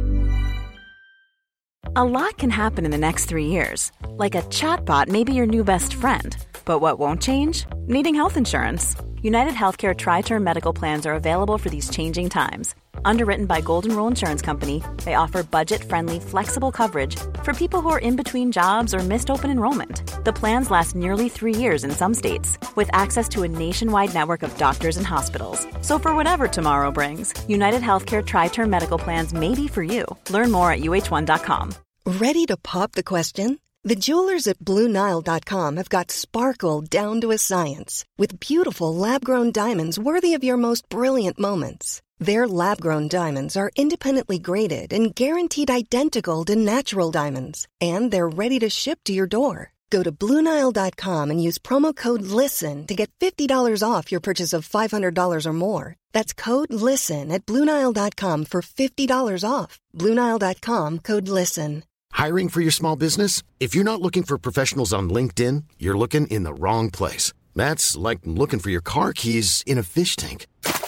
S10: A lot can happen in the next three years. Like a chatbot may be your new best friend. But what won't change? Needing health insurance. United Healthcare Tri-Term Medical Plans are available for these changing times. Underwritten by Golden Rule Insurance Company, they offer budget-friendly, flexible coverage for people who are in between jobs or missed open enrollment. The plans last nearly three years in some states, with access to a nationwide network of doctors and hospitals. So for whatever tomorrow brings, United Healthcare Tri-Term Medical Plans may be for you. Learn more at U H one dot com.
S11: Ready to pop the question? The jewelers at Blue Nile dot com have got sparkle down to a science with beautiful lab-grown diamonds worthy of your most brilliant moments. Their lab-grown diamonds are independently graded and guaranteed identical to natural diamonds, and they're ready to ship to your door. Go to Blue Nile dot com and use promo code LISTEN to get fifty dollars off your purchase of five hundred dollars or more. That's code LISTEN at Blue Nile dot com for fifty dollars off. Blue Nile dot com, code LISTEN.
S5: Hiring for your small business? If you're not looking for professionals on LinkedIn, you're looking in the wrong place. That's like looking for your car keys in a fish tank.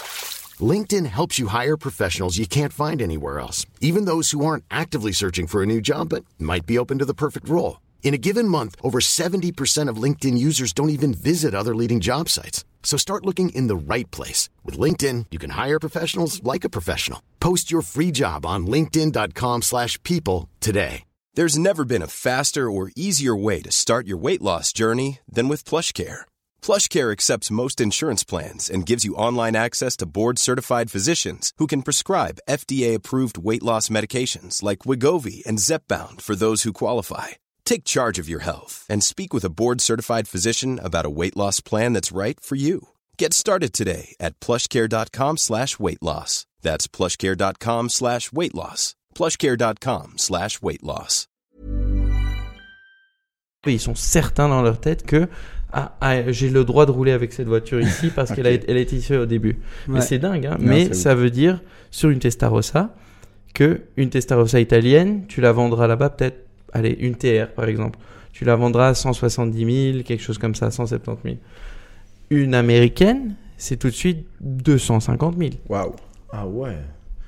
S5: LinkedIn helps you hire professionals you can't find anywhere else, even those who aren't actively searching for a new job but might be open to the perfect role. In a given month, over seventy percent of LinkedIn users don't even visit other leading job sites. So start looking in the right place. With LinkedIn, you can hire professionals like a professional. Post your free job on linkedin dot com slash people today.
S12: There's never been a faster or easier way to start your weight loss journey than with PlushCare. PlushCare accepts most insurance plans and gives you online access to board-certified physicians who can prescribe F D A-approved weight loss medications like Wegovy and Zepbound for those who qualify. Take charge of your health and speak with a board-certified physician about a weight loss plan that's right for you. Get started today at plushcare.com slash weight loss. That's plushcare.com slash weight loss. plushcare.com slash weight loss.
S9: Ils sont certains dans leur tête que ah, ah, j'ai le droit de rouler avec cette voiture ici parce
S6: Ok.
S9: qu'elle a, été- elle a été issue au début.
S7: Ouais.
S9: Mais c'est dingue, hein.
S6: Non,
S9: Mais
S6: c'est
S9: ça veut dire sur une Testarossa que une Testarossa italienne, tu la vendras là-bas peut-être, allez, une T R par exemple, tu la vendras à cent soixante-dix mille, quelque chose comme ça, cent soixante-dix mille. Une américaine, c'est tout de suite deux cent cinquante mille.
S6: Waouh.
S8: Ah ouais.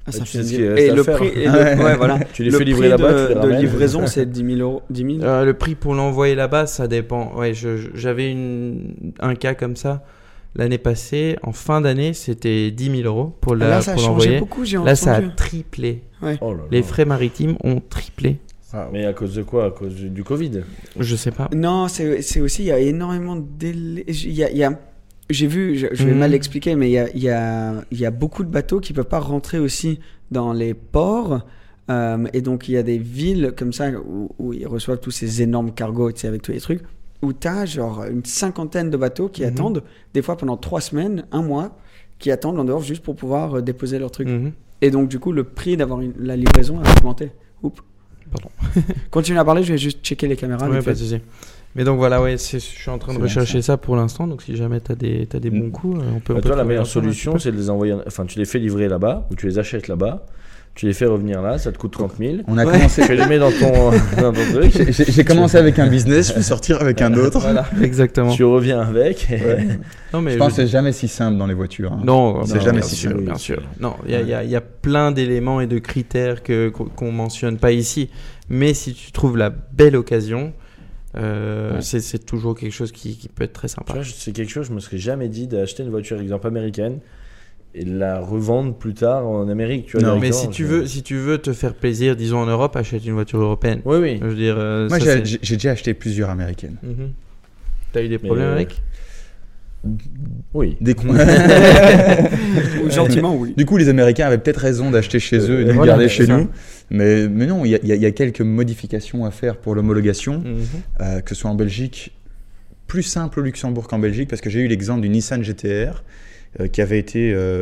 S7: Ah, ça
S8: tu
S7: fait
S8: sais ce
S7: dix-
S8: qu'il reste
S7: Et
S8: à
S7: le
S8: faire.
S7: prix, et le- ouais, voilà.
S8: Tu les
S7: Le
S8: fais livrer
S7: prix
S8: là-bas,
S7: de,
S8: tu les
S7: de
S8: ramènes.
S7: livraison, c'est dix mille euros. dix mille
S9: Euh, le prix pour l'envoyer là-bas, ça dépend. Ouais, je- je- j'avais une, un cas comme ça l'année passée. En fin d'année, c'était dix mille euros pour, la,
S7: Là, ça a
S9: pour
S7: changé
S9: l'envoyer.
S7: beaucoup, j'ai
S9: Là, ça a
S7: entendu.
S9: triplé.
S7: Ouais.
S8: Oh là là.
S9: Les frais maritimes ont triplé.
S8: Ah, mais à cause de quoi? À cause du, du Covid?
S9: Je sais pas.
S7: Non, c'est c'est aussi, il y a énormément de délais. Il y a, il y a- j'ai vu, je, je vais
S9: Mhm.
S7: mal expliquer, mais il y a, il y, a, il y a beaucoup de bateaux qui ne peuvent pas rentrer aussi dans les ports. Euh, et donc, il y a des villes comme ça où, où ils reçoivent tous ces énormes cargos, tu sais, avec tous les trucs, où tu as genre une cinquantaine de bateaux qui
S9: Mhm.
S7: attendent, des fois pendant trois semaines, un mois, qui attendent en dehors juste pour pouvoir euh, déposer leurs trucs.
S9: Mhm.
S7: Et donc, du coup, le prix d'avoir une- la livraison a augmenté. Oups.
S9: Pardon.
S7: Continue à parler, je vais juste checker les caméras.
S9: Ouais,
S7: vite
S9: pas de
S7: fait.
S9: souci. Mais donc voilà, ouais, c'est- je suis en train de
S6: C'est bien
S9: rechercher ça. pour l'instant. Donc si jamais tu as des, t'as des bons coups, euh, on peut.
S8: Bah,
S9: on peut
S8: toi, la
S9: travailler
S8: meilleure
S9: ensemble un
S8: solution,
S9: petit
S8: c'est de les envoyer. Enfin, tu les fais livrer là-bas, ou tu les achètes là-bas, tu les fais revenir là, ça te coûte trente mille.
S6: On a
S7: Ouais.
S6: commencé.
S8: Tu les mets dans ton, dans ton truc.
S6: J'ai- J'ai j'ai commencé avec un business, je vais sortir avec un autre.
S9: peu. Voilà, exactement.
S8: Tu reviens avec. et-
S6: Ouais.
S9: Non mais
S6: Je pense
S9: je-
S6: que c'est jamais si simple dans les voitures. hein.
S9: Non,
S6: c'est
S9: non,
S6: jamais
S9: bien
S6: si
S9: sûr,
S6: simple.
S9: bien sûr. Non, il y a, il y a- il y a plein d'éléments et de critères que qu'on qu'on mentionne pas ici. Mais si tu trouves la belle occasion, euh,
S6: Ouais.
S9: c'est c'est toujours quelque chose qui, qui peut être très
S8: Tu
S9: sympa.
S8: vois, c'est quelque chose, je me serais jamais dit d'acheter une voiture, exemple américaine, et de la revendre plus tard en Amérique. Tu vois,
S6: Non,
S9: Mais
S8: directement,
S9: si tu
S8: je-
S9: veux, si tu veux te faire plaisir, disons en Europe, achète une voiture européenne.
S8: Oui, oui.
S9: Je veux dire, euh,
S6: Moi,
S9: ça,
S6: j'ai
S9: c'est-
S6: j'ai- j'ai déjà acheté plusieurs américaines.
S9: Mhm. T'as eu des
S8: Mais,
S9: problèmes
S8: euh,
S9: avec
S8: Oui.
S6: Des cons.
S7: Ou gentiment, oui.
S6: Du coup, les Américains avaient peut-être raison d'acheter chez eux et de
S9: Voilà,
S6: garder
S9: c'est
S6: chez
S9: ça.
S6: nous. Mais, mais non, il y, a- il y a- il y a quelques modifications à faire pour l'homologation,
S9: Mhm.
S6: euh, que ce soit en Belgique, plus simple au Luxembourg qu'en Belgique, parce que j'ai eu l'exemple d'une Nissan G T R euh, qui avait été euh,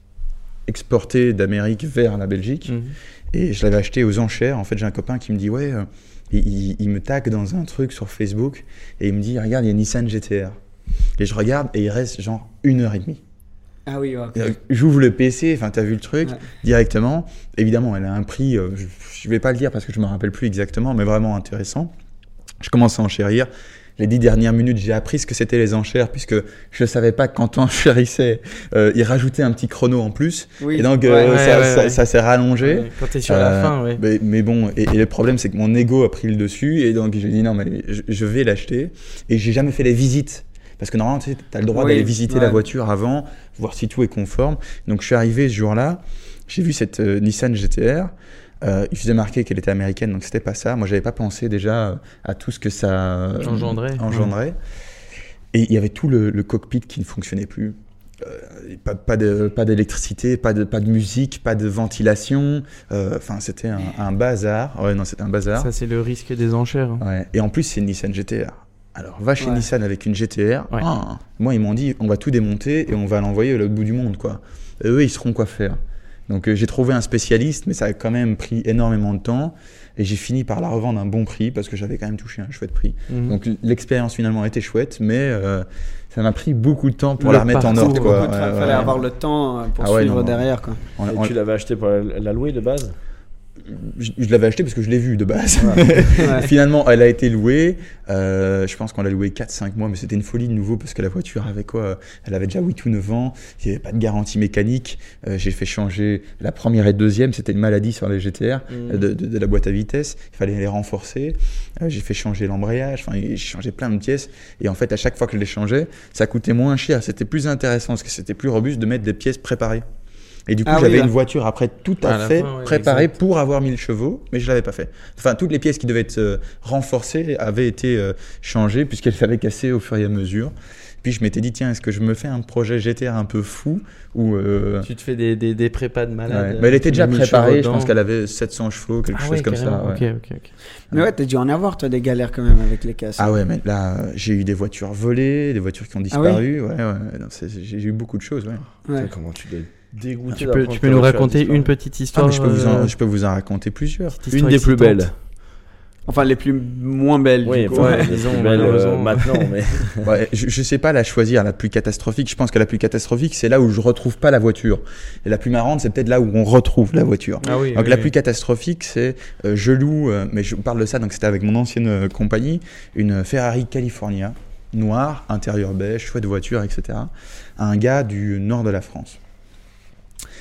S6: exportée d'Amérique vers la Belgique.
S9: Mhm.
S6: Et je l'avais acheté aux enchères. En fait, j'ai un copain qui me dit, ouais, euh, il, il- il me tag dans un truc sur Facebook et il me dit, regarde, il y a une Nissan G T R. Et je regarde et il reste genre une heure et demie.
S7: Ah oui, ok.
S6: Euh, J'ouvre le P C, enfin, t'as vu le truc
S7: Ouais.
S6: directement. Évidemment, elle a un prix, euh, je, je vais pas le dire parce que je me rappelle plus exactement, mais vraiment intéressant. Je commence à enchérir. Les dix dernières minutes, j'ai appris ce que c'était les enchères, puisque je ne savais pas que quand on enchérissait, euh, ils rajoutaient un petit chrono en plus.
S7: Oui.
S6: Et donc,
S7: Ouais,
S6: euh,
S9: ouais,
S6: ça,
S9: ouais,
S6: ça-
S9: ouais.
S6: ça s'est rallongé.
S9: Ouais, quand t'es sur la
S6: Euh,
S9: fin, ouais.
S6: mais, mais bon, et, et le problème, c'est que mon ego a pris le dessus. Et donc, j'ai dit non, mais je, je vais l'acheter. Et j'ai jamais fait les visites. Parce que normalement, tu as le droit
S7: Oui,
S6: d'aller visiter
S7: ouais.
S6: la voiture avant, voir si tout est conforme. Donc, je suis arrivé ce jour-là. J'ai vu cette euh, Nissan G T R. Euh, il faisait marquer qu'elle était américaine, donc c'était pas ça. Moi, j'avais pas pensé déjà euh, à tout ce que ça euh,
S9: Engendrait.
S6: engendrait. Et il y avait tout le, le cockpit qui ne fonctionnait plus. Euh, pas, pas de pas d'électricité, pas de pas de musique, pas de ventilation. Euh, Enfin, c'était un, un bazar. Ouais, non, c'était un bazar.
S9: Ça, c'est le risque des enchères. hein.
S6: Ouais. Et en plus, c'est une Nissan G T R. Alors, va chez
S7: Ouais.
S6: Nissan avec une G T R.
S9: Ouais.
S6: Ah, moi, ils m'ont dit, on va tout démonter et on va l'envoyer à l'autre bout du monde, quoi. Et eux, ils sauront quoi faire. Donc, euh, j'ai trouvé un spécialiste, mais ça a quand même pris énormément de temps. Et j'ai fini par la revendre à un bon prix parce que j'avais quand même touché un chouette prix.
S9: Mhm.
S6: Donc, l'expérience finalement était chouette, mais euh, ça m'a pris beaucoup de temps pour
S9: Le
S6: la remettre en
S9: parcours,
S6: ordre, quoi.
S7: Il
S6: Ouais,
S7: fallait
S6: ouais.
S7: avoir le temps euh, pour
S6: Ah ouais,
S7: suivre
S6: non, non.
S7: derrière. Quoi.
S6: On-
S8: Et
S6: on-
S8: tu l'avais acheté pour la, la louer de base?
S6: je, je l'avais acheté parce que je l'ai vu de base.
S7: Ouais.
S6: Finalement, elle a été louée. Euh, je pense qu'on l'a louée quatre cinq mois, mais c'était une folie de nouveau parce que la voiture avait quoi? Elle avait déjà huit ou neuf ans. Il n'y avait pas de garantie mécanique. Euh, j'ai fait changer la première et deuxième. C'était une maladie sur les G T R,
S9: Mhm.
S6: euh, de, de- de la boîte à vitesse. Il fallait les renforcer. Euh, j'ai fait changer l'embrayage. Enfin, j'ai changé plein de pièces. Et en fait, à chaque fois que je les changeais, ça coûtait moins cher. C'était plus intéressant parce que c'était plus robuste de mettre des pièces préparées. Et du coup,
S7: Ah oui,
S6: j'avais
S7: là.
S6: une voiture après tout à,
S9: À la
S6: fait
S9: fin, ouais,
S6: préparée
S9: exact.
S6: pour avoir mille chevaux, mais je l'avais pas fait. Enfin, toutes les pièces qui devaient être euh, renforcées avaient été euh, changées puisqu'elles s'avaient cassées au fur et à mesure. Puis je m'étais dit, tiens, est-ce que je me fais un projet G T R un peu fou ou euh,
S9: Tu te fais des, des, des prépas de malade.
S6: ouais. Mais elle était
S9: tu
S6: déjà
S9: mets mille
S6: préparée,
S9: chevaux
S6: je pense
S9: dedans.
S6: qu'elle avait sept cents chevaux, quelque
S9: Ah
S6: chose
S9: ouais,
S6: comme
S9: carrément.
S6: ça. ouais.
S9: Ok, ok, ok.
S7: Mais ouais, t'as dû en avoir, toi, des galères quand même avec les casses.
S6: Ah ouais, mais là, euh, j'ai eu des voitures volées, des voitures qui ont
S7: Ah oui
S6: disparu. ouais, ouais, non, c'est- j'ai eu beaucoup de choses. Ouais.
S7: Ouais.
S8: Putain, comment tu dois être dégoûté
S9: Tu peux,
S8: d'apprendre
S9: tu
S8: que
S9: peux
S8: ta
S9: nous
S8: voiture a
S9: raconter
S8: disparu.
S9: une petite
S6: Ah,
S9: histoire
S6: mais je peux, vous en,
S9: euh,
S6: je peux vous en raconter plusieurs.
S9: petite
S8: Une
S9: histoire
S8: des plus
S9: excitante.
S8: belles.
S7: Enfin, les plus moins belles.
S8: Oui,
S7: du coup.
S8: enfin,
S9: Ouais,
S8: les
S9: disons,
S8: plus belles, euh,
S9: malheureusement.
S8: maintenant, mais
S6: Ouais, je, je sais pas la choisir, la plus catastrophique. Je pense que la plus catastrophique, c'est là où je retrouve pas la voiture. Et la plus marrante, c'est peut-être là où on retrouve la voiture.
S9: Ah oui,
S6: Donc
S9: oui,
S6: la
S9: oui.
S6: plus catastrophique, c'est euh, je loue, euh, mais je parle de ça, donc c'était avec mon ancienne euh, compagnie, une Ferrari California, noire, intérieur beige, chouette voiture, et cetera, à un gars du nord de la France.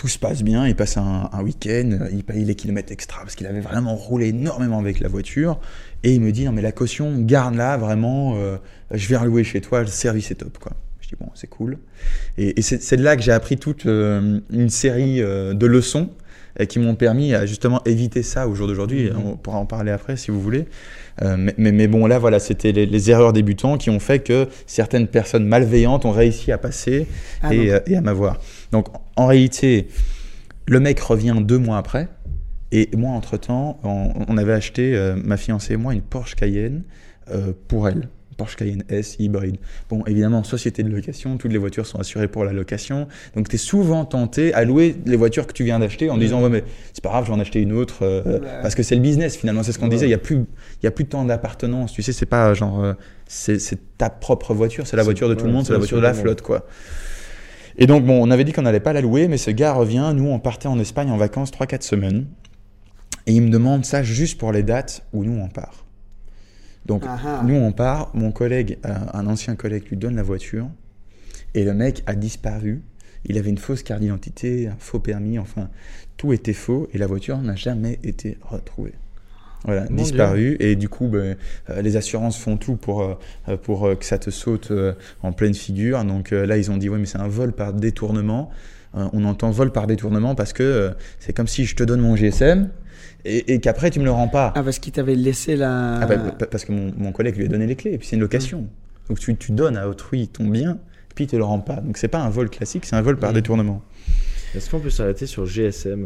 S6: tout se passe bien, il passe un, un week-end, il paye les kilomètres extra parce qu'il avait vraiment roulé énormément avec la voiture. Et il me dit, non mais la caution, garde-la vraiment, euh, je vais relouer chez toi, le service est top, quoi. Je dis, bon, c'est cool. Et, et c'est, c'est de là que j'ai appris toute euh, une série euh, de leçons et qui m'ont permis à justement éviter ça au jour d'aujourd'hui. Mmh. On pourra en parler après si vous voulez. Euh, mais, mais, mais bon, là, voilà, c'était les, les erreurs débutants qui ont fait que certaines personnes malveillantes ont réussi à passer ah et, euh, et à m'avoir. Donc, en réalité, le mec revient deux mois après. Et moi, entre-temps, on, on avait acheté, euh, ma fiancée et moi, une Porsche Cayenne euh, pour elle. Porsche Cayenne S hybride. Bon, évidemment, société de location, toutes les voitures sont assurées pour la location. Donc, tu es souvent tenté à louer les voitures que tu viens d'acheter en mmh. disant, ouais, mais c'est pas grave, j'en ai acheté une autre. Euh, ouais. Parce que c'est le business, finalement. C'est ce qu'on ouais. disait. Il n'y a plus, il y a plus tant d'appartenance. Tu sais, c'est pas genre, euh, c'est, c'est ta propre voiture. C'est la voiture de tout ouais, le monde. C'est, c'est la voiture de la flotte, quoi. Et donc, bon, on avait dit qu'on n'allait pas la louer, mais ce gars revient. Nous, on partait en Espagne en vacances trois quatre semaines. Et il me demande ça juste pour les dates où nous, on part. Donc, Aha. nous, on part, mon collègue, euh, un ancien collègue lui donne la voiture et le mec a disparu. Il avait une fausse carte d'identité, un faux permis, enfin, tout était faux et la voiture n'a jamais été retrouvée. Voilà, mon disparu. Dieu. Et du coup, ben, euh, les assurances font tout pour, euh, pour euh, que ça te saute euh, en pleine figure. Donc euh, là, ils ont dit, ouais, mais c'est un vol par détournement. Euh, on entend vol par détournement parce que euh, c'est comme si je te donne mon G S M. Et, et qu'après, tu ne me le rends pas.
S7: Ah, parce qu'il t'avait laissé la...
S6: Ah, bah, parce que mon, mon collègue lui a donné les clés, et puis c'est une location. Mmh. Donc tu, tu donnes à autrui ton bien, et puis il ne te le rend pas. Donc c'est pas un vol classique, c'est un vol par mmh. détournement.
S8: Est-ce qu'on peut s'arrêter sur G S M ?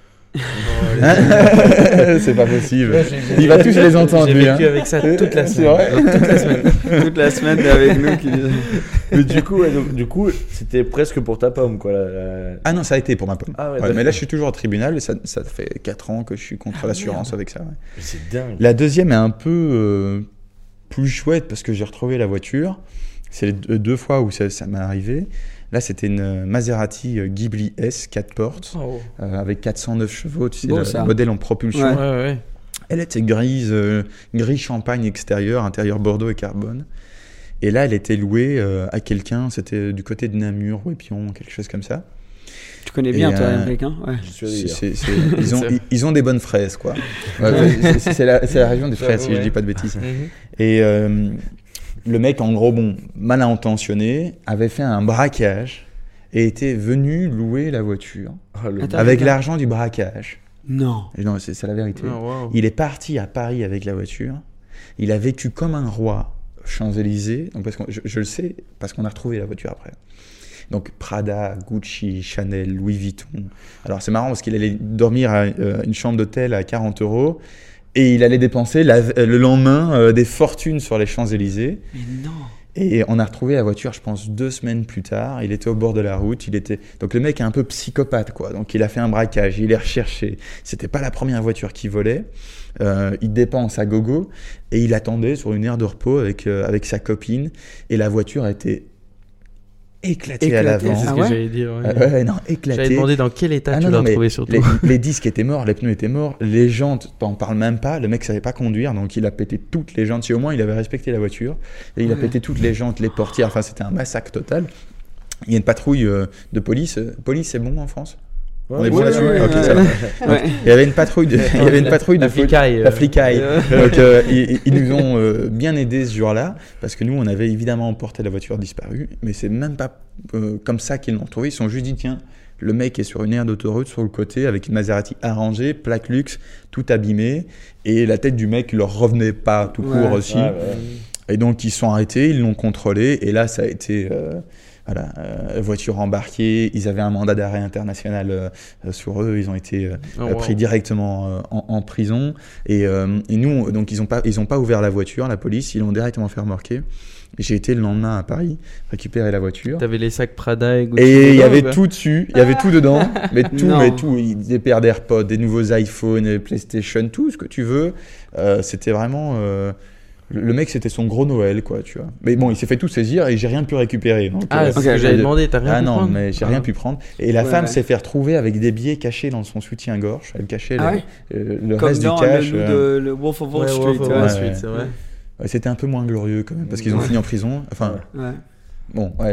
S6: C'est pas possible. Ouais, il va tous les entendre.
S9: J'ai vécu hein. avec ça toute la semaine.
S6: C'est vrai
S9: toute la semaine.
S7: Toute la semaine, t'es avec nous. Qui...
S8: Mais du coup, ouais, donc, du coup, c'était presque pour ta pomme, quoi. La, la...
S6: Ah non, ça a été pour ma pomme.
S8: Ah ouais,
S6: ouais, mais là, je suis toujours au tribunal et ça, ça fait quatre ans que je suis contre ah, l'assurance merde. Avec ça. Ouais.
S8: Mais c'est dingue.
S6: La deuxième est un peu euh, plus chouette parce que j'ai retrouvé la voiture. C'est les deux, deux fois où ça, ça m'est arrivé. Là, c'était une Maserati Ghibli S, quatre portes, oh. euh, avec quatre cent neuf chevaux, tu sais, bon, le, le modèle en propulsion.
S9: Ouais, ouais, ouais.
S6: Elle était grise, euh, gris champagne extérieur, intérieur bordeaux et carbone. Et là, elle était louée euh, à quelqu'un, c'était du côté de Namur, Ouépion, quelque chose comme ça.
S7: Tu connais bien, et, toi, euh, quelqu'un ouais.
S6: c'est, c'est, c'est, ils, ont, ils, ils ont des bonnes fraises, quoi. Ouais, c'est, c'est, la, c'est la région des fraises, si ouais. je ne dis pas de bêtises. Mm-hmm. Et... Euh, le mec, en gros, bon, mal intentionné, avait fait un braquage et était venu louer la voiture oh, Attends, avec attends. l'argent du braquage.
S7: Non.
S6: Et non, c'est, c'est la vérité.
S9: Oh, wow.
S6: Il est parti à Paris avec la voiture. Il a vécu comme un roi Champs-Élysées. Donc parce que je, je le sais parce qu'on a retrouvé la voiture après. Donc Prada, Gucci, Chanel, Louis Vuitton. Alors c'est marrant parce qu'il allait dormir à euh, une chambre d'hôtel à quarante euros. Et il allait dépenser la, le lendemain euh, des fortunes sur les Champs-Élysées.
S7: Mais non.
S6: Et on a retrouvé la voiture, je pense, deux semaines plus tard. Il était au bord de la route. Il était... Donc le mec est un peu psychopathe, quoi. Donc il a fait un braquage, il est recherché. C'était pas la première voiture qu'il volait. Euh, il dépense à gogo et il attendait sur une aire de repos avec, euh, avec sa copine. Et la voiture était éclaté, éclaté à l'avant.
S9: C'est ce
S6: ah
S9: que
S6: ouais
S9: j'allais dire. Ouais.
S6: Euh, ouais, non, éclaté.
S9: J'avais demandé dans quel état ah, tu non, l'as non, retrouvé surtout.
S6: Les, les disques étaient morts, les pneus étaient morts, les jantes, t'en parles même pas. Le mec savait pas conduire, donc il a pété toutes les jantes. Si au moins il avait respecté la voiture, et il ouais. a pété toutes les jantes, les portières. Enfin, c'était un massacre total. Il y a une patrouille euh, de police. Police, c'est bon en France?
S8: Ouais,
S6: on est bon
S8: ouais,
S6: là-dessus.
S8: ouais,
S6: okay,
S8: ouais.
S6: ça va. Donc, il y avait une patrouille de, il y avait une patrouille de
S9: la flicaille.
S6: La flicaille. Donc euh, ils, ils nous ont euh, bien aidés ce jour-là parce que nous on avait évidemment emporté la voiture disparue, mais c'est même pas euh, comme ça qu'ils l'ont retrouvée. Ils se sont juste dit tiens, le mec est sur une aire d'autoroute sur le côté avec une Maserati arrangée, plaque luxe, tout abîmé, et la tête du mec leur revenait pas tout court ouais, aussi. Ouais, ouais. Et donc ils se sont arrêtés, ils l'ont contrôlé, et là ça a été euh, Voilà, euh, voiture embarquée, ils avaient un mandat d'arrêt international euh, sur eux, ils ont été euh, oh, wow. pris directement euh, en, en prison. Et, euh, et nous, donc ils n'ont pas, ils ont pas ouvert la voiture, la police, ils l'ont directement fait remorquer. Et j'ai été le lendemain à Paris récupérer la voiture.
S9: T'avais les sacs Prada et Gucci.
S6: Et il y avait tout dessus, il y avait tout dedans, mais tout, non. mais tout, des paires d'AirPods, des nouveaux iPhones, des PlayStation, tout ce que tu veux. Euh, c'était vraiment. Euh, Le mec, c'était son gros Noël, quoi, tu vois. Mais bon, il s'est fait tout saisir et j'ai rien pu récupérer. Donc,
S9: ah,
S6: euh,
S9: c'est ce que j'avais demandé, t'as rien
S6: ah,
S9: pu
S6: non,
S9: prendre?
S6: Ah non, mais j'ai
S9: ah.
S6: rien pu prendre. Et la
S7: ouais,
S6: femme
S7: ouais.
S6: s'est fait retrouver avec des billets cachés dans son soutien-gorge. Elle cachait
S7: ah
S6: le,
S7: ouais
S6: euh, le
S7: Comme
S6: reste
S7: dans
S6: du cash.
S7: Le,
S6: euh...
S7: de, le Wolf of Wall
S9: ouais,
S7: Street.
S9: Wolf of
S7: ouais.
S9: Wall
S6: Ouais,
S9: Street,
S6: ouais.
S9: c'est vrai.
S6: Ouais, c'était un peu moins glorieux quand même parce qu'ils ont
S7: ouais.
S6: fini en prison. Enfin,
S7: ouais.
S6: bon, bref.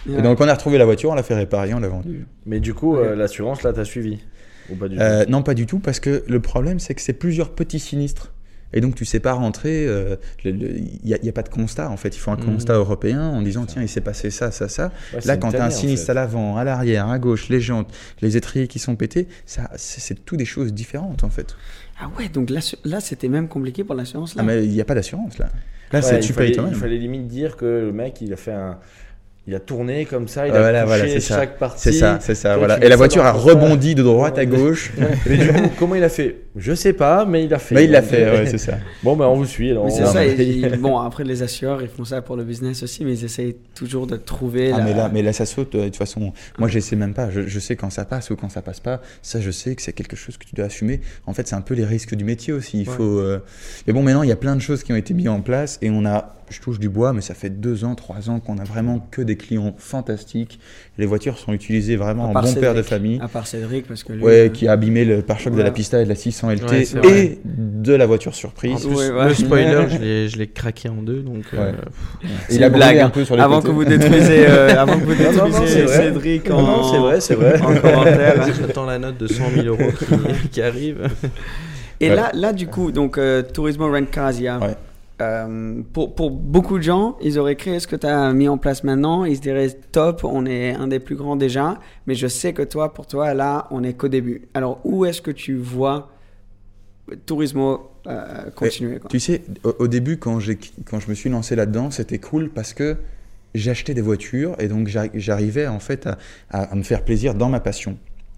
S6: Et donc on a retrouvé la voiture, on l'a fait réparer, on l'a vendue.
S8: Mais du coup, euh, l'assurance, là, t'as suivi ou pas du
S6: euh,
S8: tout?
S6: Non, pas du tout, parce que le problème, c'est que c'est plusieurs petits sinistres. Et donc, tu ne sais pas rentrer. Il n'y a, a pas de constat, en fait. Il faut un mmh. constat européen en disant tiens, il s'est passé ça, ça, ça.
S8: Ouais,
S6: Là, quand tu as un sinistre
S8: en fait.
S6: à l'avant, à l'arrière, à gauche, les jantes, les étriers qui sont pétés, ça, c'est, c'est tout des choses différentes, en fait.
S7: Ah ouais, donc là, là c'était même compliqué pour l'assurance. Là.
S6: Ah, mais il n'y a pas d'assurance, là. Là,
S8: ouais,
S6: c'est tu payes toi-même.
S8: Il fallait limite dire que le mec, il a fait un. Il a tourné comme ça, il a
S6: voilà,
S8: touché
S6: voilà, c'est
S8: chaque
S6: ça.
S8: partie.
S6: C'est ça, c'est ça. Voilà. Et la voiture a rebondi de droite à gauche.
S8: Mais du coup, comment il a fait? Je sais pas, mais il a fait.
S6: Mais il l'a fait, ouais, c'est ça.
S8: Bon, ben on vous suit. Alors,
S7: mais c'est
S8: on...
S7: ça. Ils, bon, après les assureurs, ils font ça pour le business aussi, mais ils essayent toujours de trouver.
S6: Ah,
S7: la...
S6: mais là, mais là, ça saute. De toute façon, moi, je sais même pas. Je, je sais quand ça passe ou quand ça passe pas. Ça, je sais que c'est quelque chose que tu dois assumer. En fait, c'est un peu les risques du métier aussi. Il ouais. faut. Euh... Mais bon, maintenant, il y a plein de choses qui ont été mises en place et on a. Je touche du bois, mais ça fait deux ans, trois ans qu'on a vraiment que des clients fantastiques. Les voitures sont utilisées vraiment en bon Cédric, père de famille.
S7: À part Cédric, parce que lui,
S6: ouais,
S7: euh...
S6: qui a abîmé le pare-choc ouais. de la Pista et de la six cents L T
S9: ouais,
S6: et de la voiture surprise.
S9: En plus, ouais, ouais. Le spoiler, je l'ai, je l'ai craqué en deux, donc.
S6: Ouais.
S9: Euh...
S7: C'est une blague un peu sur les avant côtés. Que vous détruisez, euh, avant que vous détruisez non, non, Cédric en.
S8: Non, c'est vrai, c'est vrai.
S7: En commentaire.
S9: J'attends la note de cent mille euros qui, qui arrive.
S7: Et ouais. là, là, du coup, donc euh, Turismo Rent Cars, il y a. Ouais. Euh, pour, pour beaucoup de gens, ils auraient créé ce que tu as mis en place maintenant. Ils se diraient top, on est un des plus grands déjà. Mais je sais que toi, pour toi, là, on n'est qu'au début. Alors, où est-ce que tu vois Turismo euh, continuer quoi.
S6: Tu sais, au, au début, quand, j'ai, quand je me suis lancé là-dedans, c'était cool parce que j'achetais des voitures et donc j'arrivais en fait à, à, à me faire plaisir dans ma passion.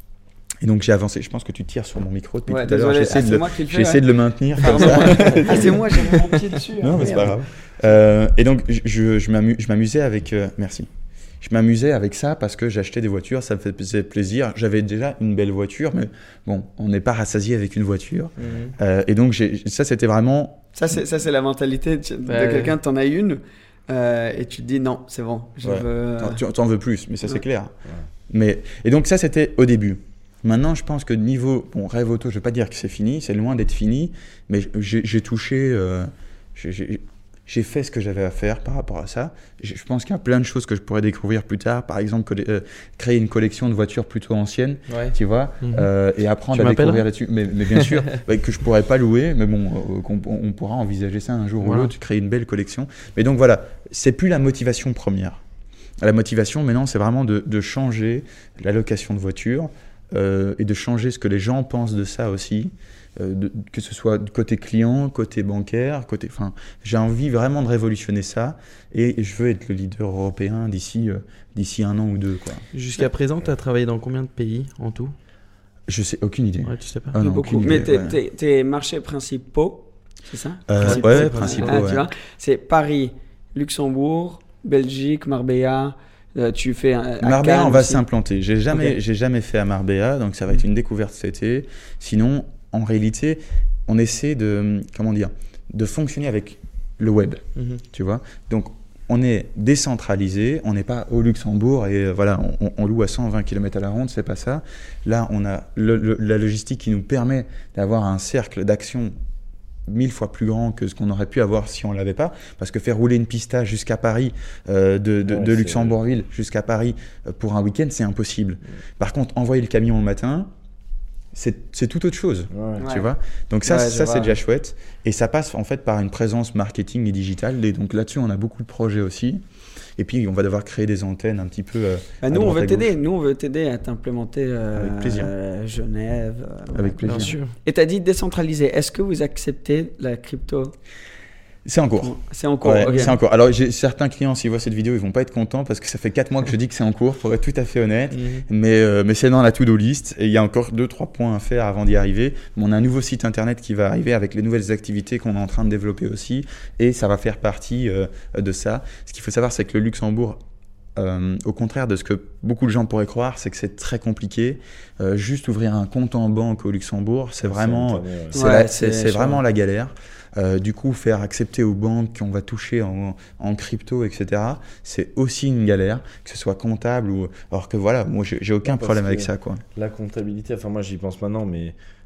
S6: Et donc j'ai avancé. Je pense que tu tires sur mon micro depuis
S7: ouais,
S6: tout à l'heure. J'essaie, ah, de, le,
S7: fait,
S6: j'essaie
S7: ouais.
S6: de le maintenir comme ça.
S7: Ah, c'est moi, j'ai mon pied dessus.
S6: Non,
S7: hein,
S6: mais c'est pas grave. Euh, et donc je, je, m'amu, je m'amusais avec. Euh, merci. Je m'amusais avec ça parce que j'achetais des voitures, ça me faisait plaisir. J'avais déjà une belle voiture, mais bon, on n'est pas rassasié avec une voiture. Mmh. Euh, et donc j'ai, ça, c'était vraiment.
S7: Ça, c'est, ça, c'est la mentalité de, de ouais, quelqu'un. T'en as une euh, et tu te dis non, c'est bon. Je
S6: ouais.
S7: veux...
S6: Tu t'en veux plus, mais ça, ouais. c'est clair. Ouais. Mais, et donc ça, c'était au début. Maintenant, je pense que niveau bon, rêve auto, je ne vais pas dire que c'est fini, c'est loin d'être fini, mais j'ai, j'ai touché, euh, j'ai, j'ai, j'ai fait ce que j'avais à faire par rapport à ça. Je, je pense qu'il y a plein de choses que je pourrais découvrir plus tard, par exemple que, euh, créer une collection de voitures plutôt anciennes, ouais. tu vois, mmh. euh, et apprendre tu à découvrir là-dessus. Mais, mais bien sûr, bah, que je ne pourrais pas louer, mais bon, euh, qu'on, on pourra envisager ça un jour voilà. ou l'autre, créer une belle collection. Mais donc voilà, c'est plus la motivation première. La motivation, maintenant, c'est vraiment de, de changer la location de voitures. Euh, et de changer ce que les gens pensent de ça aussi, euh, de, que ce soit côté client, côté bancaire, côté, enfin, j'ai envie vraiment de révolutionner ça et je veux être le leader européen d'ici, euh, d'ici un an ou deux. Quoi.
S9: Jusqu'à présent, tu as travaillé dans combien de pays en tout ?
S6: Je sais, aucune idée.
S9: Ouais, tu sais pas.
S6: Ah, non,
S7: beaucoup.
S6: Aucune
S7: Mais
S6: idée,
S7: tes,
S6: ouais.
S7: tes, tes marchés principaux, c'est ça
S6: euh,
S7: principaux,
S6: Ouais, principaux.
S7: ah,
S6: ouais.
S7: Tu vois, c'est Paris, Luxembourg, Belgique, Marbella. Euh, tu fais un,
S6: Marbella, on va
S7: aussi.
S6: s'implanter. J'ai jamais,
S7: okay.
S6: j'ai jamais fait à Marbella, donc ça va être une découverte cet été. Sinon, en réalité, on essaie de, comment dire, de fonctionner avec le web. Mm-hmm. Tu vois. Donc, on est décentralisé, on n'est pas au Luxembourg et euh, voilà, on, on loue à cent vingt kilomètres à la ronde, c'est pas ça. Là, on a le, le, la logistique qui nous permet d'avoir un cercle d'action mille fois plus grand que ce qu'on aurait pu avoir si on l'avait pas, parce que faire rouler une pista jusqu'à Paris, euh, de, de, ouais, de Luxembourgville jusqu'à Paris euh, pour un week-end, c'est impossible. Ouais. Par contre, envoyer le camion le matin, c'est, c'est tout autre chose, ouais. tu ouais. vois. Donc ça, ouais, ça c'est déjà chouette, et ça passe en fait par une présence marketing et digitale, et donc là-dessus, on a beaucoup de projets aussi. Et puis, on va devoir créer des antennes un petit peu. Euh,
S7: bah, nous, on veut t'aider. Nous, on veut t'aider à t'implémenter euh,
S6: avec plaisir.
S7: Euh, Genève. Euh,
S6: avec plaisir.
S7: Bien sûr. Et tu as dit décentralisé. Est-ce que vous acceptez la crypto ?
S6: C'est en cours.
S7: C'est en cours.
S6: Ouais,
S7: okay.
S6: C'est en cours. Alors, j'ai certains clients, s'ils voient cette vidéo, ils vont pas être contents parce que ça fait quatre mois que je dis que c'est en cours, pour être tout à fait honnête. Mmh. Mais, euh, mais c'est dans la to-do list et il y a encore deux, trois points à faire avant d'y arriver. On a un nouveau site internet qui va arriver avec les nouvelles activités qu'on est en train de développer aussi et ça va faire partie euh, de ça. Ce qu'il faut savoir, c'est que le Luxembourg, Euh, au contraire de ce que beaucoup de gens pourraient croire, c'est que c'est très compliqué. Euh, juste ouvrir un compte en banque au Luxembourg, c'est vraiment, c'est, ouais, la, c'est, c'est, c'est vraiment la galère. Euh, du coup, faire accepter aux banques qu'on va toucher en, en crypto, et cetera, c'est aussi une galère, que ce soit comptable ou. Alors que voilà, moi, j'ai, j'ai aucun non, problème avec ça, quoi.
S8: La comptabilité, enfin, moi, j'y pense maintenant, mais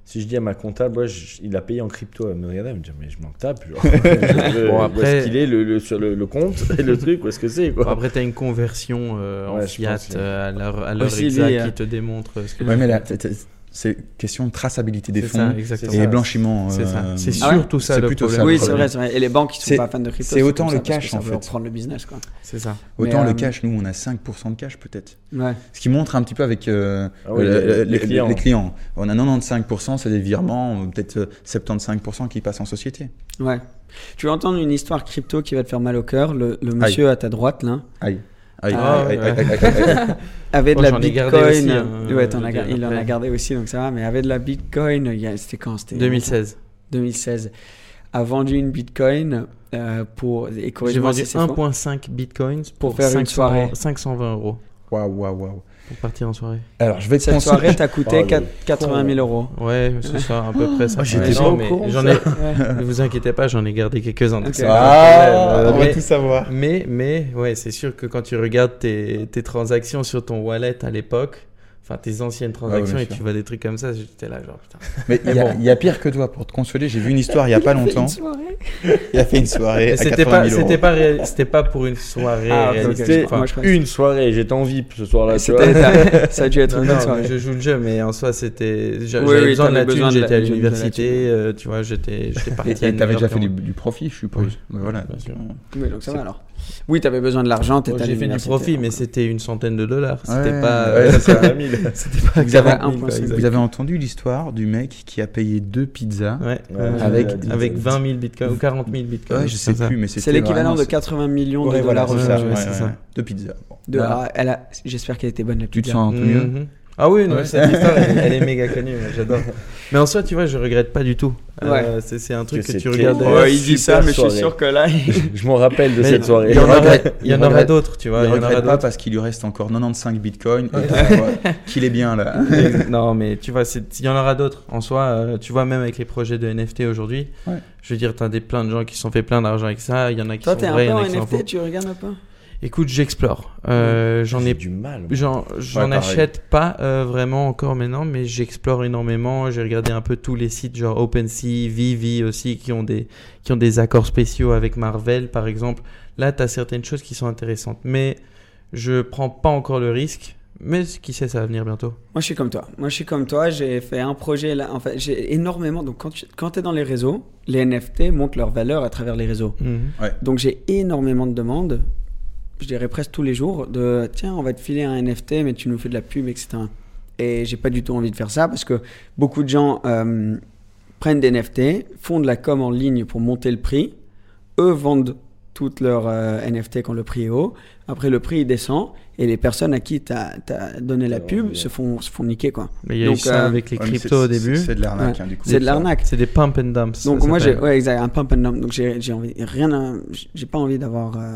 S8: Si je dis à ma comptable, ouais, je- il a payé en crypto, elle me regardait, elle me dit mais je m'en tape. Genre. Je-
S9: Bon,
S8: Où
S9: après-
S8: est-ce qu'il est le, le- sur le, le compte et le truc, où est-ce que c'est quoi.
S9: Bon, après, tu as une conversion euh, en
S8: Ouais, je
S9: fiat
S8: pense que-
S9: euh, à l'heure, à l'heure
S7: Aussi,
S9: exacte
S7: lui, euh,
S9: qui te démontre ce que
S6: Ouais,
S9: tu
S6: mais
S9: fais.
S6: là, t- t- c'est question de traçabilité des
S9: C'est
S6: fonds
S9: ça, exactement.
S6: et
S8: ça.
S6: blanchiment.
S9: C'est ça.
S6: euh,
S9: C'est
S7: Ah ouais
S9: surtout ça
S6: c'est
S9: le
S6: plutôt
S9: problème.
S6: ça, le
S7: Oui, c'est
S6: problème.
S7: vrai, c'est vrai. Et les banques qui sont
S6: C'est-
S7: pas fans de crypto,
S6: c'est autant
S7: comme
S6: le
S7: ça, parce
S6: cash,
S7: que ça
S6: en
S7: veut
S6: fait.
S7: reprendre le business, quoi.
S9: C'est ça.
S6: Autant
S7: Mais,
S6: le
S7: euh,
S6: cash, nous on a cinq pour cent de cash peut-être.
S7: Ouais.
S6: Ce qui montre un petit peu avec euh,
S8: Ah oui,
S6: le-
S8: les-
S6: le-
S8: les clients.
S6: les clients. On a quatre-vingt-quinze pour cent, c'est des virements, euh, peut-être euh, soixante-quinze pour cent qui passent en société.
S7: Ouais. Tu veux entendre une histoire crypto qui va te faire mal au cœur? Le, le monsieur à ta droite, là,
S6: Aïe. Aïe,
S7: Ah,
S6: aïe,
S9: ouais.
S6: aïe, aïe, aïe, aïe, aïe.
S7: avait de
S9: Oh,
S7: la
S9: j'en ai
S7: Bitcoin.
S9: gardé aussi, hein,
S7: Ouais, t'en
S9: je
S7: as
S9: veux
S7: gar-
S9: dire,
S7: il en a
S9: après.
S7: gardé aussi, donc ça va. Mais avait de la Bitcoin, il y a- c'était quand? C'était
S9: deux mille seize.
S7: deux mille seize. A vendu une Bitcoin euh, pour. Et
S9: J'ai
S7: corrige-moi
S9: vendu
S7: si c'est faux.
S9: un virgule cinq bitcoins
S7: Pour
S9: pour,
S7: faire une
S9: cinq cents
S7: soirée.
S9: cinq cent vingt euros
S6: Waouh, waouh, waouh.
S9: pour partir en soirée.
S6: Alors, je vais te
S7: Cette
S6: conseiller-
S7: soirée t'a coûté
S8: Oh, le
S7: quatre- quatre-vingt mille euros.
S9: Ouais, c'est ça, à peu près. Ça
S6: Oh, j'étais
S9: Ouais,
S6: pas
S9: non,
S6: au
S9: mais
S6: courant de
S9: j'en
S6: ça.
S9: ai. Ne vous inquiétez pas, j'en ai gardé quelques-uns. donc
S7: Ok.
S9: c'est pas un
S6: Ah,
S9: problème.
S6: on va
S9: mais,
S6: tout savoir.
S9: mais, mais, ouais, c'est sûr que quand tu regardes tes, tes transactions sur ton wallet à l'époque, enfin tes anciennes transactions,
S6: bien
S9: et
S6: sûr.
S9: tu vois des trucs comme ça, j'étais là, genre putain.
S6: Mais il y, a- il y a pire que toi pour te consoler. J'ai vu une histoire il y a pas longtemps. Il a fait une soirée
S9: Et
S6: à
S9: C'était
S6: quatre-vingt
S9: pas,
S6: mille euros.
S9: c'était pas, réel- c'était pas pour une soirée.
S7: Ah, ok, ok,
S9: réalistique.
S8: C'était
S7: Enfin, moi, je crois que
S8: une soirée, j'étais en V I P ce soir-là. tu
S7: C'était-
S8: vois.
S7: ça a dû être
S9: Non,
S7: une
S9: non,
S7: bonne soirée.
S9: je joue le jeu, mais en soi, c'était. j'a-
S7: Oui,
S9: J'avais
S7: oui,
S9: besoin de
S7: t'avais
S9: la thune,
S7: besoin de la-
S9: j'étais à
S7: de la
S9: l'université,
S7: thune.
S9: euh, tu vois, j'étais, j'étais parti.
S6: Et
S9: à
S6: t'avais
S9: New
S6: déjà
S9: York
S6: fait du,
S9: en-
S6: du profit, je suppose.
S9: Oui.
S6: Ouais, voilà.
S9: Bien sûr.
S7: Oui, donc ça va alors. Oui, t'avais besoin de l'argent, t'étais
S9: Bon,
S7: à
S9: j'ai fait du
S7: l'université,
S9: profit,
S7: donc,
S9: mais
S7: euh,
S9: c'était une centaine de dollars. C'était
S6: Ouais,
S9: pas.
S6: ouais,
S9: euh,
S6: c'est ça.
S9: C'était pas
S6: Vous avez,
S9: quarante mille, quoi, exact.
S6: vous avez entendu l'histoire du mec qui a payé deux pizzas
S9: Ouais,
S8: Ouais,
S9: euh,
S6: avec-
S9: avec vingt mille bitcoins ou quarante mille bitcoins.
S6: Ouais, je sais
S9: comme ça.
S6: plus, mais c'était
S7: C'est l'équivalent
S6: vraiment-
S7: de quatre-vingts millions de
S6: Ouais, voilà,
S7: dollars
S6: c'est
S7: aujourd'hui.
S6: ça.
S9: ouais,
S6: ouais,
S9: c'est
S6: ouais,
S9: ça.
S6: Deux pizzas. Bon.
S7: De-
S6: Là,
S7: ah, elle a- J'espère qu'elle était bonne la
S6: tu te
S7: pizza.
S6: sens un peu mieux.
S9: Mhm. Ah oui, non,
S6: Ouais.
S9: cette histoire, elle, elle est méga connue, ouais, j'adore. Mais en soi, tu vois, je regrette pas du tout. Euh,
S7: Ouais.
S9: c'est, c'est un truc
S8: Que
S9: que, tu
S8: c'était-
S9: regardes.
S8: Ouais,
S7: Ouais, il dit ça,
S8: super
S7: mais je suis
S8: soirée.
S7: sûr que là. il-
S8: Je m'en rappelle de
S9: Mais
S8: cette soirée.
S9: Il y en aura,
S6: regrette-
S9: il y en
S6: il
S9: aura
S6: regrette-
S9: d'autres, tu vois.
S6: Il
S9: Il y en
S6: regrette
S9: aura
S6: pas
S9: d'autres.
S6: parce qu'il lui reste encore quatre-vingt-quinze bitcoins et euh, qu'il est bien là.
S9: Non, mais tu vois, c'est- il y en aura d'autres. En soi, euh, tu vois, même avec les projets de N F T aujourd'hui,
S6: Ouais.
S9: je veux dire, t'as des, plein de gens qui se sont fait plein d'argent avec ça. Il y en a qui
S7: Toi,
S9: sont
S7: t'es un
S9: vrais, il
S7: peu
S9: y en
S7: en
S9: a qui sont
S7: N F T,
S9: faux.
S7: tu regardes un peu?
S9: Écoute, j'explore. Euh, j'en
S8: J'ai
S9: ai
S8: du mal. moi.
S9: J'en, j'en
S6: pareil.
S9: achète pas euh, vraiment encore maintenant, mais j'explore énormément. J'ai regardé un peu tous les sites, genre OpenSea, Vivi aussi, qui ont des, qui ont des accords spéciaux avec Marvel, par exemple. Là, tu as certaines choses qui sont intéressantes, mais je prends pas encore le risque. Mais qui sait, ça va venir bientôt.
S7: Moi, je suis comme toi. Moi, je suis comme toi. J'ai fait un projet là. En fait, j'ai énormément. Donc, quand tu quand es dans les réseaux, les N F T montrent leur valeur à travers les réseaux. Donc, j'ai énormément de demandes. Je dirais presque tous les jours de tiens, on va te filer un N F T, mais tu nous fais de la pub, et cetera. Et j'ai pas du tout envie de faire ça parce que beaucoup de gens euh, prennent des N F T, font de la com en ligne pour monter le prix. Eux vendent toutes leurs euh, N F T quand le prix est haut. Après, le prix il descend et les personnes à qui tu as donné la pub se font, se font niquer, quoi.
S9: Mais il y a
S7: Donc,
S9: eu ça
S7: euh,
S9: avec les
S6: Ouais, mais
S9: cryptos au
S6: c'est-
S9: début.
S6: c'est- C'est de l'arnaque,
S7: Ouais.
S6: hein, du coup.
S7: C'est de l'arnaque.
S9: C'est des pump and dumps. ça
S7: Donc moi j'ai
S9: s'appelle.
S7: ouais exact un pump and dump. Donc j'ai j'ai envie rien à- j'ai pas envie d'avoir euh,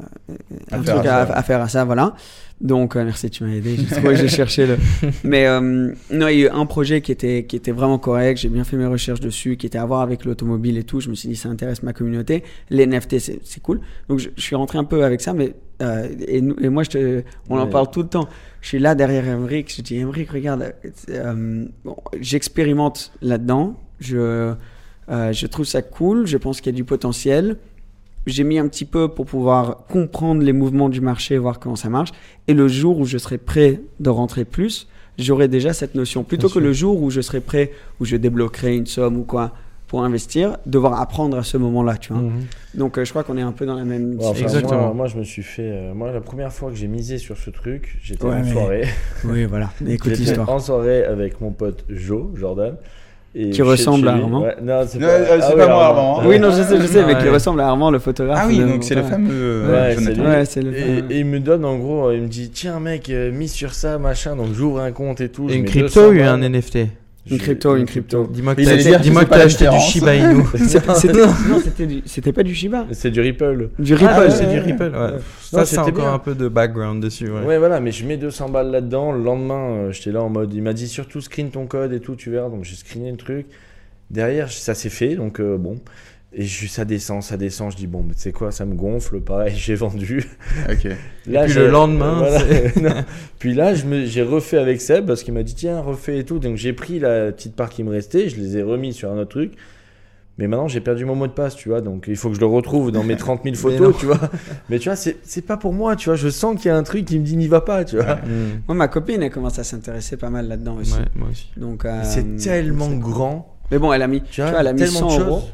S7: un
S6: À faire
S7: truc
S6: à
S7: à,
S6: ça.
S7: à faire à ça, voilà. Donc euh, merci, tu m'as aidé, j'ai trouvé, j'ai cherché le mais euh, non, il y a eu un projet qui était qui était vraiment correct, j'ai bien fait mes recherches dessus, qui était à voir avec l'automobile et tout, je me suis dit ça intéresse ma communauté, les N F T c'est c'est cool. Donc je, je suis rentré un peu avec ça, mais euh, et, nous, et moi je te on en
S8: Ouais.
S7: parle tout le temps. Je suis là derrière Emric, je dis Emric regarde euh, bon, j'expérimente là-dedans, je euh, je trouve ça cool, je pense qu'il y a du potentiel. J'ai mis un petit peu pour pouvoir comprendre les mouvements du marché, voir comment ça marche. Et le jour où je serai prêt de rentrer plus, j'aurai déjà cette notion. Plutôt
S9: Bien
S7: que
S9: sûr.
S7: le jour où je serai prêt, où je débloquerai une somme ou quoi pour investir, devoir apprendre à ce moment-là, tu vois.
S9: Mhm.
S7: Donc euh, je crois qu'on est un peu dans la même
S8: Ouais, enfin,
S9: Exactement.
S8: Moi, moi, je me suis fait. euh, moi, la première fois que j'ai misé sur ce truc, j'étais
S7: Ouais,
S8: en
S7: mais-
S8: soirée.
S7: Oui, voilà. Mais écoute
S8: J'étais
S7: l'histoire.
S8: en soirée avec mon pote Joe, Jordan. Et
S7: Qui
S8: chez-
S7: ressemble
S8: chez
S7: à
S8: lui.
S7: Armand.
S8: Ouais, non, c'est
S6: Euh,
S8: pas,
S6: euh, c'est
S8: ah
S6: pas
S8: oui,
S6: moi, Armand, hein.
S7: Oui, non, je sais, je sais, mais qui
S9: Ouais.
S7: ressemble à Armand, le photographe.
S6: Ah oui,
S7: de-
S6: donc c'est le
S7: ouais.
S6: fameux euh,
S8: Ouais, c'est
S6: Jonathan.
S8: lui.
S7: Ouais, c'est le
S8: Et,
S7: fameux.
S8: et il me donne en gros, il me dit tiens mec, euh, mise sur ça, machin. Donc j'ouvre un compte et tout.
S9: Et
S8: je
S9: une
S8: mets
S9: crypto
S8: deux cents
S9: ou un
S8: balles.
S9: N F T?
S7: Une crypto, une crypto.
S9: Dis-moi que
S6: Il
S9: t'as
S6: allait dire
S9: acheté,
S6: que
S9: dis-moi
S6: c'est
S9: que
S6: pas
S9: t'as
S6: la
S9: acheté du
S6: différence.
S9: Shiba Inu.
S7: C'était non, c'était du- c'était pas du Shiba,
S8: C'est du Ripple.
S7: du Ripple.
S9: Ah ouais, c'est
S7: c'est
S9: du
S7: du
S9: Ripple. Ouais.
S8: Non,
S9: Ça, c'est
S8: c'était
S9: encore
S8: bien.
S9: un peu de background dessus. Ouais.
S8: Ouais, voilà, mais je mets deux cents balles là-dedans. Le lendemain, euh, j'étais là en mode, il m'a dit surtout screen ton code et tout, tu verras. Donc j'ai screené le truc. Derrière, ça s'est fait, donc euh, bon. Et je, ça descend, ça descend. Je dis, bon, mais tu sais quoi, ça me gonfle. Pareil, j'ai vendu.
S6: Ok.
S8: Là,
S9: Et puis
S8: j'ai-
S9: le lendemain,
S8: voilà.
S9: c'est-
S8: Non. Puis là, je me, j'ai refait avec Seb parce qu'il m'a dit, tiens, refais et tout. Donc j'ai pris la petite part qui me restait, je les ai remis sur un autre truc. Mais maintenant, j'ai perdu mon mot de passe, tu vois. Donc il faut que je le retrouve dans mes trente mille
S9: Mais non.
S8: photos, tu vois. Mais tu vois, c'est, c'est pas pour moi, tu vois. Je sens qu'il y a un truc qui me dit, n'y va pas, tu vois.
S9: Mm.
S7: Moi, ma copine, elle commence à s'intéresser pas mal là-dedans aussi.
S9: Ouais, moi aussi.
S7: Donc, euh,
S8: C'est tellement
S7: c'est-
S8: grand.
S7: Mais bon, elle a mis,
S8: Tu
S7: tu
S8: vois,
S7: vois, elle a mis
S8: tellement de
S7: cent
S8: choses.
S7: euros.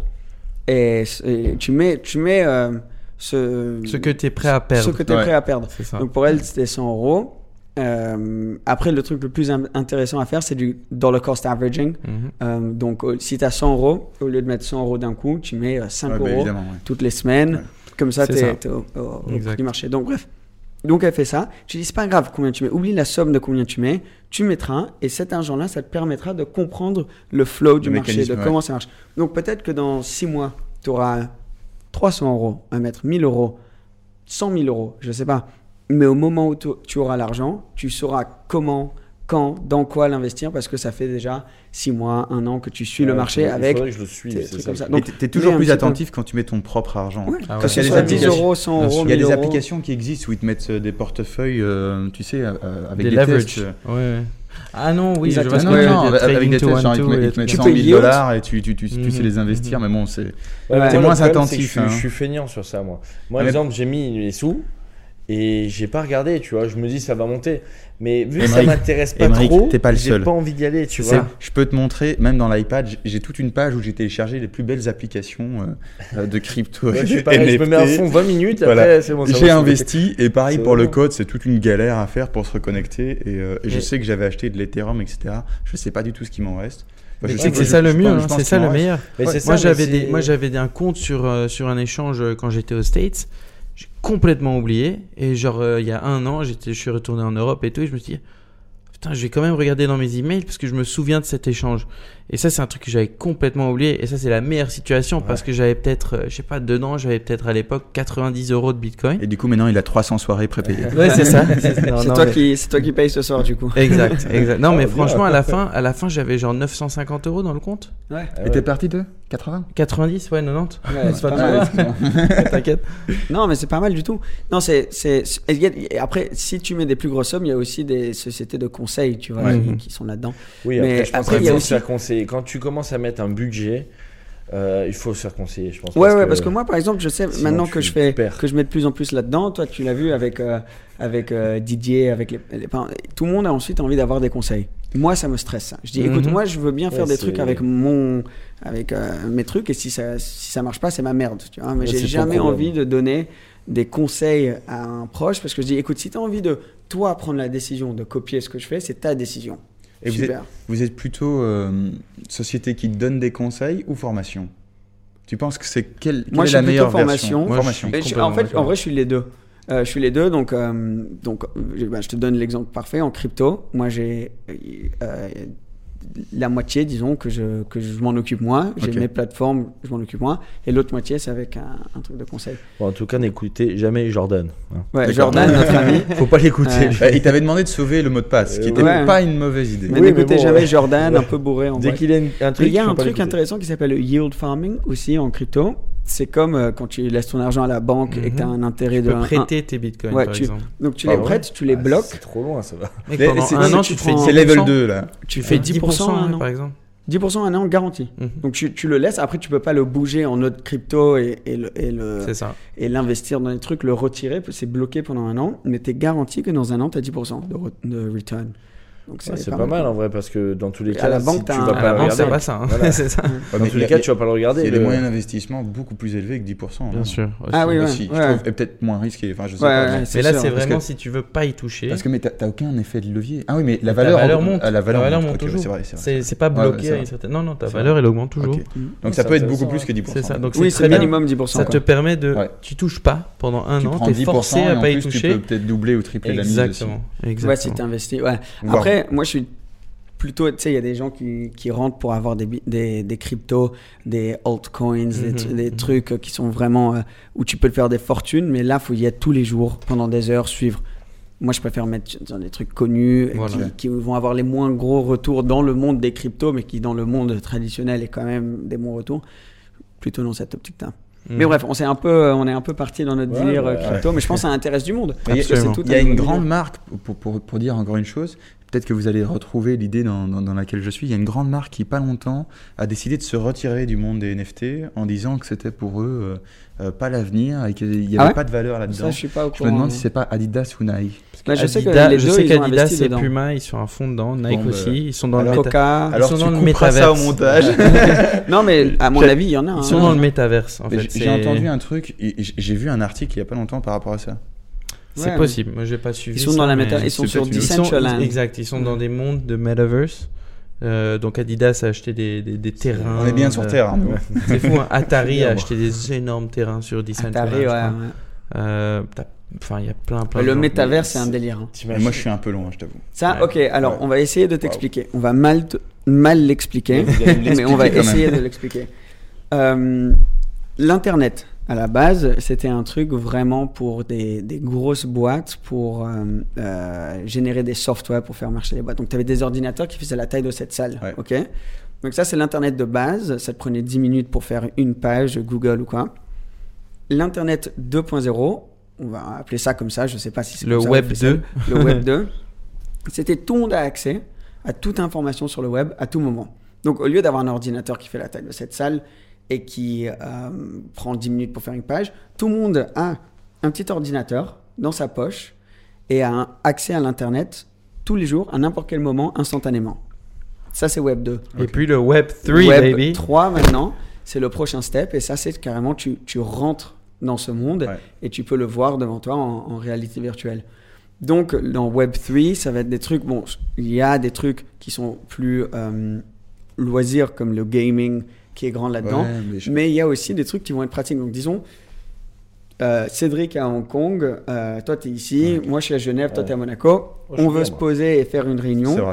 S7: Et, et tu mets, tu mets euh, ce,
S9: Ce que tu es prêt à perdre.
S7: ce que tu es
S6: Ouais.
S7: prêt à perdre.
S9: C'est ça.
S7: Donc pour elle, c'était cent euros. Euh, après, le truc le plus in- intéressant à faire, c'est du dollar cost averaging.
S9: Mhm.
S7: Euh, donc, au- si tu as cent euros, au lieu de mettre cent euros d'un coup, tu mets euh, cinq
S6: Ouais, bah,
S7: euros
S6: évidemment, ouais.
S7: toutes les semaines.
S6: Ouais.
S7: Comme ça,
S9: C'est
S7: tu
S9: ça.
S7: es au, au- au
S9: Exact.
S7: prix du marché. Donc, bref. Donc, elle fait ça. Je dis, c'est pas grave combien tu mets. Oublie la somme de combien tu mets. Tu mettras. Et cet argent-là, ça te permettra de comprendre le flow du
S6: Le
S7: marché, de
S6: mécanisme, ouais.
S7: comment ça marche. Donc, peut-être que dans six mois, tu auras trois cents euros à mettre, mille euros, cent mille euros, je sais pas. Mais au moment où tu- tu auras l'argent, tu sauras comment, quand, dans quoi l'investir parce que ça fait déjà six mois, un an que tu suis le
S8: Ouais,
S7: marché
S8: il
S7: avec
S8: faudrait que je le suive,
S7: des
S8: c'est
S7: trucs
S8: ça.
S7: comme ça.
S6: Et
S7: Donc,
S6: t'es- t'es toujours
S7: mets un
S6: plus
S7: petit peu-
S6: attentif quand tu mets ton propre argent.
S7: Ouais,
S9: Ah
S7: que
S9: ouais.
S7: ce
S6: Il y a
S7: soit
S6: des
S7: dix
S6: applications-
S7: euros, cent
S9: Bien
S7: euros,
S9: sûr.
S6: Il y a
S7: mille
S6: des
S7: euros.
S6: applications qui existent où ils te mettent euh, des portefeuilles, euh, tu sais, euh, avec
S9: Des
S6: des,
S9: leverage.
S6: tests.
S9: Ouais, ouais. Ah non, oui, je
S7: Exactement.
S9: vois ce que
S6: Non,
S9: tu veux
S6: non,
S9: dire.
S6: avec, avec
S9: Trading
S6: des
S9: to
S6: tests,
S9: one
S6: genre, ils
S9: to
S6: te
S9: et
S6: mettent-
S9: des
S6: ils te mettent
S7: Tu
S6: cent
S7: peux
S6: mille
S7: yield.
S6: dollars et tu, tu, tu, tu sais
S9: Mhm.
S6: les investir,
S9: Mhm.
S6: mais bon, c'est.
S8: Ouais,
S6: T'es
S8: moi, le
S6: moins
S8: problème, c'est que
S6: attentif,
S8: Je, suis-
S6: hein.
S8: je suis feignant sur ça, moi. Moi,
S6: Mais-
S8: exemple, j'ai mis les sous et j'ai pas regardé, tu vois. Je me dis, ça va monter. Mais vu que ça
S6: Émeric,
S8: m'intéresse pas
S6: Émeric,
S8: trop,
S6: t'es pas le
S8: j'ai
S6: seul.
S8: pas envie d'y aller, tu
S6: C'est-
S8: vois.
S6: Je peux te montrer, même dans l'iPad, j'ai- j'ai toute une page où j'ai téléchargé les plus belles applications euh, euh, de crypto.
S8: Ouais, je suis pareil, je me mets à fond vingt minutes, après,
S6: Voilà.
S8: c'est bon. ça
S6: J'ai
S8: va,
S6: investi et pareil
S8: C'est
S6: pour le
S8: bon.
S6: code, c'est toute une galère à faire pour se reconnecter. Et, euh, et je
S9: Mais-
S6: sais que j'avais acheté de l'Ethereum, et cetera. Je sais pas du tout ce qui m'en reste. Enfin,
S9: Mais
S6: je
S9: tu
S6: sais
S9: sais que
S6: que
S9: c'est
S6: je-
S9: ça le
S6: je
S9: mieux,
S6: pense-
S9: hein,
S6: je pense
S9: c'est
S6: qu'il
S9: ça
S6: m'en
S9: le
S6: reste.
S9: meilleur.
S8: Mais c'est ça,
S9: Moi
S8: mais
S9: j'avais
S8: c'est-
S9: des, moi j'avais un compte sur euh, sur un échange euh, quand j'étais aux States. J'ai complètement oublié et genre euh, il y a un an, j'étais, je suis retourné en Europe et tout et je me suis dit putain, je vais quand même regarder dans mes emails parce que je me souviens de cet échange. Et ça c'est un truc que j'avais complètement oublié et ça c'est la meilleure situation parce que j'avais peut-être, euh, je sais pas, dedans j'avais peut-être à l'époque quatre-vingt-dix euros de Bitcoin.
S6: Et du coup, maintenant, il a trois cents soirées prépayées.
S9: Ouais c'est ça. C'est, non,
S7: C'est
S9: non,
S7: toi,
S9: mais-
S7: qui, c'est toi qui paye ce soir, du coup.
S9: Exact, exact. Non
S8: Ah,
S9: mais
S8: bien.
S9: franchement à la fin, à la fin j'avais genre neuf cent cinquante euros dans le compte.
S7: Ouais.
S8: Ah
S6: Et
S8: ouais.
S6: t'es parti de quatre-vingts
S9: quatre-vingt-dix, ouais, quatre-vingt-dix.
S7: Ouais, c'est pas mal.
S9: T'inquiète.
S7: Non, mais c'est pas mal du tout. Non, c'est, c'est, c'est- il y a- et après, si tu mets des plus grosses sommes, il y a aussi des sociétés de conseil, tu vois,
S9: Ouais.
S7: qui, qui sont là-dedans.
S8: Oui,
S7: Mais
S8: après, je pense
S7: après,
S8: qu'il
S7: il y a
S8: faut
S7: aussi-
S8: se faire conseiller. Quand tu commences à mettre un budget, euh, il faut se faire conseiller, je pense.
S7: Ouais, ouais, parce que moi, par exemple, je sais
S8: sinon,
S7: maintenant
S8: tu-
S7: que je fais,
S8: tu perds.
S7: que je mets de plus en plus là-dedans. Toi, tu l'as vu avec, euh, avec euh, Didier, avec les, les- enfin, tout le monde a ensuite envie d'avoir des conseils. Moi, ça me stresse. Ça. Je dis, écoute,
S9: Mhm.
S7: moi, je veux bien faire
S8: Ouais,
S7: des
S8: c'est-
S7: trucs avec mon, avec euh, mes trucs, et si ça, si ça marche pas, c'est ma merde. Tu vois. Mais
S8: Ouais,
S7: j'ai
S8: c'est ton
S7: jamais
S8: problème.
S7: envie de donner des conseils à un proche parce que je dis, écoute, si tu as envie de toi prendre la décision de copier ce que je fais, c'est ta décision.
S6: Et vous êtes,
S7: Super.
S6: vous êtes plutôt euh, société qui donne des conseils ou formation? Tu penses que c'est quelle, quelle
S7: Moi,
S6: est
S7: je
S6: la
S7: suis plutôt
S6: meilleure
S7: formation.
S6: version?
S9: Moi, je
S6: Formation.
S9: suis-
S7: Et je-
S9: complètement
S7: en fait,
S9: d'accord.
S7: en vrai, je suis les deux. Euh, je suis les deux, donc, euh, donc euh, bah, je te donne l'exemple parfait. En crypto, moi, j'ai euh, la moitié, disons, que je, que je m'en occupe moi. J'ai
S6: Ok.
S7: mes plateformes, je m'en occupe moi. Et l'autre moitié, c'est avec un, un truc de conseil.
S8: Bon, en tout cas, n'écoutez jamais Jordan. hein.
S7: Ouais,
S6: D'accord.
S7: Jordan, notre ami.
S8: Faut pas l'écouter.
S7: Ouais.
S8: lui.
S6: Bah, il t'avait demandé de sauver le mot de passe, ce qui
S8: Euh,
S6: n'était
S7: ouais.
S6: pas une mauvaise idée.
S7: Mais
S8: Oui,
S7: n'écoutez
S8: mais bon,
S7: jamais
S8: ouais.
S7: Jordan, un
S8: Ouais.
S7: peu bourré en
S8: Dès
S7: vrai.
S8: qu'il y a une- un
S7: Mais
S8: truc,
S7: il y a
S8: faut
S7: un
S8: pas
S7: truc
S8: l'écouter.
S7: intéressant qui s'appelle le yield farming aussi en crypto. C'est comme euh, quand tu laisses ton argent à la banque et que tu as un intérêt
S9: Tu
S7: de
S9: peux
S7: un-
S9: prêter tes bitcoins
S7: Ouais,
S9: par
S7: tu-
S9: exemple.
S7: Donc tu
S6: Ah
S7: les
S6: ouais.
S7: prêtes, tu les
S8: Ah,
S7: bloques.
S8: C'est trop loin, ça va.
S9: Mec,
S6: Mais
S9: pendant
S6: c'est-
S9: un
S6: non,
S9: an,
S6: mais
S9: tu
S7: tu
S9: te fais
S7: prends-
S6: C'est
S9: dix pour cent.
S6: level deux là.
S9: Tu fais dix pour cent,
S7: un
S9: hein,
S7: an.
S9: par exemple.
S7: dix pour cent un an garanti.
S9: Mhm.
S7: Donc tu, tu le laisses, après tu peux pas le bouger en autre crypto et, et, le, et, le-
S9: C'est ça.
S7: et l'investir dans les trucs, le retirer, c'est bloqué pendant un an, mais tu es garanti que dans un an tu as dix pour cent de, re- de return. Donc
S8: Ouais, c'est pas mal en vrai parce que dans tous les
S7: Et
S8: cas,
S7: à la
S8: si
S7: banque,
S8: tu
S7: t'as
S8: vas
S7: un-
S8: pas
S9: À la
S8: le
S9: banque, c'est
S8: regarder.
S9: pas ça. hein.
S8: Voilà.
S9: C'est ça.
S6: Ouais,
S8: Dans
S6: mais
S8: tous
S6: il y
S8: les
S6: a-
S8: cas, tu vas pas le
S6: Il
S8: regarder.
S6: y a des
S8: le-
S6: moyens d'investissement beaucoup plus élevés que dix pour cent.
S9: Bien
S6: hein.
S9: sûr.
S7: Ah oui, ouais.
S6: Aussi, je
S7: ouais.
S6: trouve, et peut-être moins risqué. Enfin, je sais
S7: Ouais,
S6: pas.
S7: ouais,
S6: mais-
S7: c'est
S9: Mais là,
S7: sûr.
S9: c'est
S6: Parce
S9: vraiment
S6: que-
S9: si tu veux pas y toucher.
S6: Parce que mais t'as t'as aucun effet de levier. Ah oui, mais la
S9: Ta
S6: valeur,
S9: valeur monte.
S6: ah, la valeur,
S9: Ta valeur
S6: monte.
S9: monte
S6: Ok,
S9: toujours.
S6: C'est vrai, c'est vrai.
S9: C'est c'est pas
S6: Ouais, ouais,
S9: bloqué
S6: c'est
S9: à
S6: vrai.
S9: une certaine. Non, non, ta
S6: C'est
S9: valeur,
S6: vrai.
S9: elle augmente toujours.
S6: Ok.
S7: Mhm.
S6: Donc
S8: C'est
S6: ça peut être beaucoup
S8: intéressant,
S6: plus que dix pour cent.
S9: C'est ça. Donc
S7: Oui,
S9: c'est
S7: c'est
S9: très bien.
S7: minimum dix pour cent.
S9: Ça
S7: quoi.
S9: te permet de.
S6: Ouais.
S9: Tu touches pas pendant un
S6: Tu
S9: an.
S6: prends
S9: T'es
S6: dix pour cent
S9: forcé
S6: et
S9: à
S6: en
S9: pas y
S6: plus tu
S9: toucher.
S6: peux peut-être doubler ou tripler la mise aussi.
S9: Exactement.
S7: Ouais, si
S9: Exactement.
S7: tu investis. Ouais.
S6: Voir.
S7: Après, moi, je suis plutôt. Tu sais, il y a des gens qui, qui rentrent pour avoir des, bi- des, des cryptos, des altcoins, des, tr-
S9: Mhm,
S7: des
S9: mhm.
S7: trucs qui sont vraiment. euh, où tu peux te faire des fortunes, mais là, il faut y être tous les jours, pendant des heures, suivre. Moi, je préfère mettre dans des trucs connus,
S9: Voilà.
S7: qui, qui vont avoir les moins gros retours dans le monde des cryptos, mais qui, dans le monde traditionnel, est quand même des bons retours. plutôt dans cette optique-là.
S9: Mm.
S7: Mais bref, on, s'est un peu, on est un peu parti dans notre
S8: Ouais,
S7: délire
S8: ouais,
S7: euh, crypto,
S6: ouais.
S7: mais je pense que ça intéresse du monde.
S6: Mais il y a,
S7: Parce que c'est tout
S6: il y a
S7: un
S6: une
S7: nouveau
S6: grande
S7: délire.
S6: marque, pour, pour, pour dire encore une chose, peut-être que vous allez retrouver l'idée dans, dans, dans laquelle je suis. Il y a une grande marque qui, pas longtemps, a décidé de se retirer du monde des N F T en disant que c'était pour eux euh, euh, pas l'avenir et qu'il n'y avait
S7: Ah ouais
S6: pas de valeur là-dedans.
S7: Ça, je suis pas au
S6: Je
S7: courant.
S6: me demande si c'est pas Adidas ou Nike.
S7: Là, je sais que
S9: Adidas-
S7: les
S9: je
S7: deux,
S9: sais
S7: ils ont
S9: qu'Adidas
S7: investi
S9: et
S7: dedans.
S9: Puma, ils sont à fond dedans. Nike
S6: Bon, bah,
S9: aussi. Ils sont dans
S6: alors,
S9: le méta-
S7: Coca.
S9: Ils
S6: Alors
S9: sont
S6: tu
S9: dans le
S6: couperas ça au
S9: métaverse.
S6: montage.
S7: Non, mais à mon
S9: J'ai-
S7: avis, il y en a.
S9: Ils
S7: hein.
S9: sont dans le métaverse. En
S6: Mais
S9: fait,
S6: j'ai-
S9: c'est-
S6: J'ai entendu un truc, et j'ai j'ai vu un article il y a pas longtemps par rapport à ça.
S9: C'est
S7: Ouais,
S9: possible. Moi, j'ai pas suivi.
S7: Ils sont
S9: ça,
S7: dans la
S9: mais-
S7: méta, ils sont
S6: c'est
S7: sur
S6: peut-être une-
S9: Ils sont-
S7: Decentraland.
S9: Exact. Ils sont dans des mondes de metaverse. Euh, donc Adidas a acheté des, des, des terrains.
S6: On est bien sur
S9: euh,
S6: Terre. Hein, nous.
S9: C'est fou. Hein. Atari
S6: bien,
S9: a
S6: moi.
S9: acheté des énormes terrains sur Decentraland.
S7: Atari,
S9: je
S7: ouais,
S9: crois.
S7: ouais.
S9: Euh, t'as- Enfin, il y a plein, plein. de
S7: Le
S9: gens.
S7: métavers, c'est un délire. hein.
S6: Mais moi, je suis un peu loin, je t'avoue.
S7: Ça,
S9: Ouais.
S7: ok, alors
S6: Ouais.
S7: on va essayer de t'expliquer. On va mal, te- mal l'expliquer,
S6: Vous allez me
S7: mais on va
S6: l'expliquer quand même.
S7: essayer de l'expliquer. Euh, L'Internet, à la base, c'était un truc vraiment pour des, des grosses boîtes, pour euh, euh, générer des softwares, pour faire marcher les boîtes. Donc, tu avais des ordinateurs qui faisaient la taille de cette salle.
S6: Ouais.
S7: ok Donc, ça, c'est l'Internet de base. Ça te prenait dix minutes pour faire une page Google ou quoi. L'Internet deux point zéro, on va appeler ça comme ça, je ne sais pas si c'est
S9: Le
S7: comme ça
S9: Web
S7: officiel.
S9: deux.
S7: Le Web deux, c'était tout le monde a accès à toute information sur le web à tout moment. Donc, au lieu d'avoir un ordinateur qui fait la taille de cette salle et qui euh, prend dix minutes pour faire une page, tout le monde a un petit ordinateur dans sa poche et a un accès à l'Internet tous les jours, à n'importe quel moment, instantanément. Ça, c'est Web deux.
S9: Et puis le Web trois,
S7: Web
S9: baby.
S7: trois, maintenant, c'est le prochain step. Et ça, c'est carrément, tu, tu rentres dans ce monde
S6: Ouais.
S7: et tu peux le voir devant toi en, en réalité virtuelle. Donc, dans Web trois, ça va être des trucs... Bon, il y a des trucs qui sont plus euh, loisirs, comme le gaming, qui est grand là-dedans.
S6: Ouais, mais je-
S7: Mais il y a aussi des trucs qui vont être pratiques. Donc, disons, euh, Cédric est à Hong Kong, euh, toi, tu es ici, moi, je suis à Genève, toi,
S8: Ouais.
S7: tu es à Monaco.
S8: Moi, je
S7: On
S8: suis
S7: veut
S8: bien,
S7: se
S8: moi.
S7: poser et faire une réunion.
S6: C'est vrai.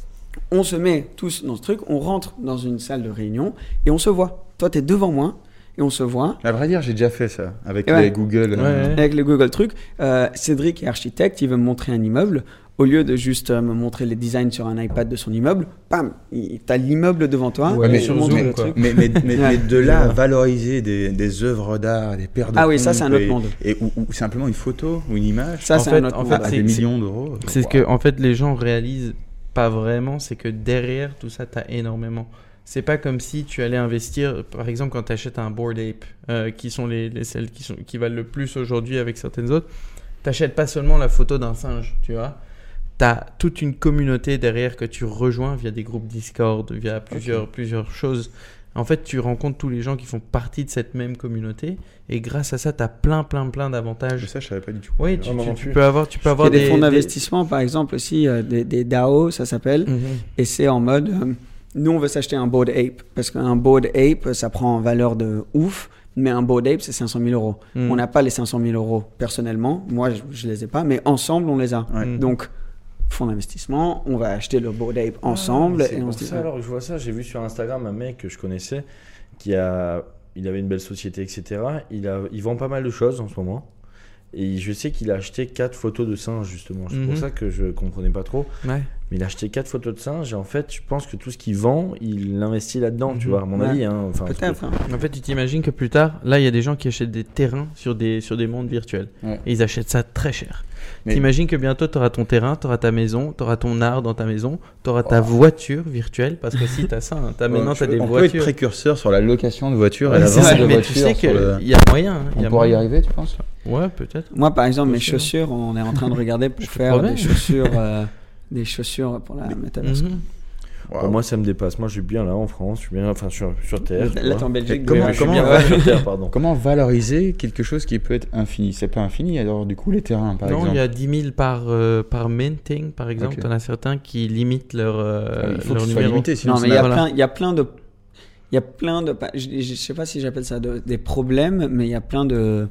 S7: On se met tous dans ce truc, on rentre dans une salle de réunion et on se voit. Toi, tu es devant moi et on se voit.
S6: À vrai dire, j'ai déjà fait ça avec
S7: Ouais.
S6: les Google. euh,
S9: Ouais.
S7: Avec le Google truc, euh, Cédric est architecte, il veut me montrer un immeuble. Au lieu de juste euh, me montrer les designs sur un iPad de son immeuble, bam, il- t'as l'immeuble devant toi.
S9: Ouais,
S7: et
S9: mais
S7: il
S9: sur
S7: te montre
S9: Zoom,
S7: le
S9: quoi.
S7: truc.
S6: Mais, mais, mais,
S7: Ouais.
S6: mais de là à valoriser des, des œuvres d'art, des paires de
S7: Ah oui, ça, c'est un
S6: pompes
S7: autre
S6: et-
S7: monde.
S6: Et, ou, ou simplement une photo ou une image
S7: Ça,
S9: En
S7: c'est
S9: fait-
S7: un autre
S9: en
S7: monde.
S9: fait,
S6: à
S9: c'est-
S6: des
S9: c'est-
S6: millions d'euros.
S9: C'est ce que, en fait, les gens réalisent pas vraiment, c'est que derrière tout ça, tu as énormément. C'est pas comme si tu allais investir, par exemple, quand tu achètes un Bored Ape, euh, qui sont les, les celles qui, sont, qui valent le plus aujourd'hui avec certaines autres, tu n'achètes pas seulement la photo d'un singe, tu vois. Tu as toute une communauté derrière que tu rejoins via des groupes Discord, via plusieurs, plusieurs choses. En fait, tu rencontres tous les gens qui font partie de cette même communauté et grâce à ça, tu as plein, plein, plein d'avantages.
S6: Ça, je savais pas du tout.
S9: Oui, tu,
S8: Ah, moi
S9: tu-
S8: non
S9: tu
S8: plus.
S9: peux avoir, tu peux
S7: Il y
S9: avoir
S7: a des, fonds
S9: des-
S7: d'investissement, par exemple, aussi, euh, des, des DAO, ça s'appelle.
S9: Mhm.
S7: Et c'est en mode, euh, nous, on veut s'acheter un Bored Ape. Parce qu'un Bored Ape, ça prend en valeur de ouf. Mais un Bored Ape, c'est cinq cent mille euros.
S9: Mm.
S7: On n'a pas les cinq cent mille euros personnellement. Moi, je ne les ai pas. Mais ensemble, on les a.
S6: Ouais.
S9: Mm.
S7: Donc, fonds d'investissement, on va acheter le Bored Ape ensemble.
S8: Ah, c'est
S7: et on
S8: pour
S7: se dit,
S8: ça, alors que je vois ça, j'ai vu sur Instagram un mec que je connaissais qui a, il avait une belle société, et cetera. Il a, il vend pas mal de choses en ce moment. Et je sais qu'il a acheté quatre photos de singes justement. C'est
S9: Mhm.
S8: pour ça que je comprenais pas trop.
S9: Ouais.
S8: Mais il a acheté quatre photos de singes et en fait, je pense que tout ce qu'il vend, il l'investit là-dedans, tu
S9: Mhm.
S8: vois, à mon
S7: Ouais.
S8: avis. Hein. Enfin,
S7: peut-être. hein.
S9: En fait, tu t'imagines que plus tard, là, il y a des gens qui achètent des terrains sur des, sur des mondes virtuels.
S6: Ouais.
S9: Et ils achètent ça très cher.
S6: Mais-
S9: T'imagines que bientôt, tu auras ton terrain, tu auras ta maison, tu auras ton art dans ta maison, tu auras
S6: Oh.
S9: ta voiture virtuelle. Parce que si tu as ça, hein, t'as, maintenant, tu as des
S6: on peut être
S9: voitures.
S6: précurseur sur la location de voitures et
S9: Ouais,
S6: la
S9: c'est
S6: vente
S9: ça,
S6: de
S9: mais
S6: voitures.
S9: tu sais
S6: sur le-
S9: qu'il y a moyen. hein, il y
S6: On
S9: a
S6: pourra y
S9: moyen.
S6: arriver, tu penses?
S9: Ouais, peut-être.
S7: Moi, par exemple, mes
S9: Chaussures.
S7: chaussures, on est en train de regarder pour
S9: Je te
S7: faire
S9: promets.
S7: des chaussures, euh, des chaussures pour la métaverse.
S9: Mhm.
S8: Pour moi, ça me dépasse. Moi, je suis bien là en France, je suis bien, enfin, sur, sur Terre. tu
S7: Là,
S8: vois.
S7: t'es en Belgique.
S6: Et comment-
S7: donc,
S8: je suis
S6: comment-
S8: bien
S6: ouais.
S8: sur Terre, pardon.
S6: Comment valoriser quelque chose qui peut être infini? C'est pas infini, alors du coup, les terrains, par
S9: non,
S6: exemple.
S9: il y a dix mille par, euh, par minting, par exemple.
S6: Ok.
S9: Tu en as certains qui limitent leur, euh,
S6: Ah, il faut
S9: leur
S6: que ce soit
S9: numéro.
S6: limité, sinon
S7: Non, mais il
S6: c'est
S7: y, a
S6: mal.
S9: Voilà.
S7: plein, il y a plein de. Il y a plein de. Je, je, je sais pas si j'appelle ça de- des problèmes, mais il y a plein de,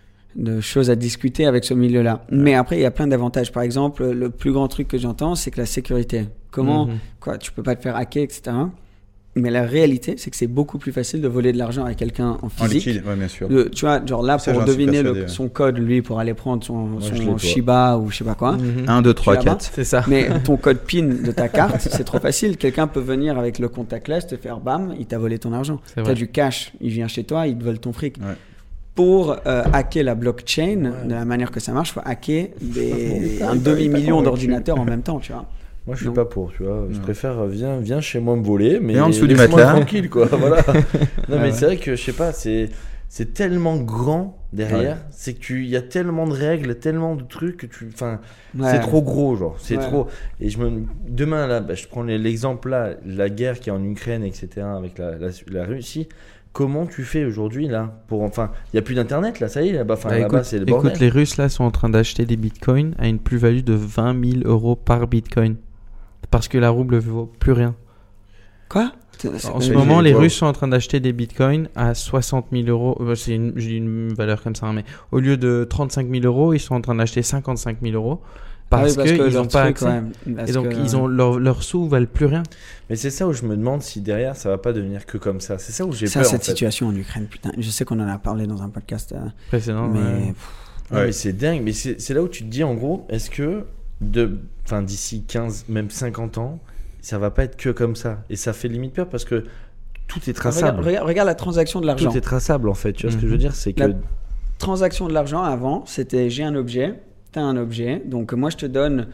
S7: de choses à discuter avec ce milieu-là. Mais après, il y a plein d'avantages. Par exemple, le plus grand truc que j'entends, c'est que la sécurité. Comment,
S9: Mhm.
S7: quoi, tu peux pas te faire hacker, et cetera. Mais la réalité, c'est que c'est beaucoup plus facile de voler de l'argent à quelqu'un en
S6: En
S7: physique.
S6: liquide, ouais, bien sûr.
S7: De- tu vois, genre là,
S6: Ça,
S7: pour
S6: j'en suis
S7: deviner le-
S6: persuadé, ouais.
S7: son code, lui, pour aller prendre son,
S8: Moi,
S7: son
S8: je l'ai, toi.
S7: Shiba ou je sais pas quoi.
S9: Mhm.
S6: un, deux, trois,
S7: là-bas.
S6: quatre.
S9: C'est ça.
S7: Mais ton code PIN de ta carte, c'est trop facile. Quelqu'un peut venir avec le contactless, te faire bam, il t'a volé ton argent.
S9: C'est
S7: Tu as
S9: vrai.
S7: du cash, il vient chez toi, il te vole ton fric.
S6: Ouais.
S7: Pour euh, hacker la blockchain, de la manière que ça marche, il faut hacker des, un demi-million d'ordinateurs en même temps, tu vois.
S8: Moi, je suis
S7: Non.
S8: pas pour, tu vois. Je
S6: Non.
S8: préfère, euh, viens, viens chez moi me voler, mais
S6: Et en dessous du
S8: laisse-moi
S6: matelas.
S8: tranquille, quoi. Voilà. Non, mais
S7: ouais.
S8: c'est vrai que, je sais pas, c'est, c'est tellement grand derrière.
S6: Ouais.
S8: C'est que tu, il y a tellement de règles, tellement de trucs que tu, enfin,
S7: Ouais.
S8: c'est trop gros, genre. C'est
S7: Ouais.
S8: trop. Et je me, demain, là, bah, je prends les- l'exemple là, la guerre qui est en Ukraine, et cetera, avec la, la, la Russie. Comment tu fais aujourd'hui, là, pour, enfin, il y a plus d'internet, là, ça y est, là-bas, enfin,
S9: Bah,
S8: là-bas,
S9: écoute,
S8: c'est le bordel.
S9: écoute, les Russes là sont en train d'acheter des bitcoins à une plus-value de vingt mille euros par bitcoin. Parce que la rouble ne vaut plus rien.
S7: Quoi
S9: En ce
S8: j'ai-
S9: moment,
S8: j'ai-
S9: les
S8: wow.
S9: Russes sont en train d'acheter des bitcoins à soixante mille euros. Euh, C'est une, j'ai une valeur comme ça, hein, mais au lieu de trente-cinq mille euros, ils sont en train d'acheter cinquante-cinq mille euros. Parce,
S7: Ah oui,
S9: qu'ils
S7: leur
S9: n'ont pas
S7: truc,
S9: accès.
S7: ouais, parce
S9: Et donc,
S7: que-
S9: ils ont, leur- leurs sous valent plus rien.
S8: Mais c'est ça où je me demande si derrière, ça va pas devenir que comme ça. C'est ça où j'ai
S7: Ça,
S8: peur,
S7: cette
S8: en fait.
S7: situation en Ukraine, putain. Je sais qu'on en a parlé dans un podcast, euh,
S9: Précédent.
S7: mais
S9: ouais.
S7: pff,
S8: Ouais,
S6: Ouais.
S8: mais c'est dingue. Mais c'est c'est là où tu te dis, en gros, est-ce que de, enfin, d'ici quinze, même cinquante ans, ça va pas être que comme ça. Et ça fait limite peur parce que tout est
S7: regarde,
S8: traçable.
S7: regarde, regarde la transaction de l'argent.
S8: Tout est traçable, en fait. Tu vois ce que je veux dire? C'est que.
S7: La transaction de l'argent avant, c'était j'ai un objet, tu as un objet, donc moi je te donne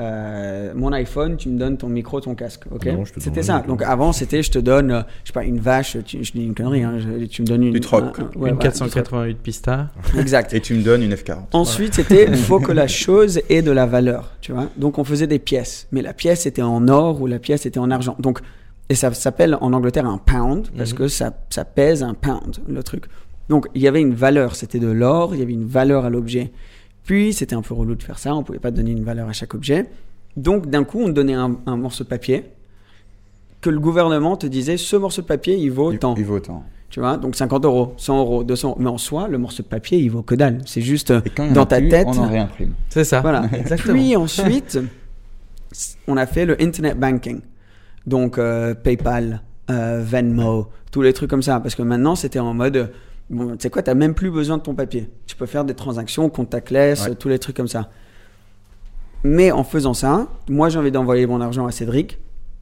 S7: euh, mon iPhone, tu me donnes ton micro, ton casque, ok?
S8: Non, je te
S7: C'était
S8: donne
S7: ça.
S8: rien.
S7: Donc avant c'était je te donne, euh, je sais pas, une vache, tu- je dis une connerie, hein, je- tu me donnes une.
S6: Du troc.
S7: un- un- ouais,
S9: Une
S7: voilà,
S9: quatre cent
S7: du troc.
S9: quatre-vingt-huit Pista.
S7: Exact.
S6: Et tu me donnes une F quarante.
S7: Ensuite, c'était il faut que la chose ait de la valeur, tu vois. Donc on faisait des pièces, mais la pièce était en or ou la pièce était en argent. Donc et ça s'appelle en Angleterre un pound parce que ça ça pèse un pound le truc. Donc il y avait une valeur, c'était de l'or, il y avait une valeur à l'objet. Puis c'était un peu relou de faire ça, on pouvait pas donner une valeur à chaque objet. Donc d'un coup, on te donnait un, un morceau de papier que le gouvernement te disait ce morceau de papier il vaut
S6: Il,
S7: tant.
S6: il vaut autant.
S7: Tu vois, donc cinquante euros, cent euros, deux cents. Mais en soi, le morceau de papier, il vaut que dalle. C'est juste
S6: Et quand il y en
S7: dans
S6: a
S7: ta
S6: plus,
S7: tête.
S6: on en réimprime.
S9: C'est ça.
S7: Voilà.
S9: Exactement.
S7: Puis ensuite, on a fait le internet banking. Donc euh, PayPal, euh, Venmo, tous les trucs comme ça. Parce que maintenant, c'était en mode, bon, tu sais quoi, tu n'as même plus besoin de ton papier. Tu peux faire des transactions, contactless,
S6: Ouais.
S7: tous les trucs comme ça. Mais en faisant ça, moi, j'ai envie d'envoyer mon argent à Cédric.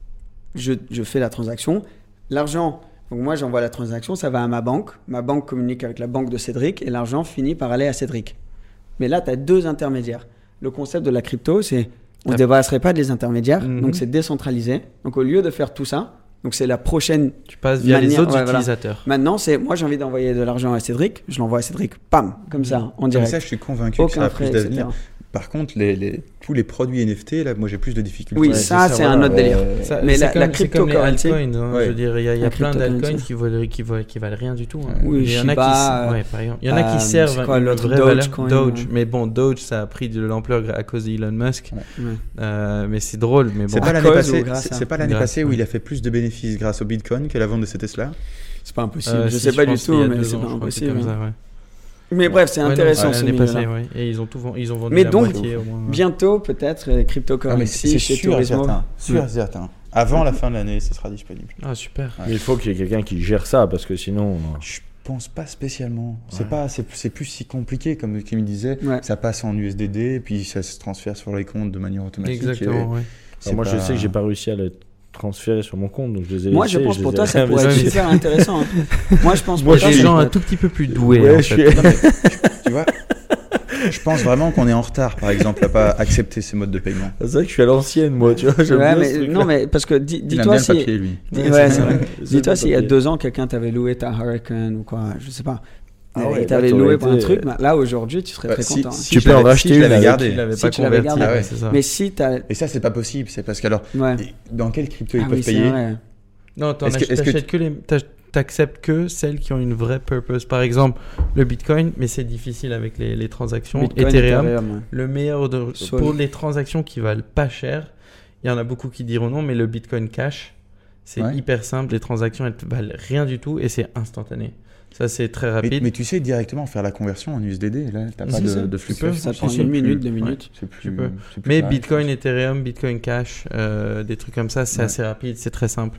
S7: Je, je fais la transaction. L'argent, donc moi, j'envoie la transaction, ça va à ma banque. Ma banque communique avec la banque de Cédric et l'argent finit par aller à Cédric. Mais là, tu as deux intermédiaires. Le concept de la crypto, c'est on ne se débarrasserait pas des intermédiaires,
S9: Mhm.
S7: donc c'est décentralisé. Donc au lieu de faire tout ça, donc c'est la prochaine.
S9: Tu passes via les
S7: manière-
S9: autres
S7: ouais, voilà.
S9: utilisateurs.
S7: Maintenant, c'est moi j'ai envie d'envoyer de l'argent à Cédric, je l'envoie à Cédric, pam, comme ça, en
S6: Comme
S7: direct.
S6: ça, je suis convaincu que ça
S7: Aucun
S6: a plus
S7: frais,
S6: d'avenir.
S7: et cetera.
S6: Par contre, les, les- tous les produits N F T, là, moi j'ai plus de difficultés.
S7: Oui,
S8: Ouais,
S7: ça,
S8: c'est
S7: c'est
S8: ça,
S7: un
S8: voilà,
S7: autre
S8: ouais.
S7: délire.
S9: Ça,
S7: Mais
S9: c'est
S7: la,
S9: comme,
S7: la
S9: c'est comme les
S7: cryptocurrency,
S9: altcoins, hein.
S6: Ouais.
S9: Je veux dire, il y a, il y a
S7: La
S9: plein
S7: cryptocurrency.
S9: d'altcoins qui valent, qui, valent, qui valent rien du tout. hein.
S7: Oui,
S9: Il y en a
S7: Shiba,
S9: qui, ouais, par exemple. Il y en a
S7: euh,
S9: qui servent
S7: c'est quoi
S9: une
S7: l'autre,
S9: vraie valeur.
S7: Dogecoin,
S9: Doge.
S7: ouais.
S9: Mais bon, Doge, ça a pris de l'ampleur à cause d'Elon Musk.
S7: Ouais.
S9: Euh, mais c'est drôle. Mais bon.
S6: C'est pas
S7: À
S6: l'année
S7: cause
S6: passée,
S7: ou grâce
S6: c'est-
S7: à-
S6: c'est pas l'année
S9: Grâce,
S6: passée où
S9: ouais.
S6: il a fait plus de bénéfices grâce au Bitcoin que la vente de ses Tesla.
S7: C'est pas impossible.
S9: Euh,
S7: je
S9: si,
S7: sais pas du
S9: pense
S7: tout,
S9: qu'il y a
S7: mais
S9: deux
S7: c'est
S9: ans,
S7: pas
S9: je crois que c'était
S7: impossible.
S9: comme ça, ouais.
S7: Mais bref, c'est
S9: Ouais, non,
S7: intéressant
S9: ouais,
S7: ce
S9: l'année
S7: milieu-là.
S9: passée, ouais. Et ils ont tout vendu, ils ont vendu
S7: Mais
S9: la
S7: donc,
S9: moitié au moins. ouais.
S7: Bientôt, peut-être, les
S6: Ah, mais
S7: cryptocurrencies
S6: c'est
S7: chez
S6: sûr et
S7: Turismo.
S6: certain. Sûr et
S7: Mm.
S6: certain. Avant la fin de l'année, ça sera disponible.
S9: Ah, super.
S8: Mais il faut qu'il y ait quelqu'un qui gère ça parce que sinon.
S6: Je pense pas spécialement. C'est
S8: Ouais.
S6: pas, c'est, c'est plus si compliqué comme Kim disait.
S7: Ouais.
S6: Ça passe en U S D D, puis ça se transfère sur les comptes de manière automatique.
S9: Exactement,
S6: et
S9: ouais.
S6: c'est
S8: Alors moi, je
S6: pas-
S8: sais que j'ai pas réussi à le transférer sur mon compte, donc je les ai.
S7: Moi, je
S8: laissés,
S7: pense
S8: les
S7: pour
S8: ai
S7: toi, ça pourrait être
S8: réinvestis.
S7: super intéressant. hein. Moi, je pense
S8: Moi,
S7: pour toi,
S9: Des
S8: j'ai-
S7: ça
S9: gens
S7: pourrait
S9: un tout petit peu plus doués.
S8: Ouais,
S9: en
S8: je
S9: fait.
S8: suis-
S6: Non, mais, tu vois, je pense vraiment qu'on est en retard, par exemple, à pas accepter ces modes de paiement.
S8: C'est vrai que je suis à l'ancienne, moi, tu vois. J'aime
S7: Ouais,
S8: bien
S7: mais,
S8: ce truc-là.
S7: non, mais parce que dis-
S6: Il aime
S7: dis-toi
S6: bien le
S7: si.
S6: papier, lui.
S7: dis-
S8: Ouais,
S7: ouais,
S8: c'est
S7: c'est vrai.
S8: vrai.
S7: Dis-toi
S8: C'est
S7: s'il y a
S8: papier.
S7: deux ans, quelqu'un t'avait loué ta Hurricane ou quoi, je sais pas.
S8: Ah ouais,
S7: il t'avait
S8: là,
S7: loué
S8: t'aurais
S7: pour un
S8: été-
S7: truc. bah, là, aujourd'hui, tu serais
S6: Bah,
S7: très
S6: si-
S7: content. hein.
S6: si
S8: Tu
S6: je
S8: peux en
S6: l'avais-
S8: racheter
S6: si je
S8: une
S6: l'avais
S8: avec-
S6: gardé.
S9: Il l'avait
S7: Si
S9: pas
S7: tu l'avais
S9: converti.
S7: gardé.
S9: ouais,
S6: Ouais.
S9: c'est ça.
S7: Mais si t'as.
S6: Et ça, c'est pas possible. C'est parce qu'alors,
S7: Ouais.
S6: dans quelle crypto ils
S7: Ah
S6: peuvent
S7: oui, c'est
S6: payer
S7: vrai.
S9: Non, t'en
S6: Est-ce que-
S9: ach-
S6: est-ce que
S9: t'achètes que les. t'ach- T'acceptes que celles qui ont une vraie purpose. Par exemple, le Bitcoin, mais c'est difficile avec les, les transactions.
S7: Bitcoin,
S9: Ethereum,
S7: ouais.
S9: le meilleur de,
S7: Sol.
S9: pour les transactions qui valent pas cher. Il y en a beaucoup qui diront non, mais le Bitcoin Cash, c'est
S6: Ouais.
S9: hyper simple. Les transactions, elles valent rien du tout et c'est instantané. Ça, c'est très
S6: mais,
S9: rapide.
S6: mais tu sais directement faire la conversion en U S D D. Là, t'as pas
S9: Si,
S6: de,
S9: si,
S6: de
S9: tu peux.
S6: fluctuation.
S7: Ça prend
S9: Si,
S7: une
S9: si.
S7: minute, deux
S6: Ouais.
S7: minutes.
S6: C'est plus,
S9: Tu peux.
S6: c'est plus
S9: Mais
S6: pareil,
S9: Bitcoin,
S6: je pense.
S9: Ethereum, Bitcoin Cash, euh, des trucs comme ça, c'est
S6: Ouais.
S9: assez rapide, c'est très simple.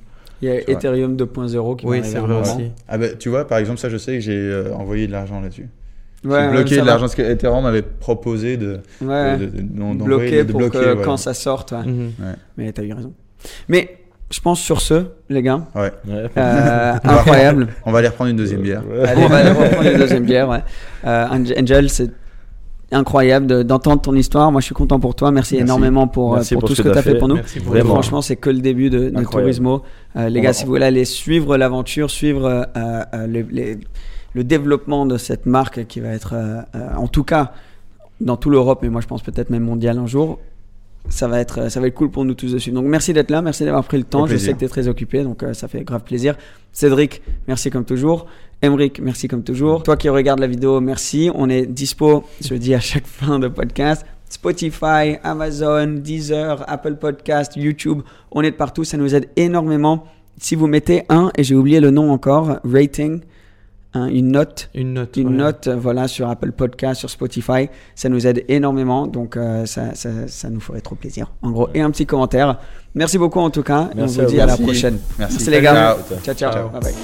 S7: Il y a
S6: Tu vois.
S7: Ethereum deux point zéro qui
S9: Oui,
S7: va arriver
S9: c'est
S7: à un
S9: vrai
S7: moment.
S9: aussi.
S6: Ah bah, tu vois, par exemple, ça, je sais que j'ai euh, envoyé de l'argent là-dessus.
S7: Ouais,
S6: j'ai bloqué
S7: ça
S6: de
S7: va.
S6: l'argent parce que Ethereum m'avait proposé de,
S7: Ouais.
S6: de, de, de- d'envoyer-
S7: Bloqué
S6: de
S7: pour
S6: bloquer,
S7: que
S6: voilà.
S7: quand ça sorte. Ouais.
S9: Mhm.
S6: Ouais.
S7: Mais t'as eu raison. Mais je pense sur ce, les gars,
S6: Ouais.
S8: Ouais.
S7: euh, incroyable.
S6: On va aller reprendre une deuxième bière.
S7: Allez, on va aller reprendre une deuxième bière. Ouais. Euh, Angel, Angel, c'est incroyable de- d'entendre ton histoire. Moi, je suis content pour toi. Merci,
S6: Merci.
S7: énormément pour,
S8: Merci
S7: pour
S8: pour
S7: tout
S8: ce
S7: ce que
S8: que
S7: tu as
S8: t'as
S7: fait
S8: fait.
S7: pour nous.
S8: Merci
S7: Et
S8: vraiment.
S7: franchement, c'est que le début de, de
S8: Incroyable.
S7: Turismo. Euh, les
S6: On
S7: gars,
S6: va-
S7: si vous voulez aller suivre l'aventure, suivre euh, euh, les- les- le développement de cette marque qui va être, euh, euh, en tout cas, dans toute l'Europe, mais moi, je pense peut-être même mondial un jour. Ça va être, ça va être cool pour nous tous de suivre. Donc, merci d'être là. Merci d'avoir pris le temps.
S6: Au
S7: Je
S6: plaisir.
S7: sais que tu es très occupé, donc euh, ça fait grave plaisir. Cédric, merci comme toujours. Emric, merci comme toujours. Toi qui regardes la vidéo, merci. On est dispo, je le dis à chaque fin de podcast. Spotify, Amazon, Deezer, Apple Podcast, YouTube. On est de partout. Ça nous aide énormément. Si vous mettez un, et j'ai oublié le nom encore, rating, hein, une note.
S9: Une note.
S7: Une
S9: ouais.
S7: note, euh, voilà, sur Apple Podcast, sur Spotify, ça nous aide énormément, donc euh, ça, ça, ça nous ferait trop plaisir. En gros, et un petit commentaire. Merci beaucoup en tout cas. et
S8: Merci
S7: on vous
S8: à
S7: dit
S8: vous.
S7: à la
S6: Merci.
S7: prochaine.
S6: Merci.
S7: les gars.
S6: Ciao.
S7: Ciao, ciao.
S6: Ciao.
S7: Bye bye.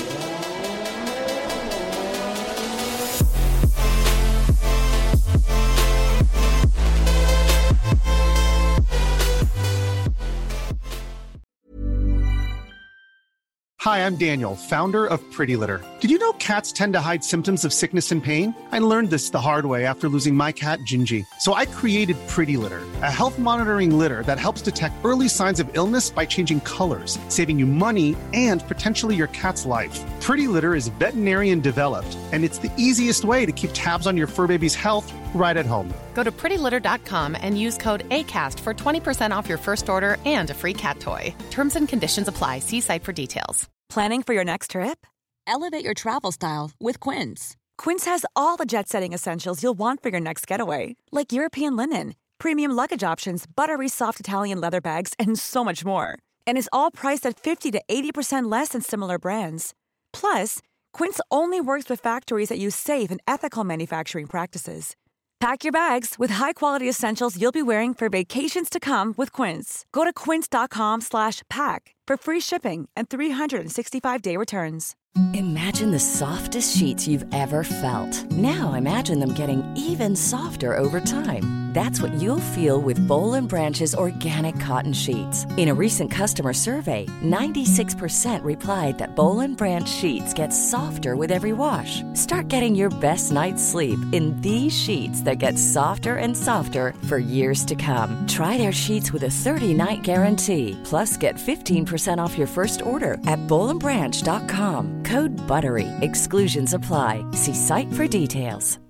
S13: Hi, I'm Daniel, founder of Pretty Litter. Did you know cats tend to hide symptoms of sickness and pain? I learned this the hard way after losing my cat, Gingy. So I created Pretty Litter, a health monitoring litter that helps detect early signs of illness by changing colors, saving you money and potentially your cat's life. Pretty Litter is veterinarian developed, and it's the easiest way to keep tabs on your fur baby's health right at home.
S14: Go to pretty litter dot com and use code ACAST for twenty percent off your first order and a free cat toy. Terms and conditions apply. See site for details.
S10: Planning for your next trip?
S15: Elevate your travel style with Quince.
S10: Quince has all the jet-setting essentials you'll want for your next getaway, like European linen, premium luggage options, buttery soft Italian leather bags, and so much more. And is all priced at fifty to eighty percent less than similar brands. Plus, Quince only works with factories that use safe and ethical manufacturing practices. Pack your bags with high-quality essentials you'll be wearing for vacations to come with Quince. Go to quince dot com slash pack for free shipping and three sixty-five day returns.
S15: Imagine the softest sheets you've ever felt. Now imagine them getting even softer over time. That's what you'll feel with Bowl and Branch's organic cotton sheets. In a recent customer survey, ninety-six percent replied that Bowl and Branch sheets get softer with every wash. Start getting your best night's sleep in these sheets that get softer and softer for years to come. Try their sheets with a thirty-night guarantee. Plus, get fifteen percent off your first order at bowl and branch dot com. Code BUTTERY. Exclusions apply. See site for details.